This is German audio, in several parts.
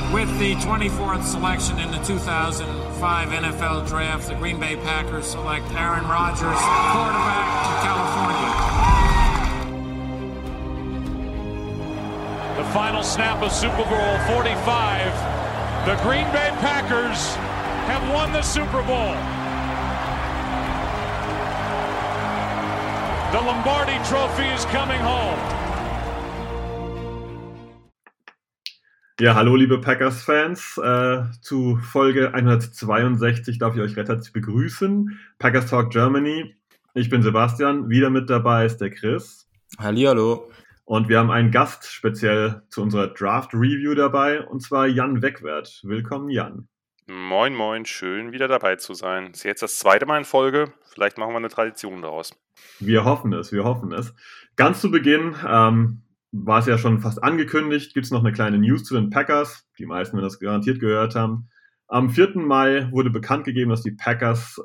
With the 24th selection in the 2005 NFL Draft, the Green Bay Packers select Aaron Rodgers, quarterback of California. The final snap of Super Bowl 45. The Green Bay Packers have won the Super Bowl. The Lombardi Trophy is coming home. Ja, hallo liebe Packers-Fans, zu Folge 162 darf ich euch recht herzlich begrüßen. Packers Talk Germany. Ich bin Sebastian, wieder mit dabei ist der Chris. Hallihallo. Und wir haben einen Gast speziell zu unserer Draft-Review dabei, und zwar Jan Wegwert. Willkommen, Jan. Moin, moin, schön wieder dabei zu sein. Ist jetzt das zweite Mal in Folge, vielleicht machen wir eine Tradition daraus. Wir hoffen es. Ganz zu Beginn war es ja schon fast angekündigt, gibt es noch eine kleine News zu den Packers. Die meisten werden das garantiert gehört haben. Am 4. Mai wurde bekannt gegeben, dass die Packers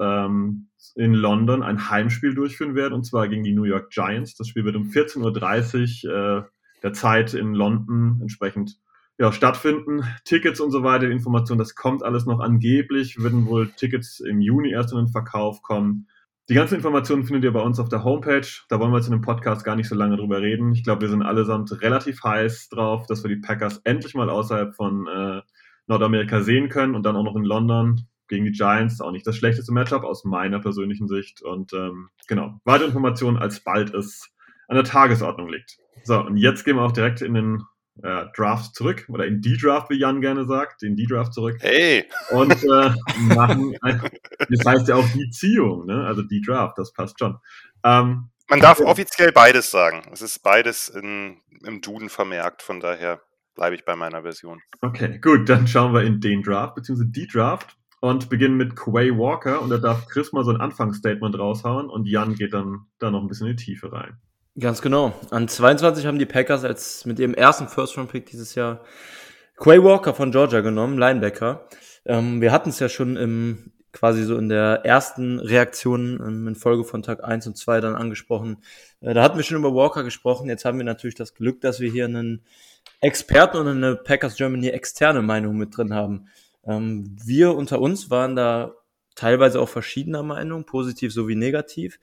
in London ein Heimspiel durchführen werden, und zwar gegen die New York Giants. Das Spiel wird um 14.30 Uhr der Zeit in London entsprechend stattfinden. Tickets und so weiter, Informationen, das kommt alles noch. Angeblich würden wohl Tickets im Juni erst in den Verkauf kommen. Die ganzen Informationen findet ihr bei uns auf der Homepage. Da wollen wir jetzt in dem Podcast gar nicht so lange drüber reden. Ich glaube, wir sind allesamt relativ heiß drauf, dass wir die Packers endlich mal außerhalb von Nordamerika sehen können und dann auch noch in London gegen die Giants. Auch nicht das schlechteste Matchup aus meiner persönlichen Sicht. Und genau, weitere Informationen, alsbald es an der Tagesordnung liegt. So, und jetzt gehen wir auch direkt in den Draft zurück, oder in die Draft, wie Jan gerne sagt, in die Draft zurück. Hey! Und machen, das heißt ja auch die Ziehung, ne? Also die Draft, das passt schon. Man darf offiziell beides sagen. Es ist beides im Duden vermerkt, von daher bleibe ich bei meiner Version. Okay, gut, dann schauen wir in den Draft, beziehungsweise die Draft, und beginnen mit Quay Walker, und da darf Chris mal so ein Anfangsstatement raushauen und Jan geht dann da noch ein bisschen in die Tiefe rein. Ganz genau. An 22 haben die Packers als mit ihrem ersten First-Round-Pick dieses Jahr Quay Walker von Georgia genommen, Linebacker. Wir hatten es ja schon quasi so in der ersten Reaktion in Folge von Tag 1 und 2 dann angesprochen. Da hatten wir schon über Walker gesprochen. Jetzt haben wir natürlich das Glück, dass wir hier einen Experten und eine Packers Germany externe Meinung mit drin haben. Wir unter uns waren da teilweise auch verschiedener Meinung, positiv sowie negativ.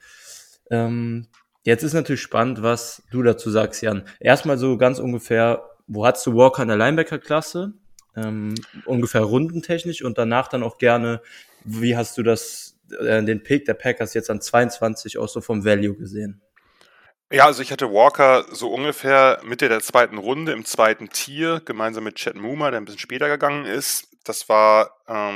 Jetzt ist natürlich spannend, was du dazu sagst, Jan. Erstmal so ganz ungefähr, wo hattest du Walker in der Linebacker-Klasse? Ungefähr rundentechnisch, und danach dann auch gerne, wie hast du den Pick der Packers jetzt an 22 auch so vom Value gesehen? Ja, also ich hatte Walker so ungefähr Mitte der zweiten Runde im zweiten Tier, gemeinsam mit Chad Muma, der ein bisschen später gegangen ist. Das war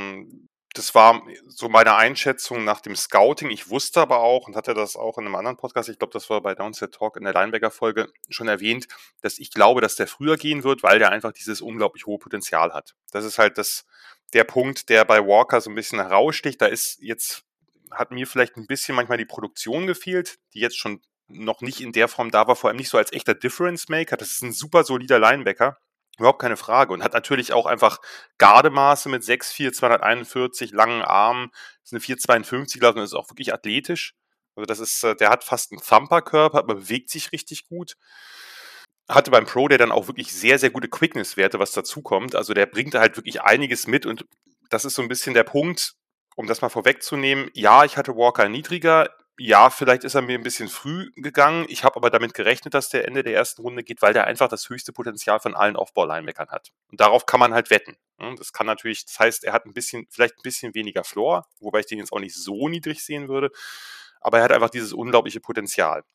so meine Einschätzung nach dem Scouting. Ich wusste aber auch und hatte das auch in einem anderen Podcast, ich glaube, das war bei Downset Talk in der Linebacker-Folge schon erwähnt, dass ich glaube, dass der früher gehen wird, weil der einfach dieses unglaublich hohe Potenzial hat. Das ist halt der Punkt, der bei Walker so ein bisschen heraussticht. Hat mir vielleicht ein bisschen manchmal die Produktion gefehlt, die jetzt schon noch nicht in der Form da war, vor allem nicht so als echter Difference-Maker. Das ist ein super solider Linebacker. Überhaupt keine Frage. Und hat natürlich auch einfach Gardemaße mit 6'4", 241, langen Armen. Das ist eine 4,52 gelaufen und ist auch wirklich athletisch. Also der hat fast einen Thumper-Körper, aber bewegt sich richtig gut. Hatte beim Pro Day dann auch wirklich sehr, sehr gute Quickness-Werte, was dazu kommt. Also der bringt halt wirklich einiges mit, und das ist so ein bisschen der Punkt, um das mal vorwegzunehmen. Ja, ich hatte Walker niedriger. Ja, vielleicht ist er mir ein bisschen früh gegangen. Ich habe aber damit gerechnet, dass der Ende der ersten Runde geht, weil der einfach das höchste Potenzial von allen Off-Ball-Linebackern hat. Und darauf kann man halt wetten. Das heißt, er hat vielleicht ein bisschen weniger Floor, wobei ich den jetzt auch nicht so niedrig sehen würde. Aber er hat einfach dieses unglaubliche Potenzial.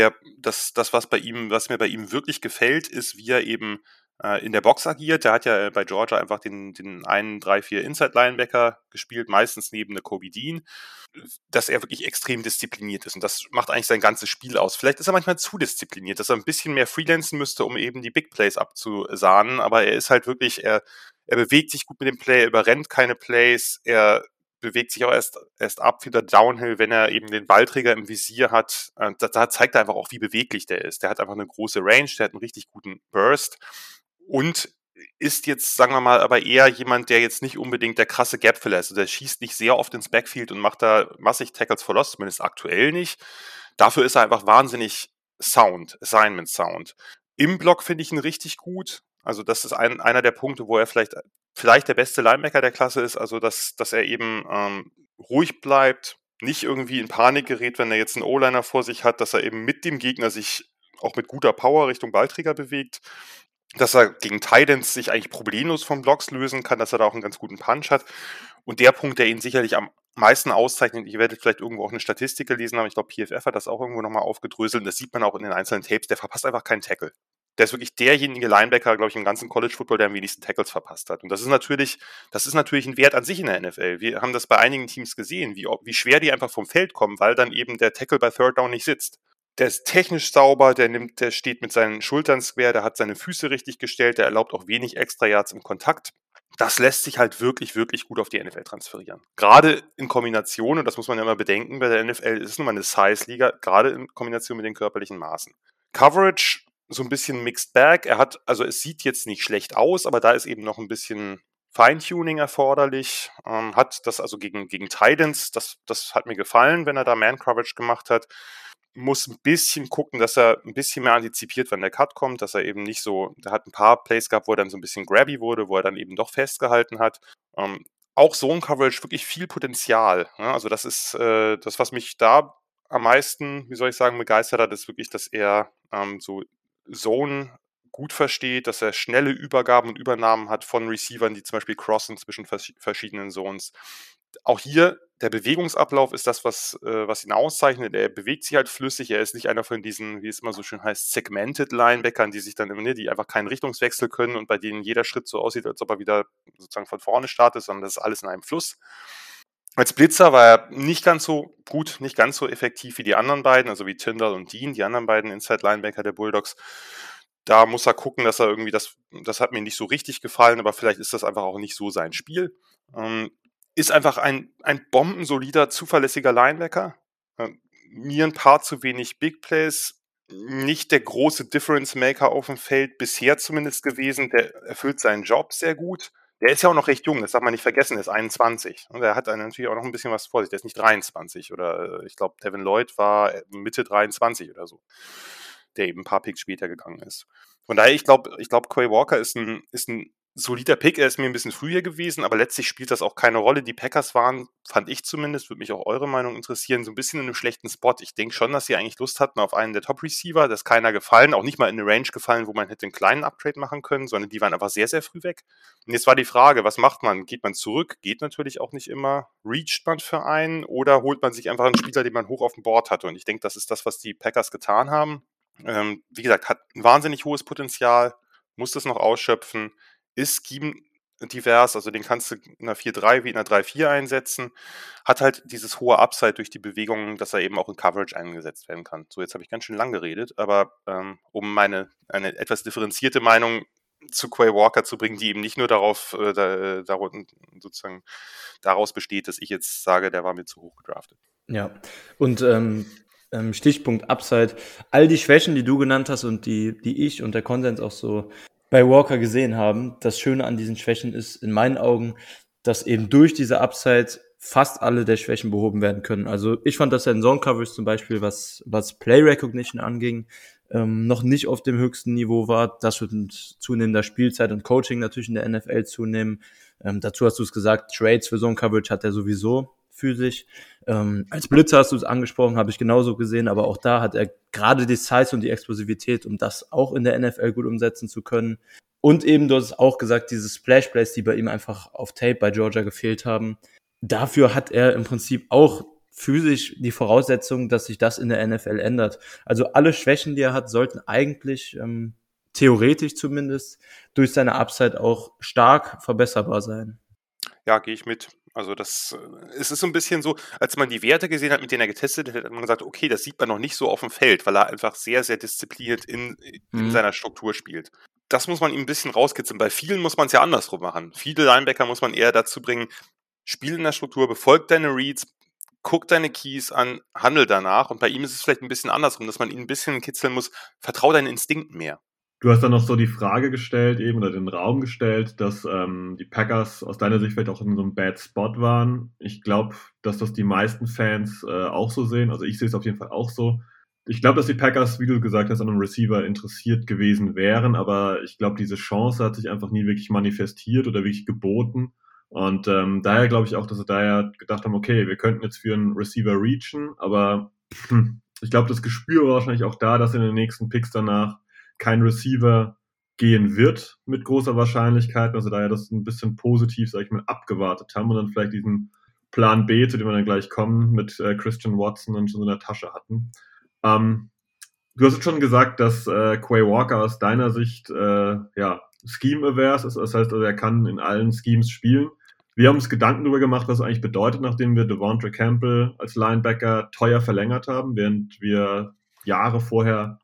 Was mir bei ihm wirklich gefällt, ist, wie er eben in der Box agiert. Der hat ja bei Georgia einfach den 1-3-4 Inside-Linebacker gespielt, meistens neben der Kobe Dean, dass er wirklich extrem diszipliniert ist, und das macht eigentlich sein ganzes Spiel aus. Vielleicht ist er manchmal zu diszipliniert, dass er ein bisschen mehr freelancen müsste, um eben die Big Plays abzusahnen, aber er ist halt wirklich, er bewegt sich gut mit dem Play, er überrennt keine Plays, er bewegt sich auch erst ab wieder Downhill, wenn er eben den Ballträger im Visier hat. Da zeigt er einfach auch, wie beweglich der ist. Der hat einfach eine große Range, der hat einen richtig guten Burst und ist jetzt, sagen wir mal, aber eher jemand, der jetzt nicht unbedingt der krasse Gapfiller ist. Also der schießt nicht sehr oft ins Backfield und macht da massig Tackles for Loss, zumindest aktuell nicht. Dafür ist er einfach wahnsinnig Assignment Sound. Im Block finde ich ihn richtig gut. Also das ist einer der Punkte, wo er vielleicht der beste Linebacker der Klasse ist, also dass er eben ruhig bleibt, nicht irgendwie in Panik gerät, wenn er jetzt einen O-Liner vor sich hat, dass er eben mit dem Gegner sich auch mit guter Power Richtung Ballträger bewegt, dass er gegen Titans sich eigentlich problemlos von Blocks lösen kann, dass er da auch einen ganz guten Punch hat. Und der Punkt, der ihn sicherlich am meisten auszeichnet, ihr werdet vielleicht irgendwo auch eine Statistik gelesen haben, ich glaube PFF hat das auch irgendwo nochmal aufgedröselt, und das sieht man auch in den einzelnen Tapes, der verpasst einfach keinen Tackle. Der ist wirklich derjenige Linebacker, glaube ich, im ganzen College-Football, der am wenigsten Tackles verpasst hat. Und das ist natürlich ein Wert an sich in der NFL. Wir haben das bei einigen Teams gesehen, wie schwer die einfach vom Feld kommen, weil dann eben der Tackle bei Third Down nicht sitzt. Der ist technisch sauber, der steht mit seinen Schultern square, der hat seine Füße richtig gestellt, der erlaubt auch wenig Extra Yards im Kontakt. Das lässt sich halt wirklich, wirklich gut auf die NFL transferieren. Gerade in Kombination, und das muss man ja immer bedenken, bei der NFL ist es nun mal eine Size-Liga, gerade in Kombination mit den körperlichen Maßen. Coverage, so ein bisschen Mixed Bag. Es sieht jetzt nicht schlecht aus, aber da ist eben noch ein bisschen Feintuning erforderlich. Hat das also gegen Titans, das hat mir gefallen, wenn er da Man-Coverage gemacht hat. Muss ein bisschen gucken, dass er ein bisschen mehr antizipiert, wenn der Cut kommt, dass er eben nicht so, der hat ein paar Plays gehabt, wo er dann so ein bisschen grabby wurde, wo er dann eben doch festgehalten hat. Auch Zone-Coverage, wirklich viel Potenzial. Ja, also das ist das, was mich da am meisten, begeistert hat, ist wirklich, dass er so Zone gut versteht, dass er schnelle Übergaben und Übernahmen hat von Receivern, die zum Beispiel crossen zwischen verschiedenen Zones. Auch hier, der Bewegungsablauf ist das, was ihn auszeichnet. Er bewegt sich halt flüssig. Er ist nicht einer von diesen, wie es immer so schön heißt, segmented Linebackern, die sich dann immer, die einfach keinen Richtungswechsel können und bei denen jeder Schritt so aussieht, als ob er wieder sozusagen von vorne startet, sondern das ist alles in einem Fluss. Als Blitzer war er nicht ganz so gut, nicht ganz so effektiv wie die anderen beiden, also wie Tyndall und Dean, die anderen beiden Inside-Linebacker der Bulldogs. Da muss er gucken, dass er irgendwie, das hat mir nicht so richtig gefallen, aber vielleicht ist das einfach auch nicht so sein Spiel. Ist einfach ein bombensolider, zuverlässiger Linebacker. Mir ein paar zu wenig Big Plays. Nicht der große Difference-Maker auf dem Feld, bisher zumindest gewesen. Der erfüllt seinen Job sehr gut. Der ist ja auch noch recht jung, das darf man nicht vergessen, er ist 21. Und er hat natürlich auch noch ein bisschen was vor sich. Der ist nicht 23 oder ich glaube, Devin Lloyd war Mitte 23 oder so, der eben ein paar Picks später gegangen ist. Von daher, ich glaube, Quay Walker ist ein solider Pick. Er ist mir ein bisschen früher gewesen, aber letztlich spielt das auch keine Rolle. Die Packers waren, fand ich zumindest, würde mich auch eure Meinung interessieren, so ein bisschen in einem schlechten Spot. Ich denke schon, dass sie eigentlich Lust hatten auf einen der Top-Receiver. Das ist keiner gefallen, auch nicht mal in eine Range gefallen, wo man hätte einen kleinen Upgrade machen können, sondern die waren einfach sehr, sehr früh weg. Und jetzt war die Frage, was macht man? Geht man zurück? Geht natürlich auch nicht immer. Reacht man für einen oder holt man sich einfach einen Spieler, den man hoch auf dem Board hatte? Und ich denke, das ist das, was die Packers getan haben. Wie gesagt, hat ein wahnsinnig hohes Potenzial, muss das noch ausschöpfen, ist scheme divers, also den kannst du in einer 4-3 wie in einer 3-4 einsetzen, hat halt dieses hohe Upside durch die Bewegungen, dass er eben auch in Coverage eingesetzt werden kann. So, jetzt habe ich ganz schön lang geredet, aber um eine etwas differenzierte Meinung zu Quay Walker zu bringen, die eben nicht nur daraus besteht, dass ich jetzt sage, der war mir zu hoch gedraftet. Ja, und Stichpunkt Upside, all die Schwächen, die du genannt hast und die ich und der Konsens auch so bei Walker gesehen haben, das Schöne an diesen Schwächen ist in meinen Augen, dass eben durch diese Upside fast alle der Schwächen behoben werden können. Also ich fand, dass er in Zone Coverage zum Beispiel, was Play Recognition anging, noch nicht auf dem höchsten Niveau war. Das wird mit zunehmender Spielzeit und Coaching natürlich in der NFL zunehmen. Dazu hast du es gesagt, Trades für Zone Coverage hat er sowieso physisch. Als Blitzer hast du es angesprochen, habe ich genauso gesehen, aber auch da hat er gerade die Size und die Explosivität, um das auch in der NFL gut umsetzen zu können. Und eben, du hast es auch gesagt, diese Splash-Plays, die bei ihm einfach auf Tape bei Georgia gefehlt haben. Dafür hat er im Prinzip auch physisch die Voraussetzung, dass sich das in der NFL ändert. Also alle Schwächen, die er hat, sollten eigentlich theoretisch zumindest durch seine Upside auch stark verbesserbar sein. Ja, gehe ich mit. Also es ist so ein bisschen so, als man die Werte gesehen hat, mit denen er getestet hat, hat man gesagt, okay, das sieht man noch nicht so auf dem Feld, weil er einfach sehr, sehr diszipliniert in seiner Struktur spielt. Das muss man ihm ein bisschen rauskitzeln. Bei vielen muss man es ja andersrum machen. Viele Linebacker muss man eher dazu bringen, spiel in der Struktur, befolg deine Reads, guck deine Keys an, handel danach. Und bei ihm ist es vielleicht ein bisschen andersrum, dass man ihn ein bisschen kitzeln muss, vertrau deinen Instinkten mehr. Du hast dann noch so die Frage gestellt eben oder den Raum gestellt, dass die Packers aus deiner Sicht vielleicht auch in so einem Bad Spot waren. Ich glaube, dass das die meisten Fans auch so sehen. Also ich sehe es auf jeden Fall auch so. Ich glaube, dass die Packers, wie du gesagt hast, an einem Receiver interessiert gewesen wären, aber ich glaube, diese Chance hat sich einfach nie wirklich manifestiert oder wirklich geboten. Und daher glaube ich auch, dass sie daher gedacht haben, okay, wir könnten jetzt für einen Receiver reachen, aber ich glaube, das Gespür war wahrscheinlich auch da, dass in den nächsten Picks danach kein Receiver gehen wird mit großer Wahrscheinlichkeit. Also daher das ein bisschen positiv, sag ich mal, abgewartet haben und dann vielleicht diesen Plan B, zu dem wir dann gleich kommen, mit Christian Watson dann schon in der Tasche hatten. Du hast jetzt schon gesagt, dass Quay Walker aus deiner Sicht Scheme-averse ist. Das heißt, also er kann in allen Schemes spielen. Wir haben uns Gedanken darüber gemacht, was es eigentlich bedeutet, nachdem wir Devontae Campbell als Linebacker teuer verlängert haben, während wir Jahre vorher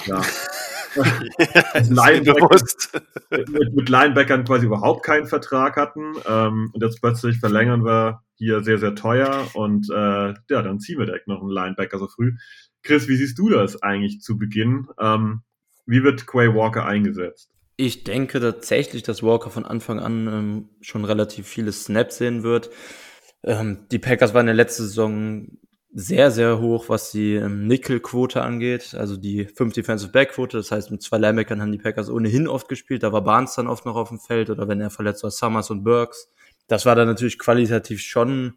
mit Linebackern quasi überhaupt keinen Vertrag hatten. Und jetzt plötzlich verlängern wir hier sehr, sehr teuer und dann ziehen wir direkt noch einen Linebacker so früh. Chris, wie siehst du das eigentlich zu Beginn? Wie wird Quay Walker eingesetzt? Ich denke tatsächlich, dass Walker von Anfang an schon relativ viele Snaps sehen wird. Die Packers waren in der letzten Saison sehr, sehr hoch, was die Nickel-Quote angeht, also die 5 Defensive-Back-Quote. Das heißt, mit 2 Linebackern haben die Packers ohnehin oft gespielt. Da war Barnes dann oft noch auf dem Feld oder wenn er verletzt war, Summers und Burks. Das war dann natürlich qualitativ schon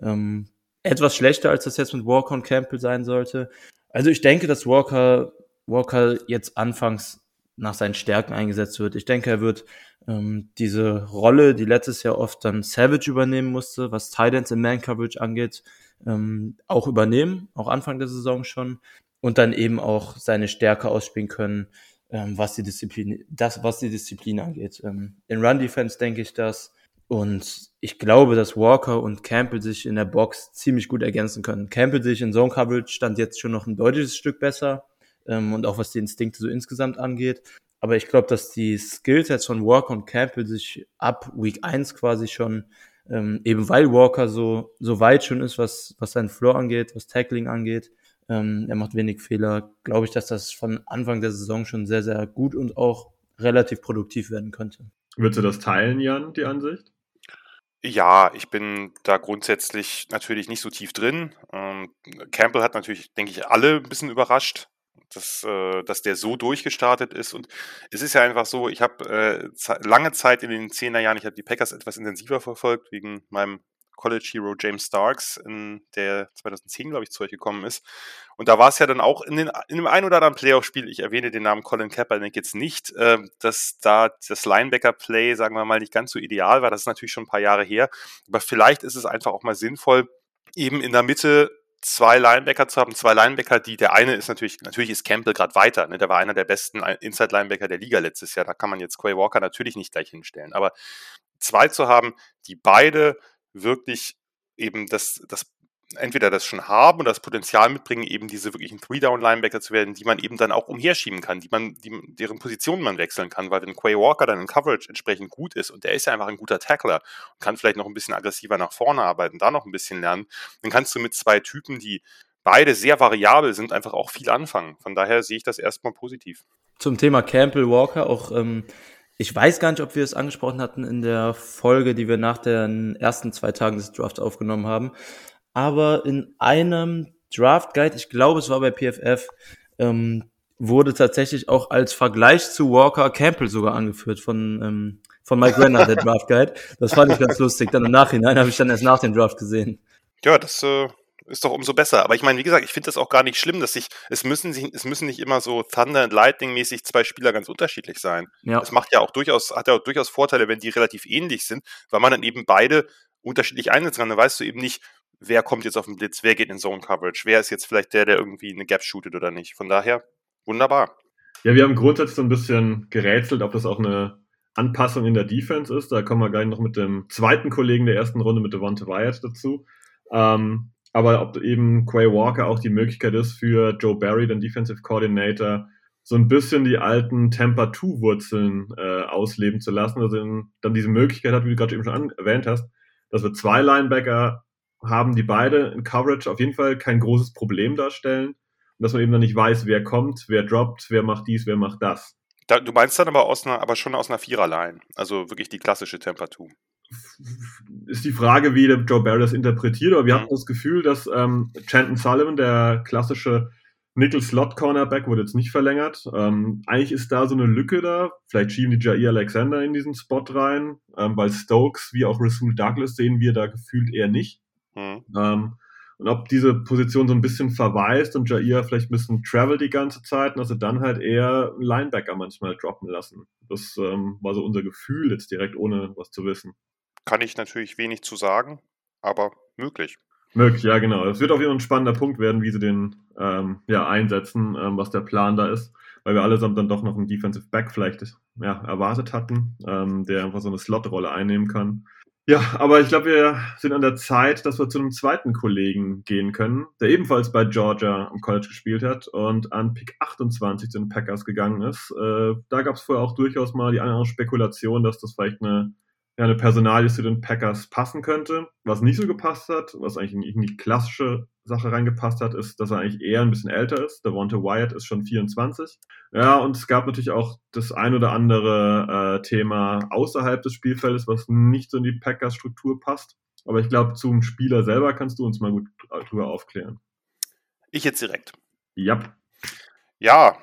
etwas schlechter, als das jetzt mit Walker und Campbell sein sollte. Also ich denke, dass Walker jetzt anfangs nach seinen Stärken eingesetzt wird. Ich denke, er wird diese Rolle, die letztes Jahr oft dann Savage übernehmen musste, was Tight Ends in Man-Coverage angeht, auch übernehmen, auch Anfang der Saison schon, und dann eben auch seine Stärke ausspielen können, was die Disziplin angeht. In Run-Defense denke ich das. Und ich glaube, dass Walker und Campbell sich in der Box ziemlich gut ergänzen können. Campbell sich in Zone-Coverage stand jetzt schon noch ein deutliches Stück besser, und auch was die Instinkte so insgesamt angeht. Aber ich glaube, dass die Skillsets von Walker und Campbell sich ab Week 1 quasi schon, eben weil Walker so weit schon ist, was seinen Floor angeht, was Tackling angeht, er macht wenig Fehler, glaube ich, dass das von Anfang der Saison schon sehr, sehr gut und auch relativ produktiv werden könnte. Würdest du das teilen, Jan, die Ansicht? Ja, ich bin da grundsätzlich natürlich nicht so tief drin. Campbell hat natürlich, denke ich, alle ein bisschen überrascht, dass der so durchgestartet ist. Und es ist ja einfach so, ich habe lange Zeit in den 10er Jahren, ich habe die Packers etwas intensiver verfolgt, wegen meinem College Hero James Starks, der 2010, glaube ich, zu euch gekommen ist. Und da war es ja dann auch in dem ein oder anderen Playoff-Spiel, ich erwähne den Namen Colin Kaepernick jetzt nicht, dass da das Linebacker-Play, sagen wir mal, nicht ganz so ideal war. Das ist natürlich schon ein paar Jahre her. Aber vielleicht ist es einfach auch mal sinnvoll, eben in der Mitte 2 Linebacker zu haben. 2 Linebacker, der eine ist natürlich ist Campbell gerade weiter. Ne? Der war einer der besten Inside-Linebacker der Liga letztes Jahr. Da kann man jetzt Quay Walker natürlich nicht gleich hinstellen. Aber 2 zu haben, die beide wirklich eben entweder das schon haben oder das Potenzial mitbringen, eben diese wirklichen 3-Down-Linebacker zu werden, die man eben dann auch umherschieben kann, deren Positionen man wechseln kann, weil wenn Quay Walker dann in Coverage entsprechend gut ist und der ist ja einfach ein guter Tackler und kann vielleicht noch ein bisschen aggressiver nach vorne arbeiten, da noch ein bisschen lernen, dann kannst du mit 2 Typen, die beide sehr variabel sind, einfach auch viel anfangen. Von daher sehe ich das erstmal positiv. Zum Thema Campbell Walker auch, ich weiß gar nicht, ob wir es angesprochen hatten in der Folge, die wir nach den ersten 2 Tagen des Drafts aufgenommen haben. Aber in einem Draft Guide, ich glaube, es war bei PFF, wurde tatsächlich auch als Vergleich zu Walker Campbell sogar angeführt von Mike Renner, der Draft Guide. Das fand ich ganz lustig. Dann im Nachhinein habe ich dann erst nach dem Draft gesehen. Ja, das ist doch umso besser. Aber ich meine, wie gesagt, ich finde das auch gar nicht schlimm, dass es müssen nicht immer so Thunder and Lightning mäßig 2 Spieler ganz unterschiedlich sein. Ja. Das hat ja auch durchaus Vorteile, wenn die relativ ähnlich sind, weil man dann eben beide unterschiedlich einsetzen kann. Dann weißt du eben nicht, wer kommt jetzt auf den Blitz, wer geht in Zone Coverage, wer ist jetzt vielleicht der irgendwie eine Gap shootet oder nicht. Von daher, wunderbar. Ja, wir haben grundsätzlich so ein bisschen gerätselt, ob das auch eine Anpassung in der Defense ist. Da kommen wir gleich noch mit dem zweiten Kollegen der ersten Runde, mit Devontae Wyatt, dazu. Aber ob eben Quay Walker auch die Möglichkeit ist für Joe Barry, den Defensive Coordinator, so ein bisschen die alten Tampa 2-Wurzeln ausleben zu lassen. Also dann diese Möglichkeit hat, wie du gerade eben schon erwähnt hast, dass wir 2 Linebacker haben, die beide in Coverage auf jeden Fall kein großes Problem darstellen. Und dass man eben dann nicht weiß, wer kommt, wer droppt, wer macht dies, wer macht das. Du meinst dann aber schon aus einer Vierer-Line. Also wirklich die klassische Tampa 2. Ist die Frage, wie der Joe Barry das interpretiert, aber wir hatten das Gefühl, dass Chandon Sullivan, der klassische Nickel-Slot-Cornerback wurde jetzt nicht verlängert. Eigentlich ist da so eine Lücke da. Vielleicht schieben die Jair Alexander in diesen Spot rein, weil Stokes wie auch Rasul Douglas sehen wir da gefühlt eher nicht. Und ob diese Position so ein bisschen verwaist und Jair vielleicht ein bisschen travel die ganze Zeit, dass sie dann halt eher einen Linebacker manchmal droppen lassen. Das war so unser Gefühl jetzt direkt, ohne was zu wissen. Kann ich natürlich wenig zu sagen, aber möglich. Möglich, ja genau. Es wird auf jeden Fall ein spannender Punkt werden, wie sie den einsetzen, was der Plan da ist, weil wir allesamt dann doch noch einen Defensive Back vielleicht erwartet hatten, der einfach so eine Slot-Rolle einnehmen kann. Ja, aber ich glaube, wir sind an der Zeit, dass wir zu einem zweiten Kollegen gehen können, der ebenfalls bei Georgia am College gespielt hat und an Pick 28 zu den Packers gegangen ist. Da gab es vorher auch durchaus mal die eine oder andere Spekulation, dass das vielleicht eine Personalie zu den Packers passen könnte. Was nicht so gepasst hat, was eigentlich in die klassische Sache reingepasst hat, ist, dass er eigentlich eher ein bisschen älter ist. Devonta Wyatt ist schon 24. Ja, und es gab natürlich auch das ein oder andere Thema außerhalb des Spielfeldes, was nicht so in die Packers-Struktur passt. Aber ich glaube, zum Spieler selber kannst du uns mal gut drüber aufklären. Ich jetzt direkt. Yep. Ja,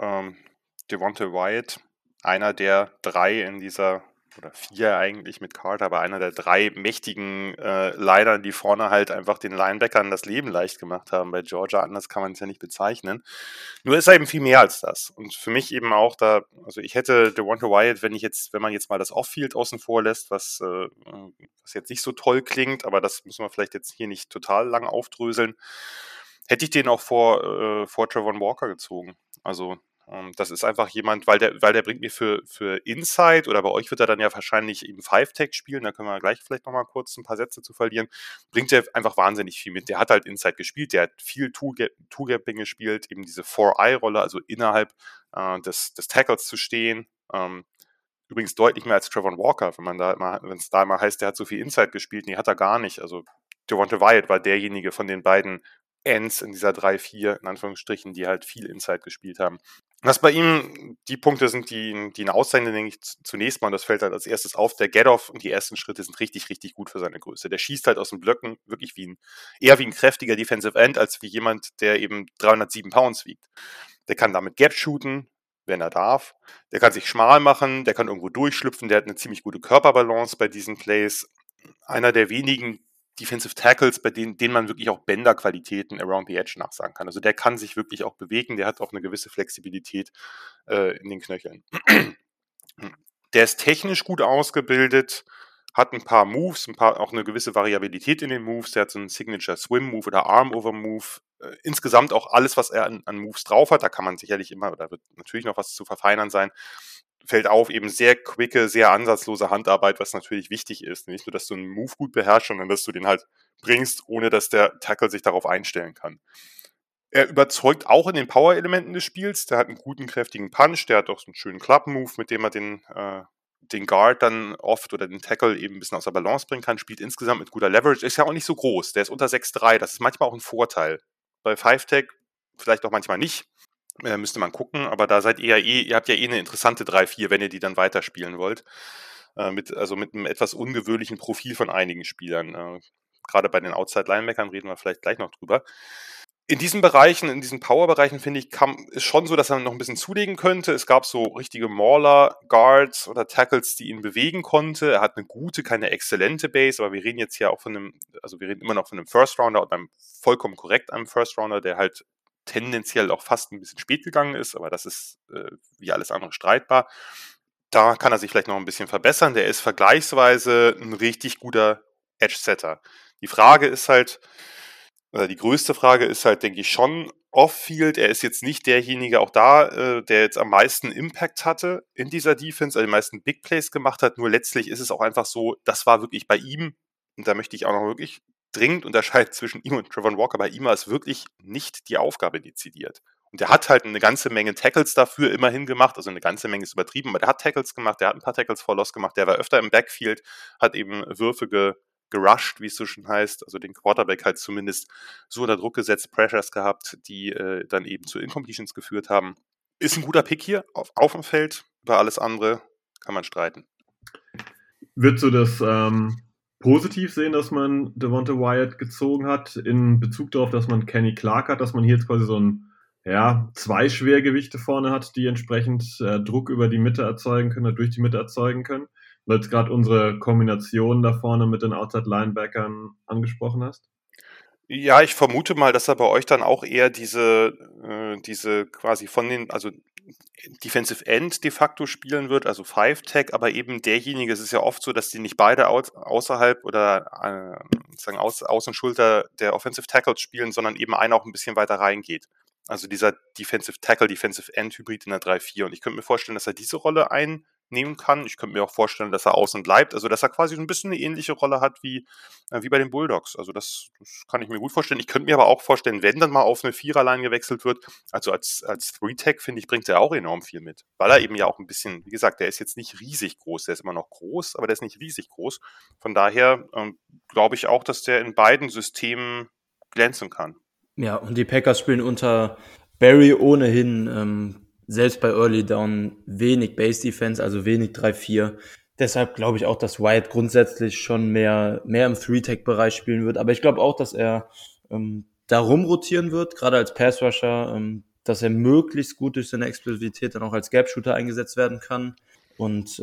Devonta Wyatt, einer der 3 in dieser, oder 4 eigentlich mit Carter, aber einer der 3 mächtigen Linern, die vorne halt einfach den Linebackern das Leben leicht gemacht haben bei Georgia. Anders kann man es ja nicht bezeichnen. Nur ist er eben viel mehr als das. Und für mich eben auch da, also ich hätte Devonta Wyatt, wenn man jetzt mal das Off-Field außen vor lässt, was jetzt nicht so toll klingt, aber das müssen wir vielleicht jetzt hier nicht total lang aufdröseln, hätte ich den auch vor Travon Walker gezogen. Also das ist einfach jemand, weil der bringt mir für Inside, oder bei euch wird er dann ja wahrscheinlich eben 5-Tech spielen, da können wir gleich vielleicht nochmal kurz ein paar Sätze zu verlieren, bringt er einfach wahnsinnig viel mit. Der hat halt Inside gespielt, der hat viel Two-Gapping gespielt, eben diese 4-Eye-Rolle, also innerhalb des Tackles zu stehen. Übrigens deutlich mehr als Travon Walker, wenn es da immer heißt, der hat so viel Inside gespielt. Nee, hat er gar nicht. Also Devonta Wyatt war derjenige von den beiden Ends in dieser 3-4, in Anführungsstrichen, die halt viel Inside gespielt haben. Was bei ihm die Punkte sind, die ihn auszeichnen, denke ich zunächst mal, und das fällt halt als erstes auf, der Get-Off und die ersten Schritte sind richtig, richtig gut für seine Größe. Der schießt halt aus den Blöcken wirklich eher wie ein kräftiger Defensive End, als wie jemand, der eben 307 Pounds wiegt. Der kann damit Gap shooten, wenn er darf. Der kann sich schmal machen, der kann irgendwo durchschlüpfen, der hat eine ziemlich gute Körperbalance bei diesen Plays. Einer der wenigen Defensive Tackles, bei denen man wirklich auch Bänderqualitäten around the edge nachsagen kann. Also der kann sich wirklich auch bewegen, der hat auch eine gewisse Flexibilität in den Knöcheln. Der ist technisch gut ausgebildet, hat ein paar Moves, auch eine gewisse Variabilität in den Moves, der hat so einen Signature Swim Move oder Arm Over Move. Insgesamt auch alles, was er an Moves drauf hat, da kann man sicherlich immer, oder wird natürlich noch was zu verfeinern sein, fällt auf, eben sehr quicke, sehr ansatzlose Handarbeit, was natürlich wichtig ist. Nicht nur, dass du einen Move gut beherrschst, sondern dass du den halt bringst, ohne dass der Tackle sich darauf einstellen kann. Er überzeugt auch in den Power-Elementen des Spiels. Der hat einen guten, kräftigen Punch, der hat auch so einen schönen Club-Move, mit dem er den Guard dann oft oder den Tackle eben ein bisschen aus der Balance bringen kann, spielt insgesamt mit guter Leverage, ist ja auch nicht so groß, der ist unter 6'3", das ist manchmal auch ein Vorteil. Bei 5-Tech vielleicht auch manchmal nicht. Müsste man gucken, aber da seid ihr habt ja eine interessante 3-4, wenn ihr die dann weiterspielen wollt. Mit einem etwas ungewöhnlichen Profil von einigen Spielern. Gerade bei den Outside-Linebackern reden wir vielleicht gleich noch drüber. In diesen Bereichen, in diesen Power-Bereichen, finde ich, ist schon so, dass er noch ein bisschen zulegen könnte. Es gab so richtige Mauler, Guards oder Tackles, die ihn bewegen konnte. Er hat eine gute, keine exzellente Base, aber wir reden jetzt ja auch wir reden immer noch von einem First-Rounder und einem vollkommen korrekt einem First-Rounder, der halt tendenziell auch fast ein bisschen spät gegangen ist, aber das ist wie alles andere streitbar. Da kann er sich vielleicht noch ein bisschen verbessern. Der ist vergleichsweise ein richtig guter Edge-Setter. Die größte Frage ist halt, denke ich, schon Off-Field. Er ist jetzt nicht derjenige, auch da, der jetzt am meisten Impact hatte in dieser Defense, also die meisten Big Plays gemacht hat. Nur letztlich ist es auch einfach so, das war wirklich bei ihm, und da möchte ich auch noch wirklich dringend unterscheiden zwischen ihm und Travon Walker. Bei ihm war es wirklich nicht die Aufgabe dezidiert. Und der hat halt eine ganze Menge Tackles dafür immerhin gemacht, also eine ganze Menge ist übertrieben, aber der hat Tackles gemacht, der hat ein paar Tackles for Loss gemacht, der war öfter im Backfield, hat eben Würfe gerusht, wie es so schon heißt, also den Quarterback halt zumindest so unter Druck gesetzt, Pressures gehabt, die dann eben zu Incompletions geführt haben. Ist ein guter Pick hier auf dem Feld, über alles andere kann man streiten. Würdest du das positiv sehen, dass man Devonta Wyatt gezogen hat, in Bezug darauf, dass man Kenny Clark hat, dass man hier jetzt quasi so einen zwei Schwergewichte vorne hat, die entsprechend Druck über die Mitte erzeugen können oder durch die Mitte erzeugen können. Weil du jetzt gerade unsere Kombination da vorne mit den Outside-Linebackern angesprochen hast. Ja, ich vermute mal, dass er bei euch dann auch eher diese quasi also Defensive End de facto spielen wird, also Five-Tech, aber eben derjenige, es ist ja oft so, dass die nicht beide außerhalb oder sozusagen Außenschulter der Offensive Tackles spielen, sondern eben einer auch ein bisschen weiter reingeht. Also dieser Defensive Tackle, Defensive End Hybrid in der 3-4. Und ich könnte mir vorstellen, dass er diese Rolle einnehmen kann. Ich könnte mir auch vorstellen, dass er außen bleibt. Also dass er quasi so ein bisschen eine ähnliche Rolle hat wie bei den Bulldogs. Also das kann ich mir gut vorstellen. Ich könnte mir aber auch vorstellen, wenn dann mal auf eine Viererline gewechselt wird, also als Three-Tech, finde ich, bringt er auch enorm viel mit. Weil er eben ja auch ein bisschen, wie gesagt, der ist jetzt nicht riesig groß. Der ist immer noch groß, aber der ist nicht riesig groß. Von daher glaube ich auch, dass der in beiden Systemen glänzen kann. Ja, und die Packers spielen unter Barry ohnehin selbst bei Early Down wenig Base Defense, also wenig 3-4. Deshalb glaube ich auch, dass Wyatt grundsätzlich schon mehr im Three-Tech-Bereich spielen wird. Aber ich glaube auch, dass er da rumrotieren wird, gerade als Pass-Rusher, dass er möglichst gut durch seine Explosivität dann auch als Gap-Shooter eingesetzt werden kann. Und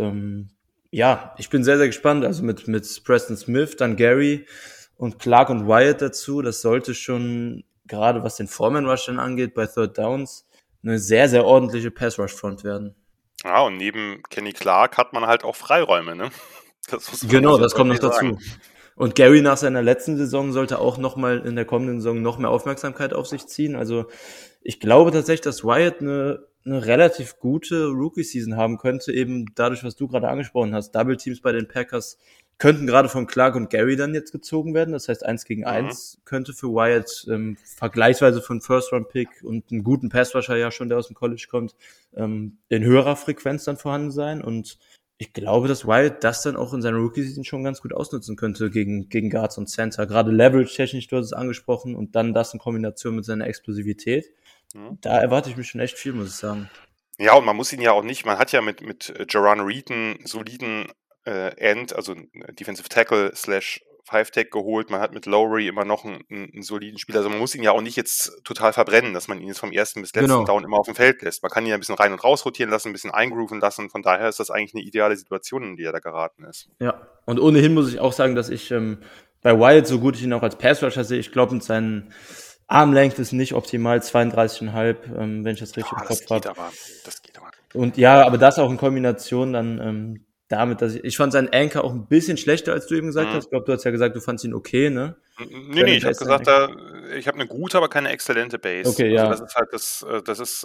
ich bin sehr, sehr gespannt. Also mit Preston Smith, dann Gary und Clark und Wyatt dazu. Das sollte schon, gerade was den Foreman-Rush dann angeht, bei Third Downs, eine sehr, sehr ordentliche Pass-Rush-Front werden. Ja, und neben Kenny Clark hat man halt auch Freiräume, ne? Das kommt noch dazu. Und Gary nach seiner letzten Saison sollte auch nochmal in der kommenden Saison noch mehr Aufmerksamkeit auf sich ziehen. Also ich glaube tatsächlich, dass Wyatt eine relativ gute Rookie-Season haben könnte, eben dadurch, was du gerade angesprochen hast. Double-Teams bei den Packers könnten gerade von Clark und Gary dann jetzt gezogen werden. Das heißt, 1 gegen 1 könnte für Wyatt vergleichsweise von First-Round-Pick und einen guten Pass-Rusher ja schon, der aus dem College kommt, in höherer Frequenz dann vorhanden sein. Und ich glaube, dass Wyatt das dann auch in seiner Rookie-Season schon ganz gut ausnutzen könnte gegen Guards und Center. Gerade Leverage-technisch, du hast es angesprochen, und dann das in Kombination mit seiner Explosivität. Da erwarte ich mich schon echt viel, muss ich sagen. Ja, und man muss ihn ja auch nicht, man hat ja mit Jaron Reed einen soliden End, also Defensive Tackle / Five-Tech geholt. Man hat mit Lowry immer noch einen soliden Spieler. Also man muss ihn ja auch nicht jetzt total verbrennen, dass man ihn jetzt vom ersten bis letzten Down immer auf dem Feld lässt. Man kann ihn ein bisschen rein und raus rotieren lassen, ein bisschen eingrooven lassen. Von daher ist das eigentlich eine ideale Situation, in die er da geraten ist. Ja, und ohnehin muss ich auch sagen, dass ich bei Wyatt, so gut ich ihn auch als Pass-Rusher sehe, ich glaube, mit seinen Armlength ist nicht optimal, 32,5, wenn ich das richtig im Kopf habe. Das geht aber. Und ja, aber das auch in Kombination dann damit, dass ich fand seinen Anchor auch ein bisschen schlechter, als du eben gesagt hast. Ich glaube, du hast ja gesagt, du fandst ihn okay, ne? Nee, ich habe gesagt, ich habe eine gute, aber keine exzellente Base. Okay, ja. Also das ist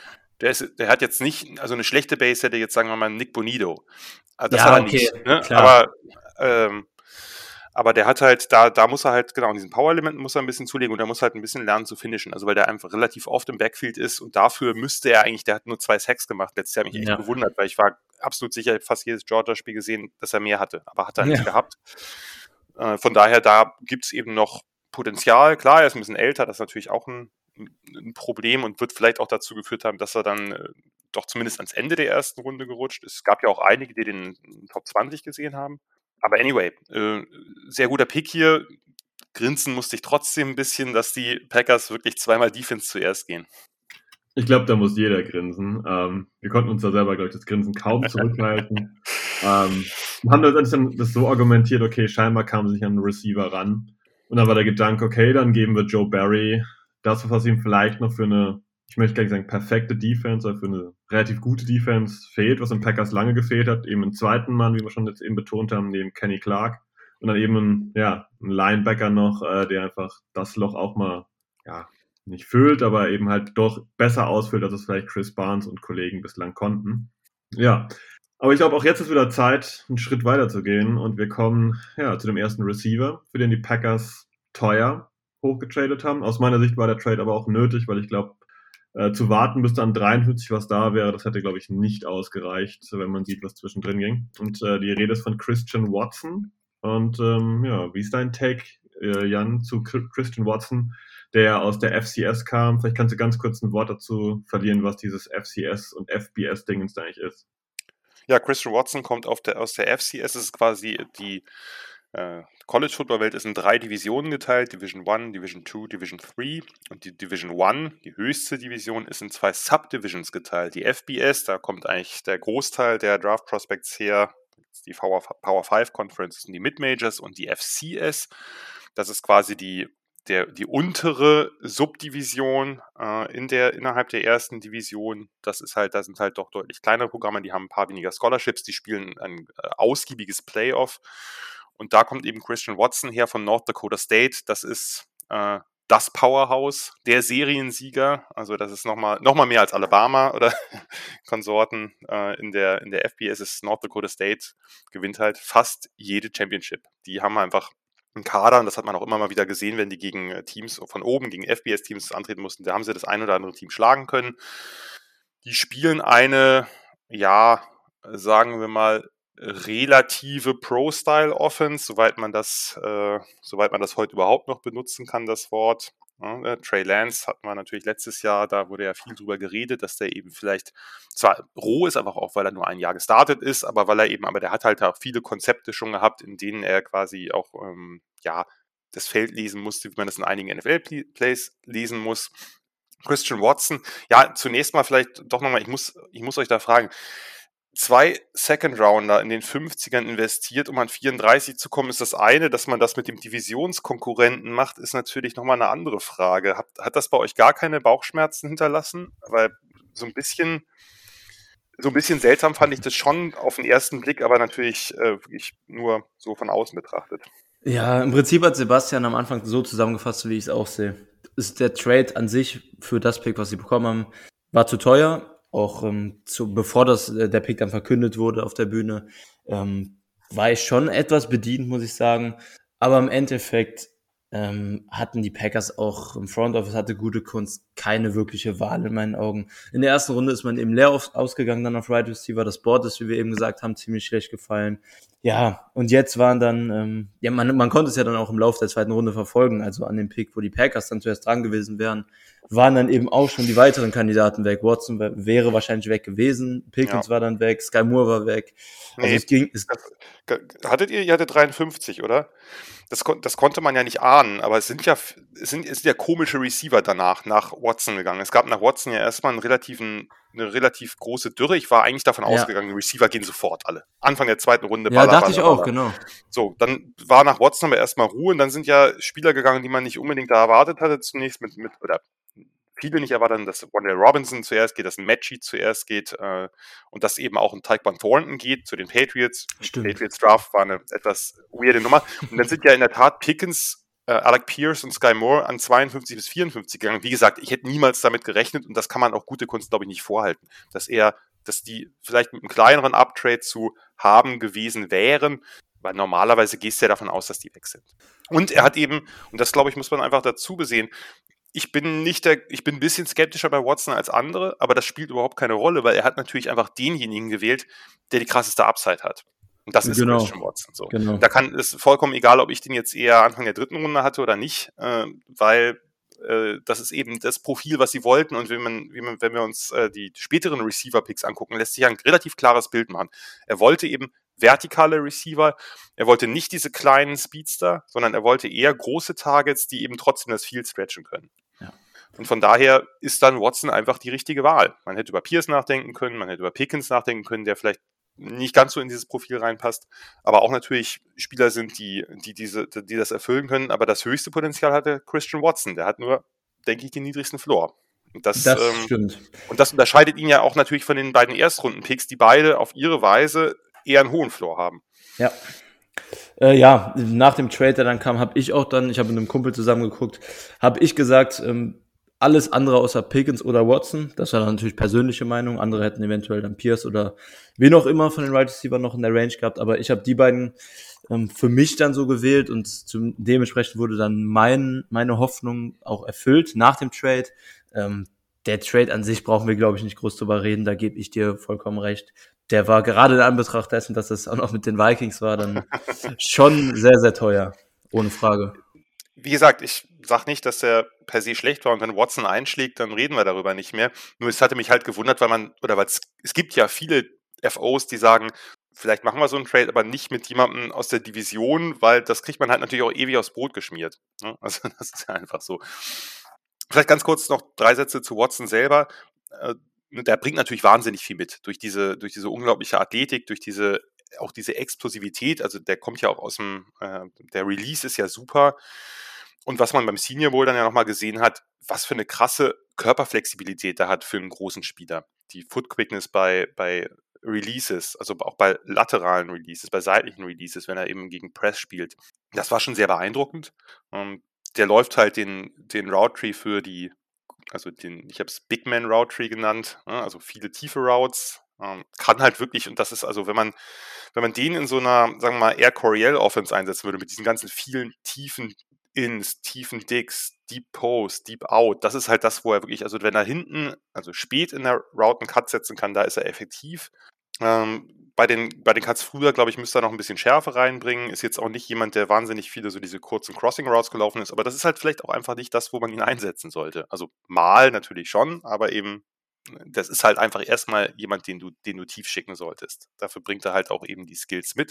der hat jetzt nicht, also eine schlechte Base hätte jetzt, sagen wir mal, Nick Bonito. Also das hat er nicht, ne? Klar. Aber der hat halt, da muss er halt, genau, in diesen Power-Elementen muss er ein bisschen zulegen und er muss halt ein bisschen lernen zu finishen. Also weil der einfach relativ oft im Backfield ist und dafür müsste er eigentlich, der hat nur 2 Sacks gemacht. Letztes Jahr habe ich echt gewundert, weil ich war absolut sicher, ich habe fast jedes Georgia-Spiel gesehen, dass er mehr hatte, aber hat er nicht gehabt. Von daher, da gibt es eben noch Potenzial. Klar, er ist ein bisschen älter, das ist natürlich auch ein Problem und wird vielleicht auch dazu geführt haben, dass er dann doch zumindest ans Ende der ersten Runde gerutscht ist. Es gab ja auch einige, die den Top 20 gesehen haben. Aber anyway, sehr guter Pick hier. Grinsen musste ich trotzdem ein bisschen, dass die Packers wirklich zweimal Defense zuerst gehen. Ich glaube, da muss jeder grinsen. Wir konnten uns da selber, glaube ich, das Grinsen kaum zurückhalten. Haben dann das so argumentiert, okay, scheinbar kam sich an den Receiver ran. Und dann war der Gedanke, okay, dann geben wir Joe Barry das, was ihm vielleicht noch für eine, ich möchte gar nicht sagen perfekte Defense, aber für eine relativ gute Defense fehlt, was den Packers lange gefehlt hat. Eben einen zweiten Mann, wie wir schon jetzt eben betont haben, neben Kenny Clark. Und dann eben ein Linebacker noch, der einfach das Loch auch mal, nicht füllt, aber eben halt doch besser ausfüllt, als es vielleicht Chris Barnes und Kollegen bislang konnten. Ja, aber ich glaube, auch jetzt ist wieder Zeit, einen Schritt weiter zu gehen und wir kommen zu dem ersten Receiver, für den die Packers teuer hochgetradet haben. Aus meiner Sicht war der Trade aber auch nötig, weil ich glaube, zu warten, bis dann 53 was da wäre, das hätte, glaube ich, nicht ausgereicht, wenn man sieht, was zwischendrin ging. Und die Rede ist von Christian Watson. Und wie ist dein Take, Jan, zu Christian Watson, der aus der FCS kam? Vielleicht kannst du ganz kurz ein Wort dazu verlieren, was dieses FCS und FBS-Dingens da eigentlich ist. Ja, Christian Watson kommt aus der FCS. Es ist quasi die College-Football-Welt ist in 3 Divisionen geteilt, Division 1, Division 2, Division 3. Und die Division 1, die höchste Division, ist in 2 Subdivisions geteilt. Die FBS, da kommt eigentlich der Großteil der Draft-Prospects her, die Power 5 Conferences und die Mid-Majors, und die FCS, das ist quasi die untere Subdivision innerhalb der ersten Division. Da sind halt doch deutlich kleinere Programme, die haben ein paar weniger Scholarships, die spielen ein ausgiebiges Playoff. Und da kommt eben Christian Watson her von North Dakota State. Das ist das Powerhouse, der Seriensieger. Also das ist noch mal mehr als Alabama oder Konsorten. In der FBS ist North Dakota State, gewinnt halt fast jede Championship. Die haben einfach einen Kader, und das hat man auch immer mal wieder gesehen, wenn die gegen Teams von oben, gegen FBS-Teams antreten mussten, da haben sie das ein oder andere Team schlagen können. Die spielen eine, sagen wir mal, relative Pro-Style-Offense, soweit man das heute überhaupt noch benutzen kann, das Wort. Ja, Trey Lance hatten wir natürlich letztes Jahr, da wurde ja viel drüber geredet, dass der eben vielleicht zwar roh ist, aber auch weil er nur ein Jahr gestartet ist, aber der hat halt auch viele Konzepte schon gehabt, in denen er quasi auch das Feld lesen musste, wie man das in einigen NFL-Plays lesen muss. Christian Watson, ja, zunächst mal vielleicht doch nochmal, ich muss euch da fragen, 2 Second-Rounder in den 50ern investiert, um an 34 zu kommen, ist das eine. Dass man das mit dem Divisionskonkurrenten macht, ist natürlich nochmal eine andere Frage. Hat das bei euch gar keine Bauchschmerzen hinterlassen? Weil so ein bisschen seltsam fand ich das schon auf den ersten Blick, aber natürlich wirklich nur so von außen betrachtet. Ja, im Prinzip hat Sebastian am Anfang so zusammengefasst, wie ich es auch sehe. Ist der Trade an sich für das Pick, was sie bekommen haben, war zu teuer. Auch bevor der Pick dann verkündet wurde auf der Bühne, war ich schon etwas bedient, muss ich sagen. Aber im Endeffekt hatten die Packers auch im Front Office, hatte gute Kunst, keine wirkliche Wahl in meinen Augen. In der ersten Runde ist man eben leer ausgegangen, dann auf Right Receiver. Das Board ist, wie wir eben gesagt haben, ziemlich schlecht gefallen. Ja, und jetzt waren dann, man konnte es ja dann auch im Laufe der zweiten Runde verfolgen, also an dem Pick, wo die Packers dann zuerst dran gewesen wären, waren dann eben auch schon die weiteren Kandidaten weg. Watson wäre wahrscheinlich weg gewesen, Pickens war dann weg, Sky Moore war weg. Also ihr hattet 53, oder? Das konnte man ja nicht ahnen, aber es sind ja komische Receiver danach nach Watson gegangen. Es gab nach Watson ja erstmal eine relativ große Dürre. Ich war eigentlich davon ausgegangen, die Receiver gehen sofort alle. Anfang der zweiten Runde. Ja, dachte ich auch, genau. So, dann war nach Watson aber erstmal Ruhe, und dann sind ja Spieler gegangen, die man nicht unbedingt da erwartet hatte, zunächst oder viele nicht erwarten, dass Wandale Robinson zuerst geht, dass ein Matchy zuerst geht und dass eben auch ein Tyquan Thornton geht zu den Patriots. Stimmt. Patriots Draft war eine etwas weirde Nummer. Und dann sind ja in der Tat Pickens, Alec Pierce und Sky Moore an 52 bis 54 gegangen. Wie gesagt, ich hätte niemals damit gerechnet, und das kann man auch gute Kunst, glaube ich, nicht vorhalten, dass die vielleicht mit einem kleineren Uptrade zu haben gewesen wären, weil normalerweise gehst du ja davon aus, dass die weg sind. Und er hat eben, und das, glaube ich, muss man einfach dazu besehen, ich bin ein bisschen skeptischer bei Watson als andere, aber das spielt überhaupt keine Rolle, weil er hat natürlich einfach denjenigen gewählt, der die krasseste Upside hat. Und das ist Christian Watson. So. Genau. Da kann es vollkommen egal, ob ich den jetzt eher Anfang der dritten Runde hatte oder nicht, weil das ist eben das Profil, was sie wollten. Und wenn wir uns die späteren Receiver-Picks angucken, lässt sich ein relativ klares Bild machen. Er wollte eben vertikale Receiver. Er wollte nicht diese kleinen Speedster, sondern er wollte eher große Targets, die eben trotzdem das Field stretchen können. Ja. Und von daher ist dann Watson einfach die richtige Wahl. Man hätte über Pierce nachdenken können, man hätte über Pickens nachdenken können, der vielleicht nicht ganz so in dieses Profil reinpasst, aber auch natürlich Spieler sind, die das erfüllen können, aber das höchste Potenzial hatte Christian Watson. Der hat nur, denke ich, den niedrigsten Floor. Und das stimmt. Und das unterscheidet ihn ja auch natürlich von den beiden Erstrunden-Picks, die beide auf ihre Weise eher einen hohen Floor haben. Ja. Ja, nach dem Trade, der dann kam, ich habe mit einem Kumpel zusammen geguckt, habe ich gesagt, alles andere außer Pickens oder Watson, das war dann natürlich persönliche Meinung, andere hätten eventuell dann Pierce oder wen auch immer von den Right Receiver noch in der Range gehabt, aber ich habe die beiden für mich dann so gewählt und dementsprechend wurde dann meine Hoffnung auch erfüllt nach dem Trade. Der Trade an sich brauchen wir, glaube ich, nicht groß drüber reden, da gebe ich dir vollkommen recht. Der war gerade in Anbetracht dessen, dass es auch noch mit den Vikings war, dann schon sehr, sehr teuer, ohne Frage. Wie gesagt, ich sage nicht, dass der per se schlecht war, und wenn Watson einschlägt, dann reden wir darüber nicht mehr. Nur es hatte mich halt gewundert, weil es gibt ja viele FOs, die sagen, vielleicht machen wir so einen Trade, aber nicht mit jemandem aus der Division, weil das kriegt man halt natürlich auch ewig aufs Brot geschmiert. Ne? Also das ist ja einfach so. Vielleicht ganz kurz noch 3 Sätze zu Watson selber. Der bringt natürlich wahnsinnig viel mit durch diese unglaubliche Athletik, durch diese Explosivität. Also der kommt ja auch aus dem, der Release ist ja super. Und was man beim Senior Bowl dann ja nochmal gesehen hat, was für eine krasse Körperflexibilität da hat für einen großen Spieler. Die Foot Quickness bei Releases, also auch bei lateralen Releases, bei seitlichen Releases, wenn er eben gegen Press spielt. Das war schon sehr beeindruckend. Der läuft halt den Route Tree für ich habe es Big Man Route Tree genannt, also viele tiefe Routes, kann halt wirklich, und das ist also, wenn man den in so einer, sagen wir mal, Air Coryell Offense einsetzen würde, mit diesen ganzen vielen tiefen Ins, tiefen Dicks, Deep Post, Deep Out, das ist halt das, wo er wirklich, also wenn er hinten, also spät in der Route einen Cut setzen kann, da ist er effektiv. Bei den Cuts früher, glaube ich, müsste er noch ein bisschen Schärfe reinbringen. Ist jetzt auch nicht jemand, der wahnsinnig viele so diese kurzen Crossing-Routes gelaufen ist, aber das ist halt vielleicht auch einfach nicht das, wo man ihn einsetzen sollte. Also mal natürlich schon, aber eben, das ist halt einfach erstmal jemand, den du tief schicken solltest. Dafür bringt er halt auch eben die Skills mit.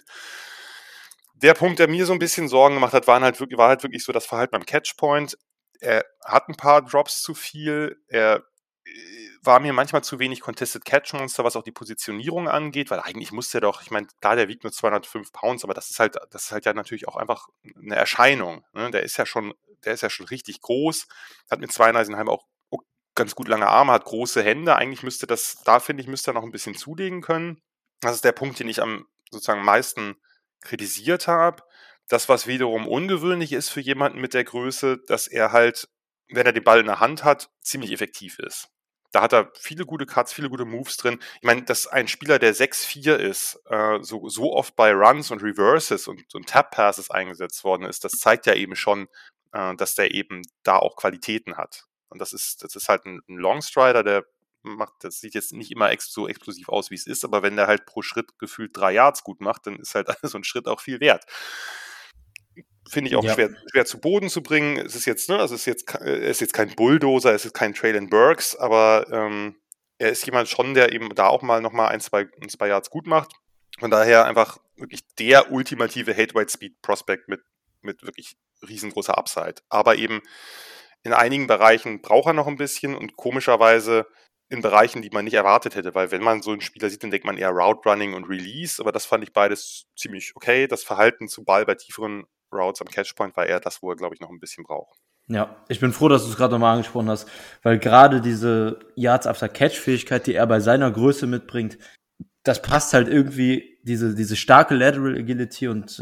Der Punkt, der mir so ein bisschen Sorgen gemacht hat, war halt wirklich so das Verhalten beim Catchpoint. Er hat ein paar Drops zu viel, er war mir manchmal zu wenig Contested Catch Monster, was auch die Positionierung angeht, weil eigentlich musste er doch, ich meine, klar, der wiegt nur 205 Pounds, aber das ist halt ja natürlich auch einfach eine Erscheinung. Ne? Der ist ja schon richtig groß, hat mit 32,5 auch ganz gut lange Arme, hat große Hände. Eigentlich müsste er noch ein bisschen zulegen können. Das ist der Punkt, den ich am sozusagen meisten kritisiert habe. Das, was wiederum ungewöhnlich ist für jemanden mit der Größe, dass er halt, wenn er den Ball in der Hand hat, ziemlich effektiv ist. Da hat er viele gute Cuts, viele gute Moves drin. Ich meine, dass ein Spieler, der 6'4 ist, so oft bei Runs und Reverses und Tap-Passes eingesetzt worden ist, das zeigt ja eben schon, dass der eben da auch Qualitäten hat. Und das ist halt ein Longstrider, das sieht jetzt nicht immer so explosiv aus, wie es ist, aber wenn der halt pro Schritt gefühlt 3 Yards gut macht, dann ist halt so ein Schritt auch viel wert. Finde ich auch schwer zu Boden zu bringen. Es ist jetzt, er ist jetzt kein Bulldozer, es ist kein Traylon Burks, aber er ist jemand schon, der eben da auch mal nochmal ein, zwei Yards gut macht. Von daher einfach wirklich der ultimative Hate-Weight-Speed-Prospect mit wirklich riesengroßer Upside. Aber eben in einigen Bereichen braucht er noch ein bisschen und komischerweise in Bereichen, die man nicht erwartet hätte, weil wenn man so einen Spieler sieht, dann denkt man eher Route Running und Release, aber das fand ich beides ziemlich okay. Das Verhalten zum Ball bei tieferen Routes am Catchpoint war eher das, wo er, glaube ich, noch ein bisschen braucht. Ja, ich bin froh, dass du es gerade nochmal angesprochen hast, weil gerade diese Yards-After-Catch-Fähigkeit, die er bei seiner Größe mitbringt, das passt halt irgendwie, diese starke Lateral Agility und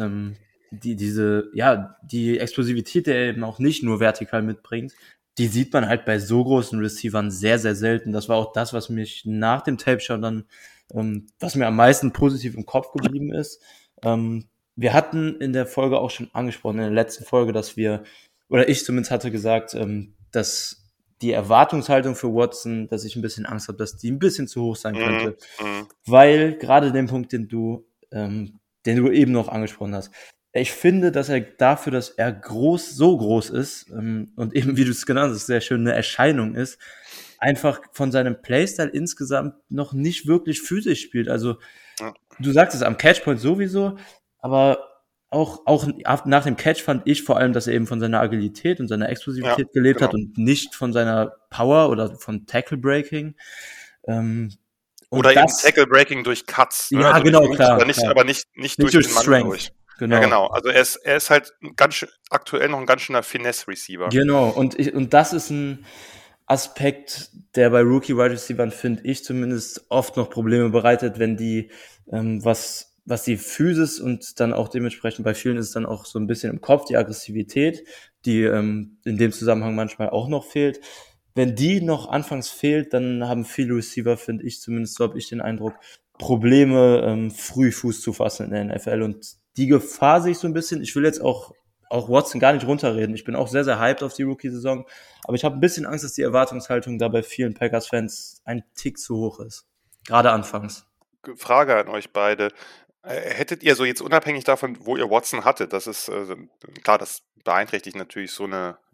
die Explosivität, die er eben auch nicht nur vertikal mitbringt, die sieht man halt bei so großen Receivern sehr, sehr selten. Das war auch das, was mich nach dem Tape-Show dann, was mir am meisten positiv im Kopf geblieben ist. Wir hatten in der Folge auch schon angesprochen, in der letzten Folge, dass ich zumindest hatte gesagt, dass die Erwartungshaltung für Watson, dass ich ein bisschen Angst habe, dass die ein bisschen zu hoch sein könnte. Weil gerade den Punkt, den du eben noch angesprochen hast, ich finde, dass er dafür, dass er so groß ist und eben, wie du es genannt hast, sehr schön eine Erscheinung ist, einfach von seinem Playstyle insgesamt noch nicht wirklich physisch spielt. Also du sagst es am Catchpoint sowieso, aber auch nach dem Catch fand ich vor allem, dass er eben von seiner Agilität und seiner Explosivität gelebt hat und nicht von seiner Power oder von Tackle-Breaking. Oder eben Tackle-Breaking durch Cuts. Ne? Ja, also genau, klar. Aber nicht durch den Mann Strength. Durch. Genau. Ja, genau. Also er ist halt aktuell noch ein ganz schöner Finesse-Receiver. Genau. Und das ist ein Aspekt, der bei Rookie-Wide-Receivern, finde ich zumindest, oft noch Probleme bereitet, wenn die, was die Physis und dann auch dementsprechend bei vielen ist es dann auch so ein bisschen im Kopf, die Aggressivität, die in dem Zusammenhang manchmal auch noch fehlt. Wenn die noch anfangs fehlt, dann haben viele Receiver, finde ich zumindest, so habe ich den Eindruck, Probleme, früh Fuß zu fassen in der NFL. Und die Gefahr sehe ich so ein bisschen. Ich will jetzt auch Watson gar nicht runterreden. Ich bin auch sehr, sehr hyped auf die Rookie-Saison. Aber ich habe ein bisschen Angst, dass die Erwartungshaltung da bei vielen Packers-Fans ein Tick zu hoch ist. Gerade anfangs. Frage an euch beide. Hättet ihr so jetzt unabhängig davon, wo ihr Watson hattet, das ist klar, das beeinträchtigt natürlich so eine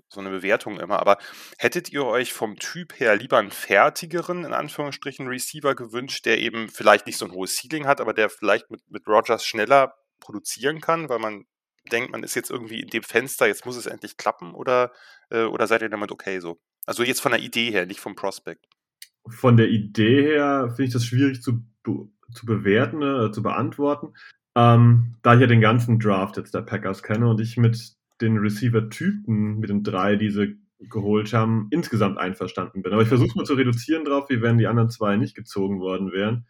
eine Bewertung immer, aber hättet ihr euch vom Typ her lieber einen fertigeren, in Anführungsstrichen, Receiver gewünscht, der eben vielleicht nicht so ein hohes Ceiling hat, aber der vielleicht mit Rodgers schneller produzieren kann, weil man denkt, man ist jetzt irgendwie in dem Fenster, jetzt muss es endlich klappen, oder seid ihr damit okay so? Also jetzt von der Idee her, nicht vom Prospect. Von der Idee her finde ich das schwierig zu bewerten, zu beantworten, da ich ja den ganzen Draft jetzt der Packers kenne und ich mit den Receiver-Typen, mit den 3, die sie geholt haben, insgesamt einverstanden bin. Aber ich versuche es mal zu reduzieren drauf, wie wenn die anderen 2 nicht gezogen worden wären.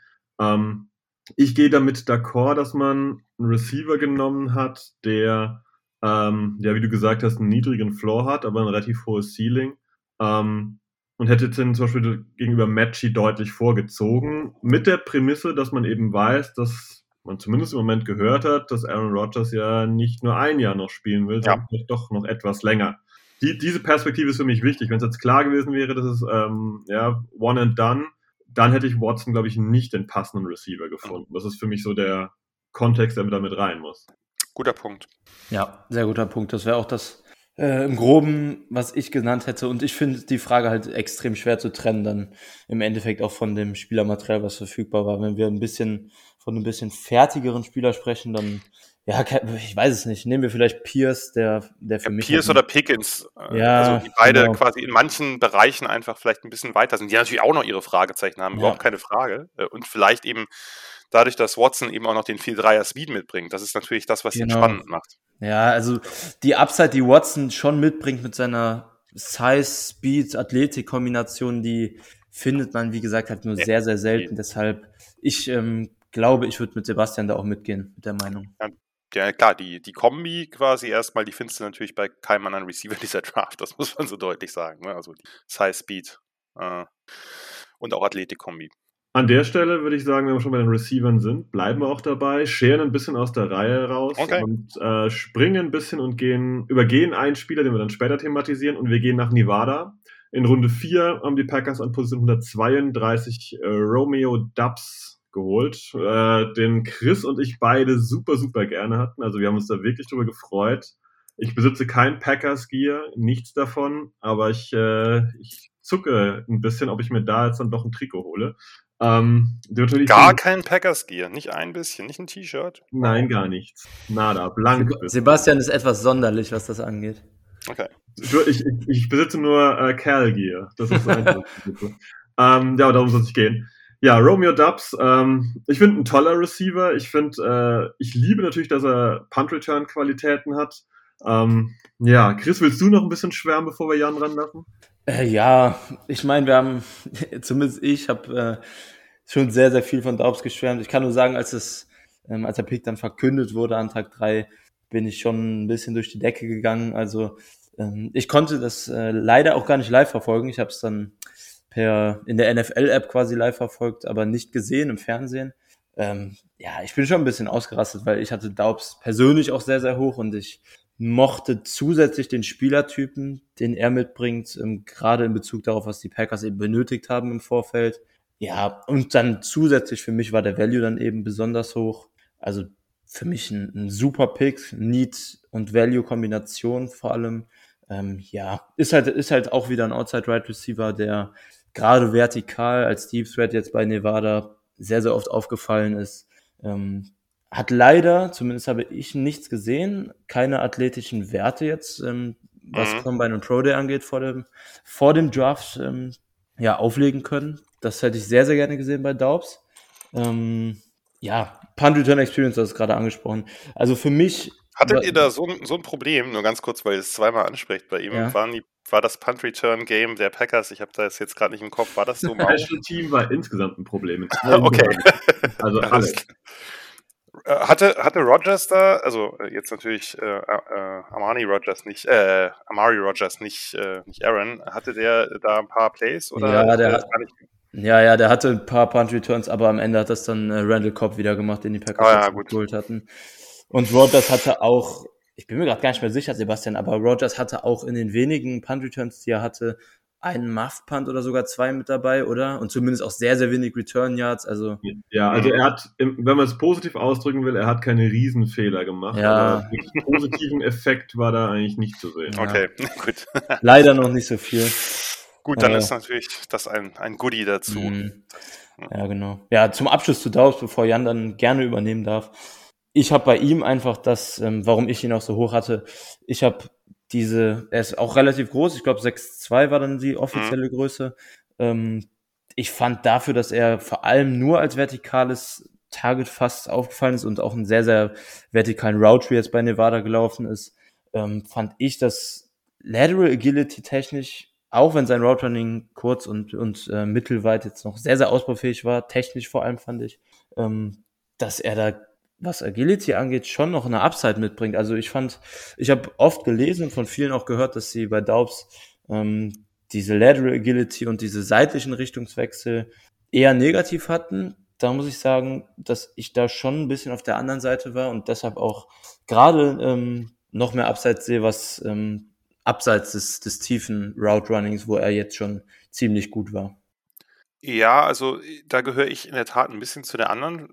Ich gehe damit d'accord, dass man einen Receiver genommen hat, der, wie du gesagt hast, einen niedrigen Floor hat, aber ein relativ hohes Ceiling. Und hätte den zum Beispiel gegenüber Matchy deutlich vorgezogen, mit der Prämisse, dass man eben weiß, dass man zumindest im Moment gehört hat, dass Aaron Rodgers ja nicht nur ein Jahr noch spielen will, sondern vielleicht doch noch etwas länger. Diese Perspektive ist für mich wichtig. Wenn es jetzt klar gewesen wäre, dass es one and done, dann hätte ich Watson, glaube ich, nicht den passenden Receiver gefunden. Das ist für mich so der Kontext, der da mit rein muss. Guter Punkt. Ja, sehr guter Punkt. Das wäre auch das im Groben, was ich genannt hätte. Und ich finde die Frage halt extrem schwer zu trennen, dann im Endeffekt auch von dem Spielermaterial, was verfügbar war. Wenn wir von ein bisschen fertigeren Spieler sprechen, dann, ja, ich weiß es nicht. Nehmen wir vielleicht Pierce, der für mich... Pierce oder Pickens, also die beide quasi in manchen Bereichen einfach vielleicht ein bisschen weiter sind, die natürlich auch noch ihre Fragezeichen haben, überhaupt keine Frage. Und vielleicht eben dadurch, dass Watson eben auch noch den 4-3er Speed mitbringt. Das ist natürlich das, was ihn spannend macht. Ja, also die Upside, die Watson schon mitbringt mit seiner Size, Speed, Athletik-Kombination, die findet man, wie gesagt, halt nur sehr, sehr selten. Deshalb, ich glaube, ich würde mit Sebastian da auch mitgehen, mit der Meinung. Ja, klar, die Kombi quasi erstmal, die findest du natürlich bei keinem anderen Receiver dieser Draft, das muss man so deutlich sagen. Ne? Also Size, Speed und auch Athletik-Kombi. An der Stelle würde ich sagen, wenn wir schon bei den Receivern sind, bleiben wir auch dabei, scheren ein bisschen aus der Reihe raus und springen ein bisschen und übergehen einen Spieler, den wir dann später thematisieren, und wir gehen nach Nevada. In Runde 4 haben die Packers an Position 132 Romeo Doubs geholt, den Chris und ich beide super, super gerne hatten. Also wir haben uns da wirklich drüber gefreut. Ich besitze kein Packers-Gear, nichts davon, aber ich zucke ein bisschen, ob ich mir da jetzt dann doch ein Trikot hole. Gar kein Packers-Gear, nicht ein bisschen, nicht ein T-Shirt? Nein, gar nichts. Nada, blank. Sebastian ist etwas sonderlich, was das angeht. Okay. Ich besitze nur Cal-Gear. Das ist einfach. Darum soll es nicht gehen. Ja, Romeo Doubs, ich finde ein toller Receiver. Ich liebe natürlich, dass er Punt-Return-Qualitäten hat. Chris, willst du noch ein bisschen schwärmen, bevor wir Jan ranlassen? Ja, ich meine, zumindest ich habe schon sehr, sehr viel von Doubs geschwärmt. Ich kann nur sagen, als der Pick dann verkündet wurde an Tag 3, bin ich schon ein bisschen durch die Decke gegangen. Also ich konnte das leider auch gar nicht live verfolgen. Ich habe es dann in der NFL-App quasi live verfolgt, aber nicht gesehen im Fernsehen. Ich bin schon ein bisschen ausgerastet, weil ich hatte Doubs persönlich auch sehr, sehr hoch und ich mochte zusätzlich den Spielertypen, den er mitbringt, gerade in Bezug darauf, was die Packers eben benötigt haben im Vorfeld. Ja, und dann zusätzlich für mich war der Value dann eben besonders hoch. Also für mich ein super Pick, Need- und Value-Kombination vor allem. Ist halt auch wieder ein Outside-Right-Receiver, der gerade vertikal als Deep Threat jetzt bei Nevada sehr, sehr oft aufgefallen ist. Hat leider, zumindest habe ich nichts gesehen, keine athletischen Werte jetzt, was Combine und Pro Day angeht, vor dem Draft auflegen können. Das hätte ich sehr, sehr gerne gesehen bei Doubs. Punt Return Experience, das ist gerade angesprochen. Also für mich... Hattet ihr da so ein Problem, nur ganz kurz, weil ihr es zweimal anspricht bei ihm, war das Punt Return Game der Packers, ich habe das jetzt gerade nicht im Kopf, war das so mau? Das Special Team war insgesamt ein Problem. Okay. Also alles. Hatte Rodgers da, also jetzt natürlich Amari Rodgers nicht Aaron, hatte der da ein paar Plays? Oder der hatte ein paar Punt Returns, aber am Ende hat das dann Randall Cobb wieder gemacht, den die Packers geholt hatten. Und Rodgers hatte auch, ich bin mir gerade gar nicht mehr sicher, Sebastian, aber Rodgers hatte auch in den wenigen Punt Returns, die er hatte, einen Muff-Punt oder sogar 2 mit dabei, oder? Und zumindest auch sehr, sehr wenig Return-Yards, also... Ja, also er hat, wenn man es positiv ausdrücken will, er hat keine Riesenfehler gemacht, aber wirklich positiven Effekt war da eigentlich nicht zu sehen. Ja. Okay, gut. Leider noch nicht so viel. Gut, dann ist natürlich das ein Goodie dazu. Ja, genau. Ja, zum Abschluss zu Daubs, bevor Jan dann gerne übernehmen darf. Ich habe bei ihm einfach das, warum ich ihn auch so hoch hatte, er ist auch relativ groß, ich glaube 6'2 war dann die offizielle Größe. Ich fand dafür, dass er vor allem nur als vertikales Target fast aufgefallen ist und auch einen sehr, sehr vertikalen Route jetzt bei Nevada gelaufen ist, fand ich das Lateral Agility technisch, auch wenn sein Route Running kurz und mittelweit jetzt noch sehr, sehr ausbaufähig war, technisch vor allem fand ich, dass er da, was Agility angeht, schon noch eine Upside mitbringt. Also ich habe oft gelesen und von vielen auch gehört, dass sie bei Daubs diese Lateral Agility und diese seitlichen Richtungswechsel eher negativ hatten. Da muss ich sagen, dass ich da schon ein bisschen auf der anderen Seite war und deshalb auch gerade noch mehr Upside sehe, was abseits des tiefen Route Runnings, wo er jetzt schon ziemlich gut war. Ja, also da gehöre ich in der Tat ein bisschen zu der anderen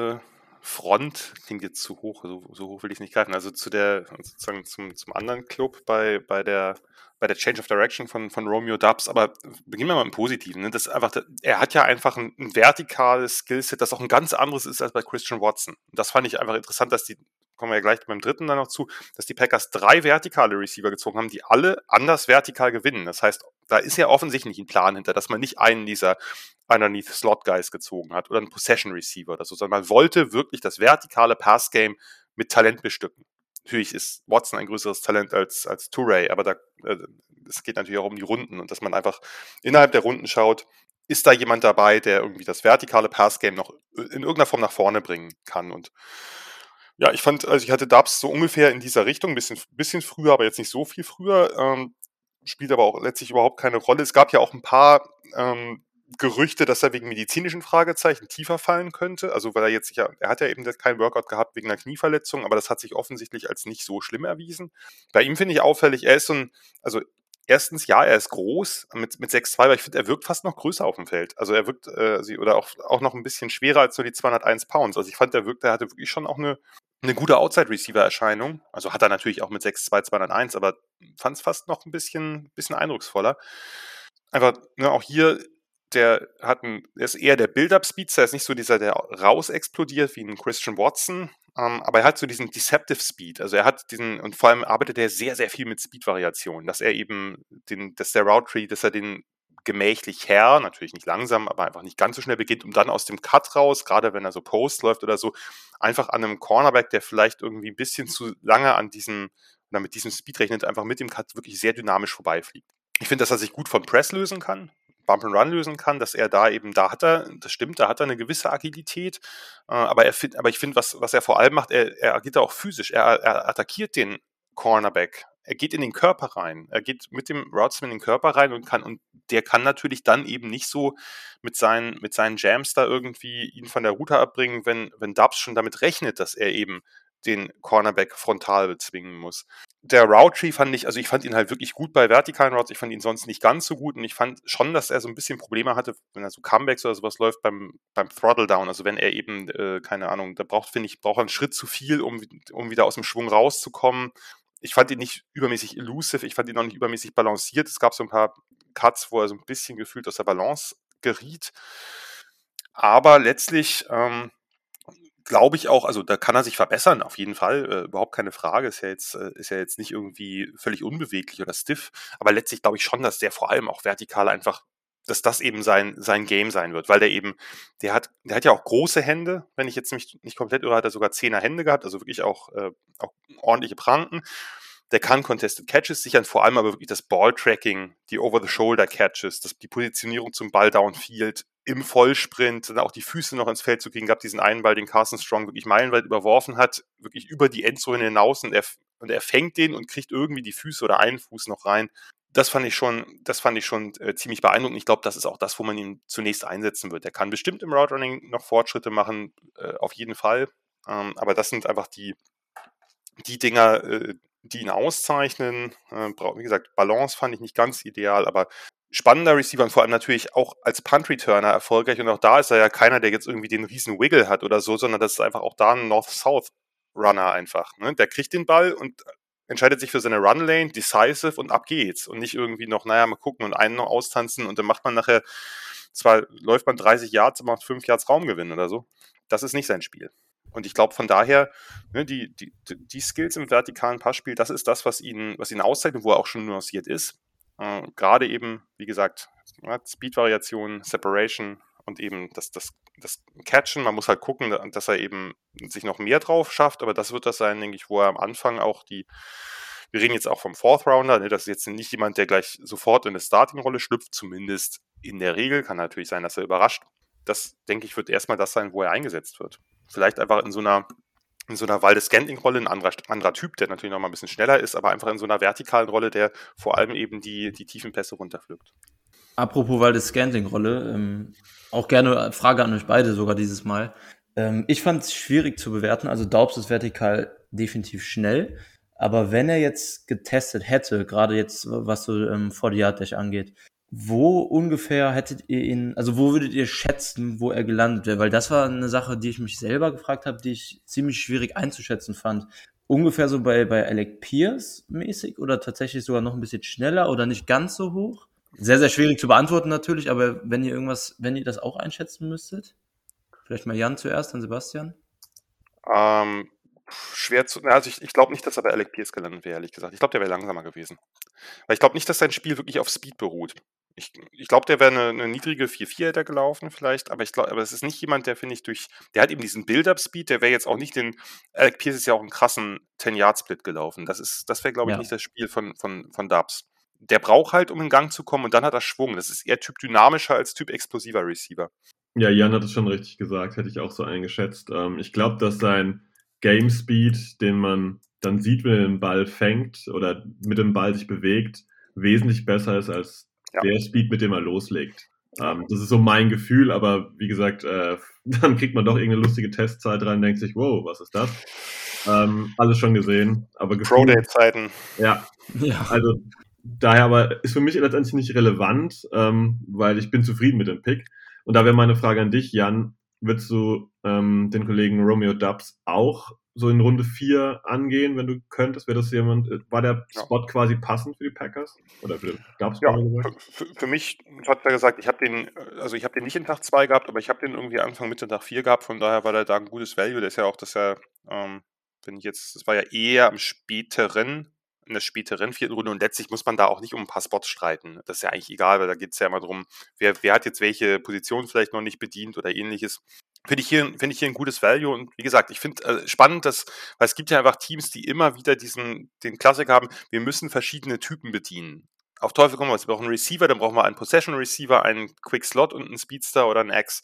Front, klingt jetzt zu hoch, so hoch will ich nicht greifen, also zu der, sozusagen zum anderen Club bei der Change of Direction von Romeo Doubs, aber beginnen wir mal im Positiven. Ne? Das ist einfach, er hat ja einfach ein vertikales Skillset, das auch ein ganz anderes ist als bei Christian Watson. Und das fand ich einfach interessant, kommen wir ja gleich beim dritten dann noch zu, dass die Packers 3 vertikale Receiver gezogen haben, die alle anders vertikal gewinnen. Das heißt, da ist ja offensichtlich ein Plan hinter, dass man nicht einen dieser underneath Slot Guys gezogen hat oder einen Possession Receiver oder so, sondern man wollte wirklich das vertikale Pass Game mit Talent bestücken. Natürlich ist Watson ein größeres Talent als Toure, aber es geht natürlich auch um die Runden und dass man einfach innerhalb der Runden schaut, ist da jemand dabei, der irgendwie das vertikale Pass Game noch in irgendeiner Form nach vorne bringen kann. Und ja, ich hatte Doubs so ungefähr in dieser Richtung, bisschen früher, aber jetzt nicht so viel früher, spielt aber auch letztlich überhaupt keine Rolle. Es gab ja auch ein paar Gerüchte, dass er wegen medizinischen Fragezeichen tiefer fallen könnte. Also weil er hat ja eben kein Workout gehabt wegen einer Knieverletzung, aber das hat sich offensichtlich als nicht so schlimm erwiesen. Bei ihm finde ich auffällig, er ist erstens, ja, er ist groß mit 6'2", aber ich finde, er wirkt fast noch größer auf dem Feld. Also er wirkt, oder auch noch ein bisschen schwerer als nur die 201 Pounds. Also ich fand, er hatte wirklich schon auch eine gute Outside-Receiver-Erscheinung. Also hat er natürlich auch mit 6'2", 201, aber fand es fast noch ein bisschen eindrucksvoller. Einfach, ne, auch hier, er ist eher der Build-Up-Speedster, er ist nicht so dieser, der raus explodiert wie ein Christian Watson, aber er hat so diesen Deceptive Speed, also er hat und vor allem arbeitet er sehr, sehr viel mit Speed-Variationen, dass er eben dass der Route-Tree, dass er den gemächlich natürlich nicht langsam, aber einfach nicht ganz so schnell beginnt, um dann aus dem Cut raus, gerade wenn er so Post läuft oder so, einfach an einem Cornerback, der vielleicht irgendwie ein bisschen zu lange mit diesem Speed rechnet, einfach mit dem Cut wirklich sehr dynamisch vorbeifliegt. Ich finde, dass er sich gut von Press lösen kann, Bump and Run lösen kann, dass er das stimmt, da hat er eine gewisse Agilität, aber ich finde, was er vor allem macht, er agiert da auch physisch, er attackiert den Cornerback, er geht in den Körper rein, er geht mit dem Routesman in den Körper rein und der kann natürlich dann eben nicht so mit seinen Jams da irgendwie ihn von der Route abbringen, wenn Doubs schon damit rechnet, dass er eben den Cornerback frontal bezwingen muss. Der Route-Tree ich fand ihn halt wirklich gut bei vertikalen Routes, ich fand ihn sonst nicht ganz so gut und ich fand schon, dass er so ein bisschen Probleme hatte, wenn er so Comebacks oder sowas läuft beim Throttle-Down, also wenn er eben, keine Ahnung, braucht er einen Schritt zu viel, um wieder aus dem Schwung rauszukommen. Ich fand ihn nicht übermäßig elusive, ich fand ihn auch nicht übermäßig balanciert. Es gab so ein paar Cuts, wo er so ein bisschen gefühlt aus der Balance geriet. Aber letztlich glaube ich auch, also da kann er sich verbessern, auf jeden Fall, überhaupt keine Frage, ist ja jetzt nicht irgendwie völlig unbeweglich oder stiff, aber letztlich glaube ich schon, dass der vor allem auch vertikal einfach, dass das eben sein Game sein wird, weil der hat ja auch große Hände, wenn ich jetzt mich nicht komplett irre, hat er sogar 10er Hände gehabt, also wirklich auch ordentliche Pranken. Der kann Contested Catches sichern, vor allem aber wirklich das Ball-Tracking, die Over-the-Shoulder-Catches, die Positionierung zum Ball downfield, im Vollsprint, dann auch die Füße noch ins Feld zu kriegen, gab diesen einen Ball, den Carson Strong wirklich meilenweit überworfen hat, wirklich über die Endzone hinaus und er fängt den und kriegt irgendwie die Füße oder einen Fuß noch rein. Das fand ich schon ziemlich beeindruckend. Ich glaube, das ist auch das, wo man ihn zunächst einsetzen wird. Er kann bestimmt im Route Running noch Fortschritte machen, auf jeden Fall. Aber das sind einfach die Dinger, die ihn auszeichnen. Wie gesagt, Balance fand ich nicht ganz ideal, aber spannender Receiver und vor allem natürlich auch als Punt-Returner erfolgreich. Und auch da ist er ja keiner, der jetzt irgendwie den riesen Wiggle hat oder so, sondern das ist einfach auch da ein North-South-Runner einfach. Ne? Der kriegt den Ball und entscheidet sich für seine Run-Lane, decisive und ab geht's. Und nicht irgendwie noch, mal gucken und einen noch austanzen und dann macht man nachher, zwar läuft man 30 Yards, macht 5 Yards Raumgewinn oder so. Das ist nicht sein Spiel. Und ich glaube von daher, ne, die Skills im vertikalen Passspiel, das ist das, was ihn auszeichnet, wo er auch schon nuanciert ist. Gerade eben, wie gesagt, Speed-Variation, Separation und eben das Catchen. Man muss halt gucken, dass er eben sich noch mehr drauf schafft, aber das wird das sein, denke ich, wo er am Anfang auch wir reden jetzt auch vom Fourth Rounder, ne, das ist jetzt nicht jemand, der gleich sofort in eine Starting-Rolle schlüpft, zumindest in der Regel. Kann natürlich sein, dass er überrascht. Das, denke ich, wird erstmal das sein, wo er eingesetzt wird. Vielleicht einfach in so einer Valdes-Scantling-Rolle, ein anderer Typ, der natürlich noch mal ein bisschen schneller ist, aber einfach in so einer vertikalen Rolle, der vor allem eben die tiefen Pässe runterpflückt. Apropos Valdes-Scantling-Rolle, auch gerne Frage an euch beide sogar dieses Mal. Ich fand es schwierig zu bewerten, also Daubs ist vertikal definitiv schnell, aber wenn er jetzt getestet hätte, gerade jetzt, was so 40-Yard-Dash angeht, wo ungefähr hättet ihr ihn, also wo würdet ihr schätzen, wo er gelandet wäre? Weil das war eine Sache, die ich mich selber gefragt habe, die ich ziemlich schwierig einzuschätzen fand. Ungefähr so bei Alec Pierce mäßig oder tatsächlich sogar noch ein bisschen schneller oder nicht ganz so hoch? Sehr, sehr schwierig zu beantworten natürlich, aber wenn ihr das auch einschätzen müsstet? Vielleicht mal Jan zuerst, dann Sebastian? Schwer zu, also ich glaube nicht, dass er bei Alec Pierce gelandet wäre, ehrlich gesagt. Ich glaube, der wäre langsamer gewesen. Weil ich glaube nicht, dass sein Spiel wirklich auf Speed beruht. Ich glaube, der wäre eine niedrige 4-4 hätte gelaufen vielleicht, aber es ist nicht jemand, der, finde ich, der hat eben diesen Build-Up-Speed, der wäre jetzt auch nicht Alec Pierce ist ja auch einen krassen 10-Yard-Split gelaufen. Das wäre, glaube ich, nicht das Spiel von Dubs. Der braucht halt, um in Gang zu kommen und dann hat er Schwung. Das ist eher Typ dynamischer als Typ explosiver Receiver. Ja, Jan hat es schon richtig gesagt, hätte ich auch so eingeschätzt. Ich glaube, dass sein Game Speed, den man dann sieht, wenn er den Ball fängt oder mit dem Ball sich bewegt, wesentlich besser ist als der Speed, mit dem er loslegt. Das ist so mein Gefühl, aber wie gesagt, dann kriegt man doch irgendeine lustige Testzeit rein und denkt sich, wow, was ist das? Alles schon gesehen, aber Pro-Day-Zeiten. Ja, also daher aber ist für mich letztendlich nicht relevant, weil ich bin zufrieden mit dem Pick. Und da wäre meine Frage an dich, Jan, würdest du den Kollegen Romeo Dubs auch so in Runde 4 angehen, wenn du könntest? War der Spot quasi passend für die Packers? Oder für Dubs? Ja, für mich hat er gesagt, ich habe den nicht in Tag 2 gehabt, aber ich habe den irgendwie Anfang Mitte Tag 4 gehabt, von daher war der da ein gutes Value. Der ist ja auch, das war ja eher in der späteren 4. Runde und letztlich muss man da auch nicht um ein paar Spots streiten. Das ist ja eigentlich egal, weil da geht es ja immer darum, wer hat jetzt welche Position vielleicht noch nicht bedient oder ähnliches. Finde ich hier ein gutes Value und wie gesagt, ich finde spannend, weil es gibt ja einfach Teams, die immer wieder den Klassiker haben, wir müssen verschiedene Typen bedienen. Auf Teufel komm raus, wir brauchen einen Receiver, dann brauchen wir einen Possession Receiver, einen Quick Slot und einen Speedster oder einen X.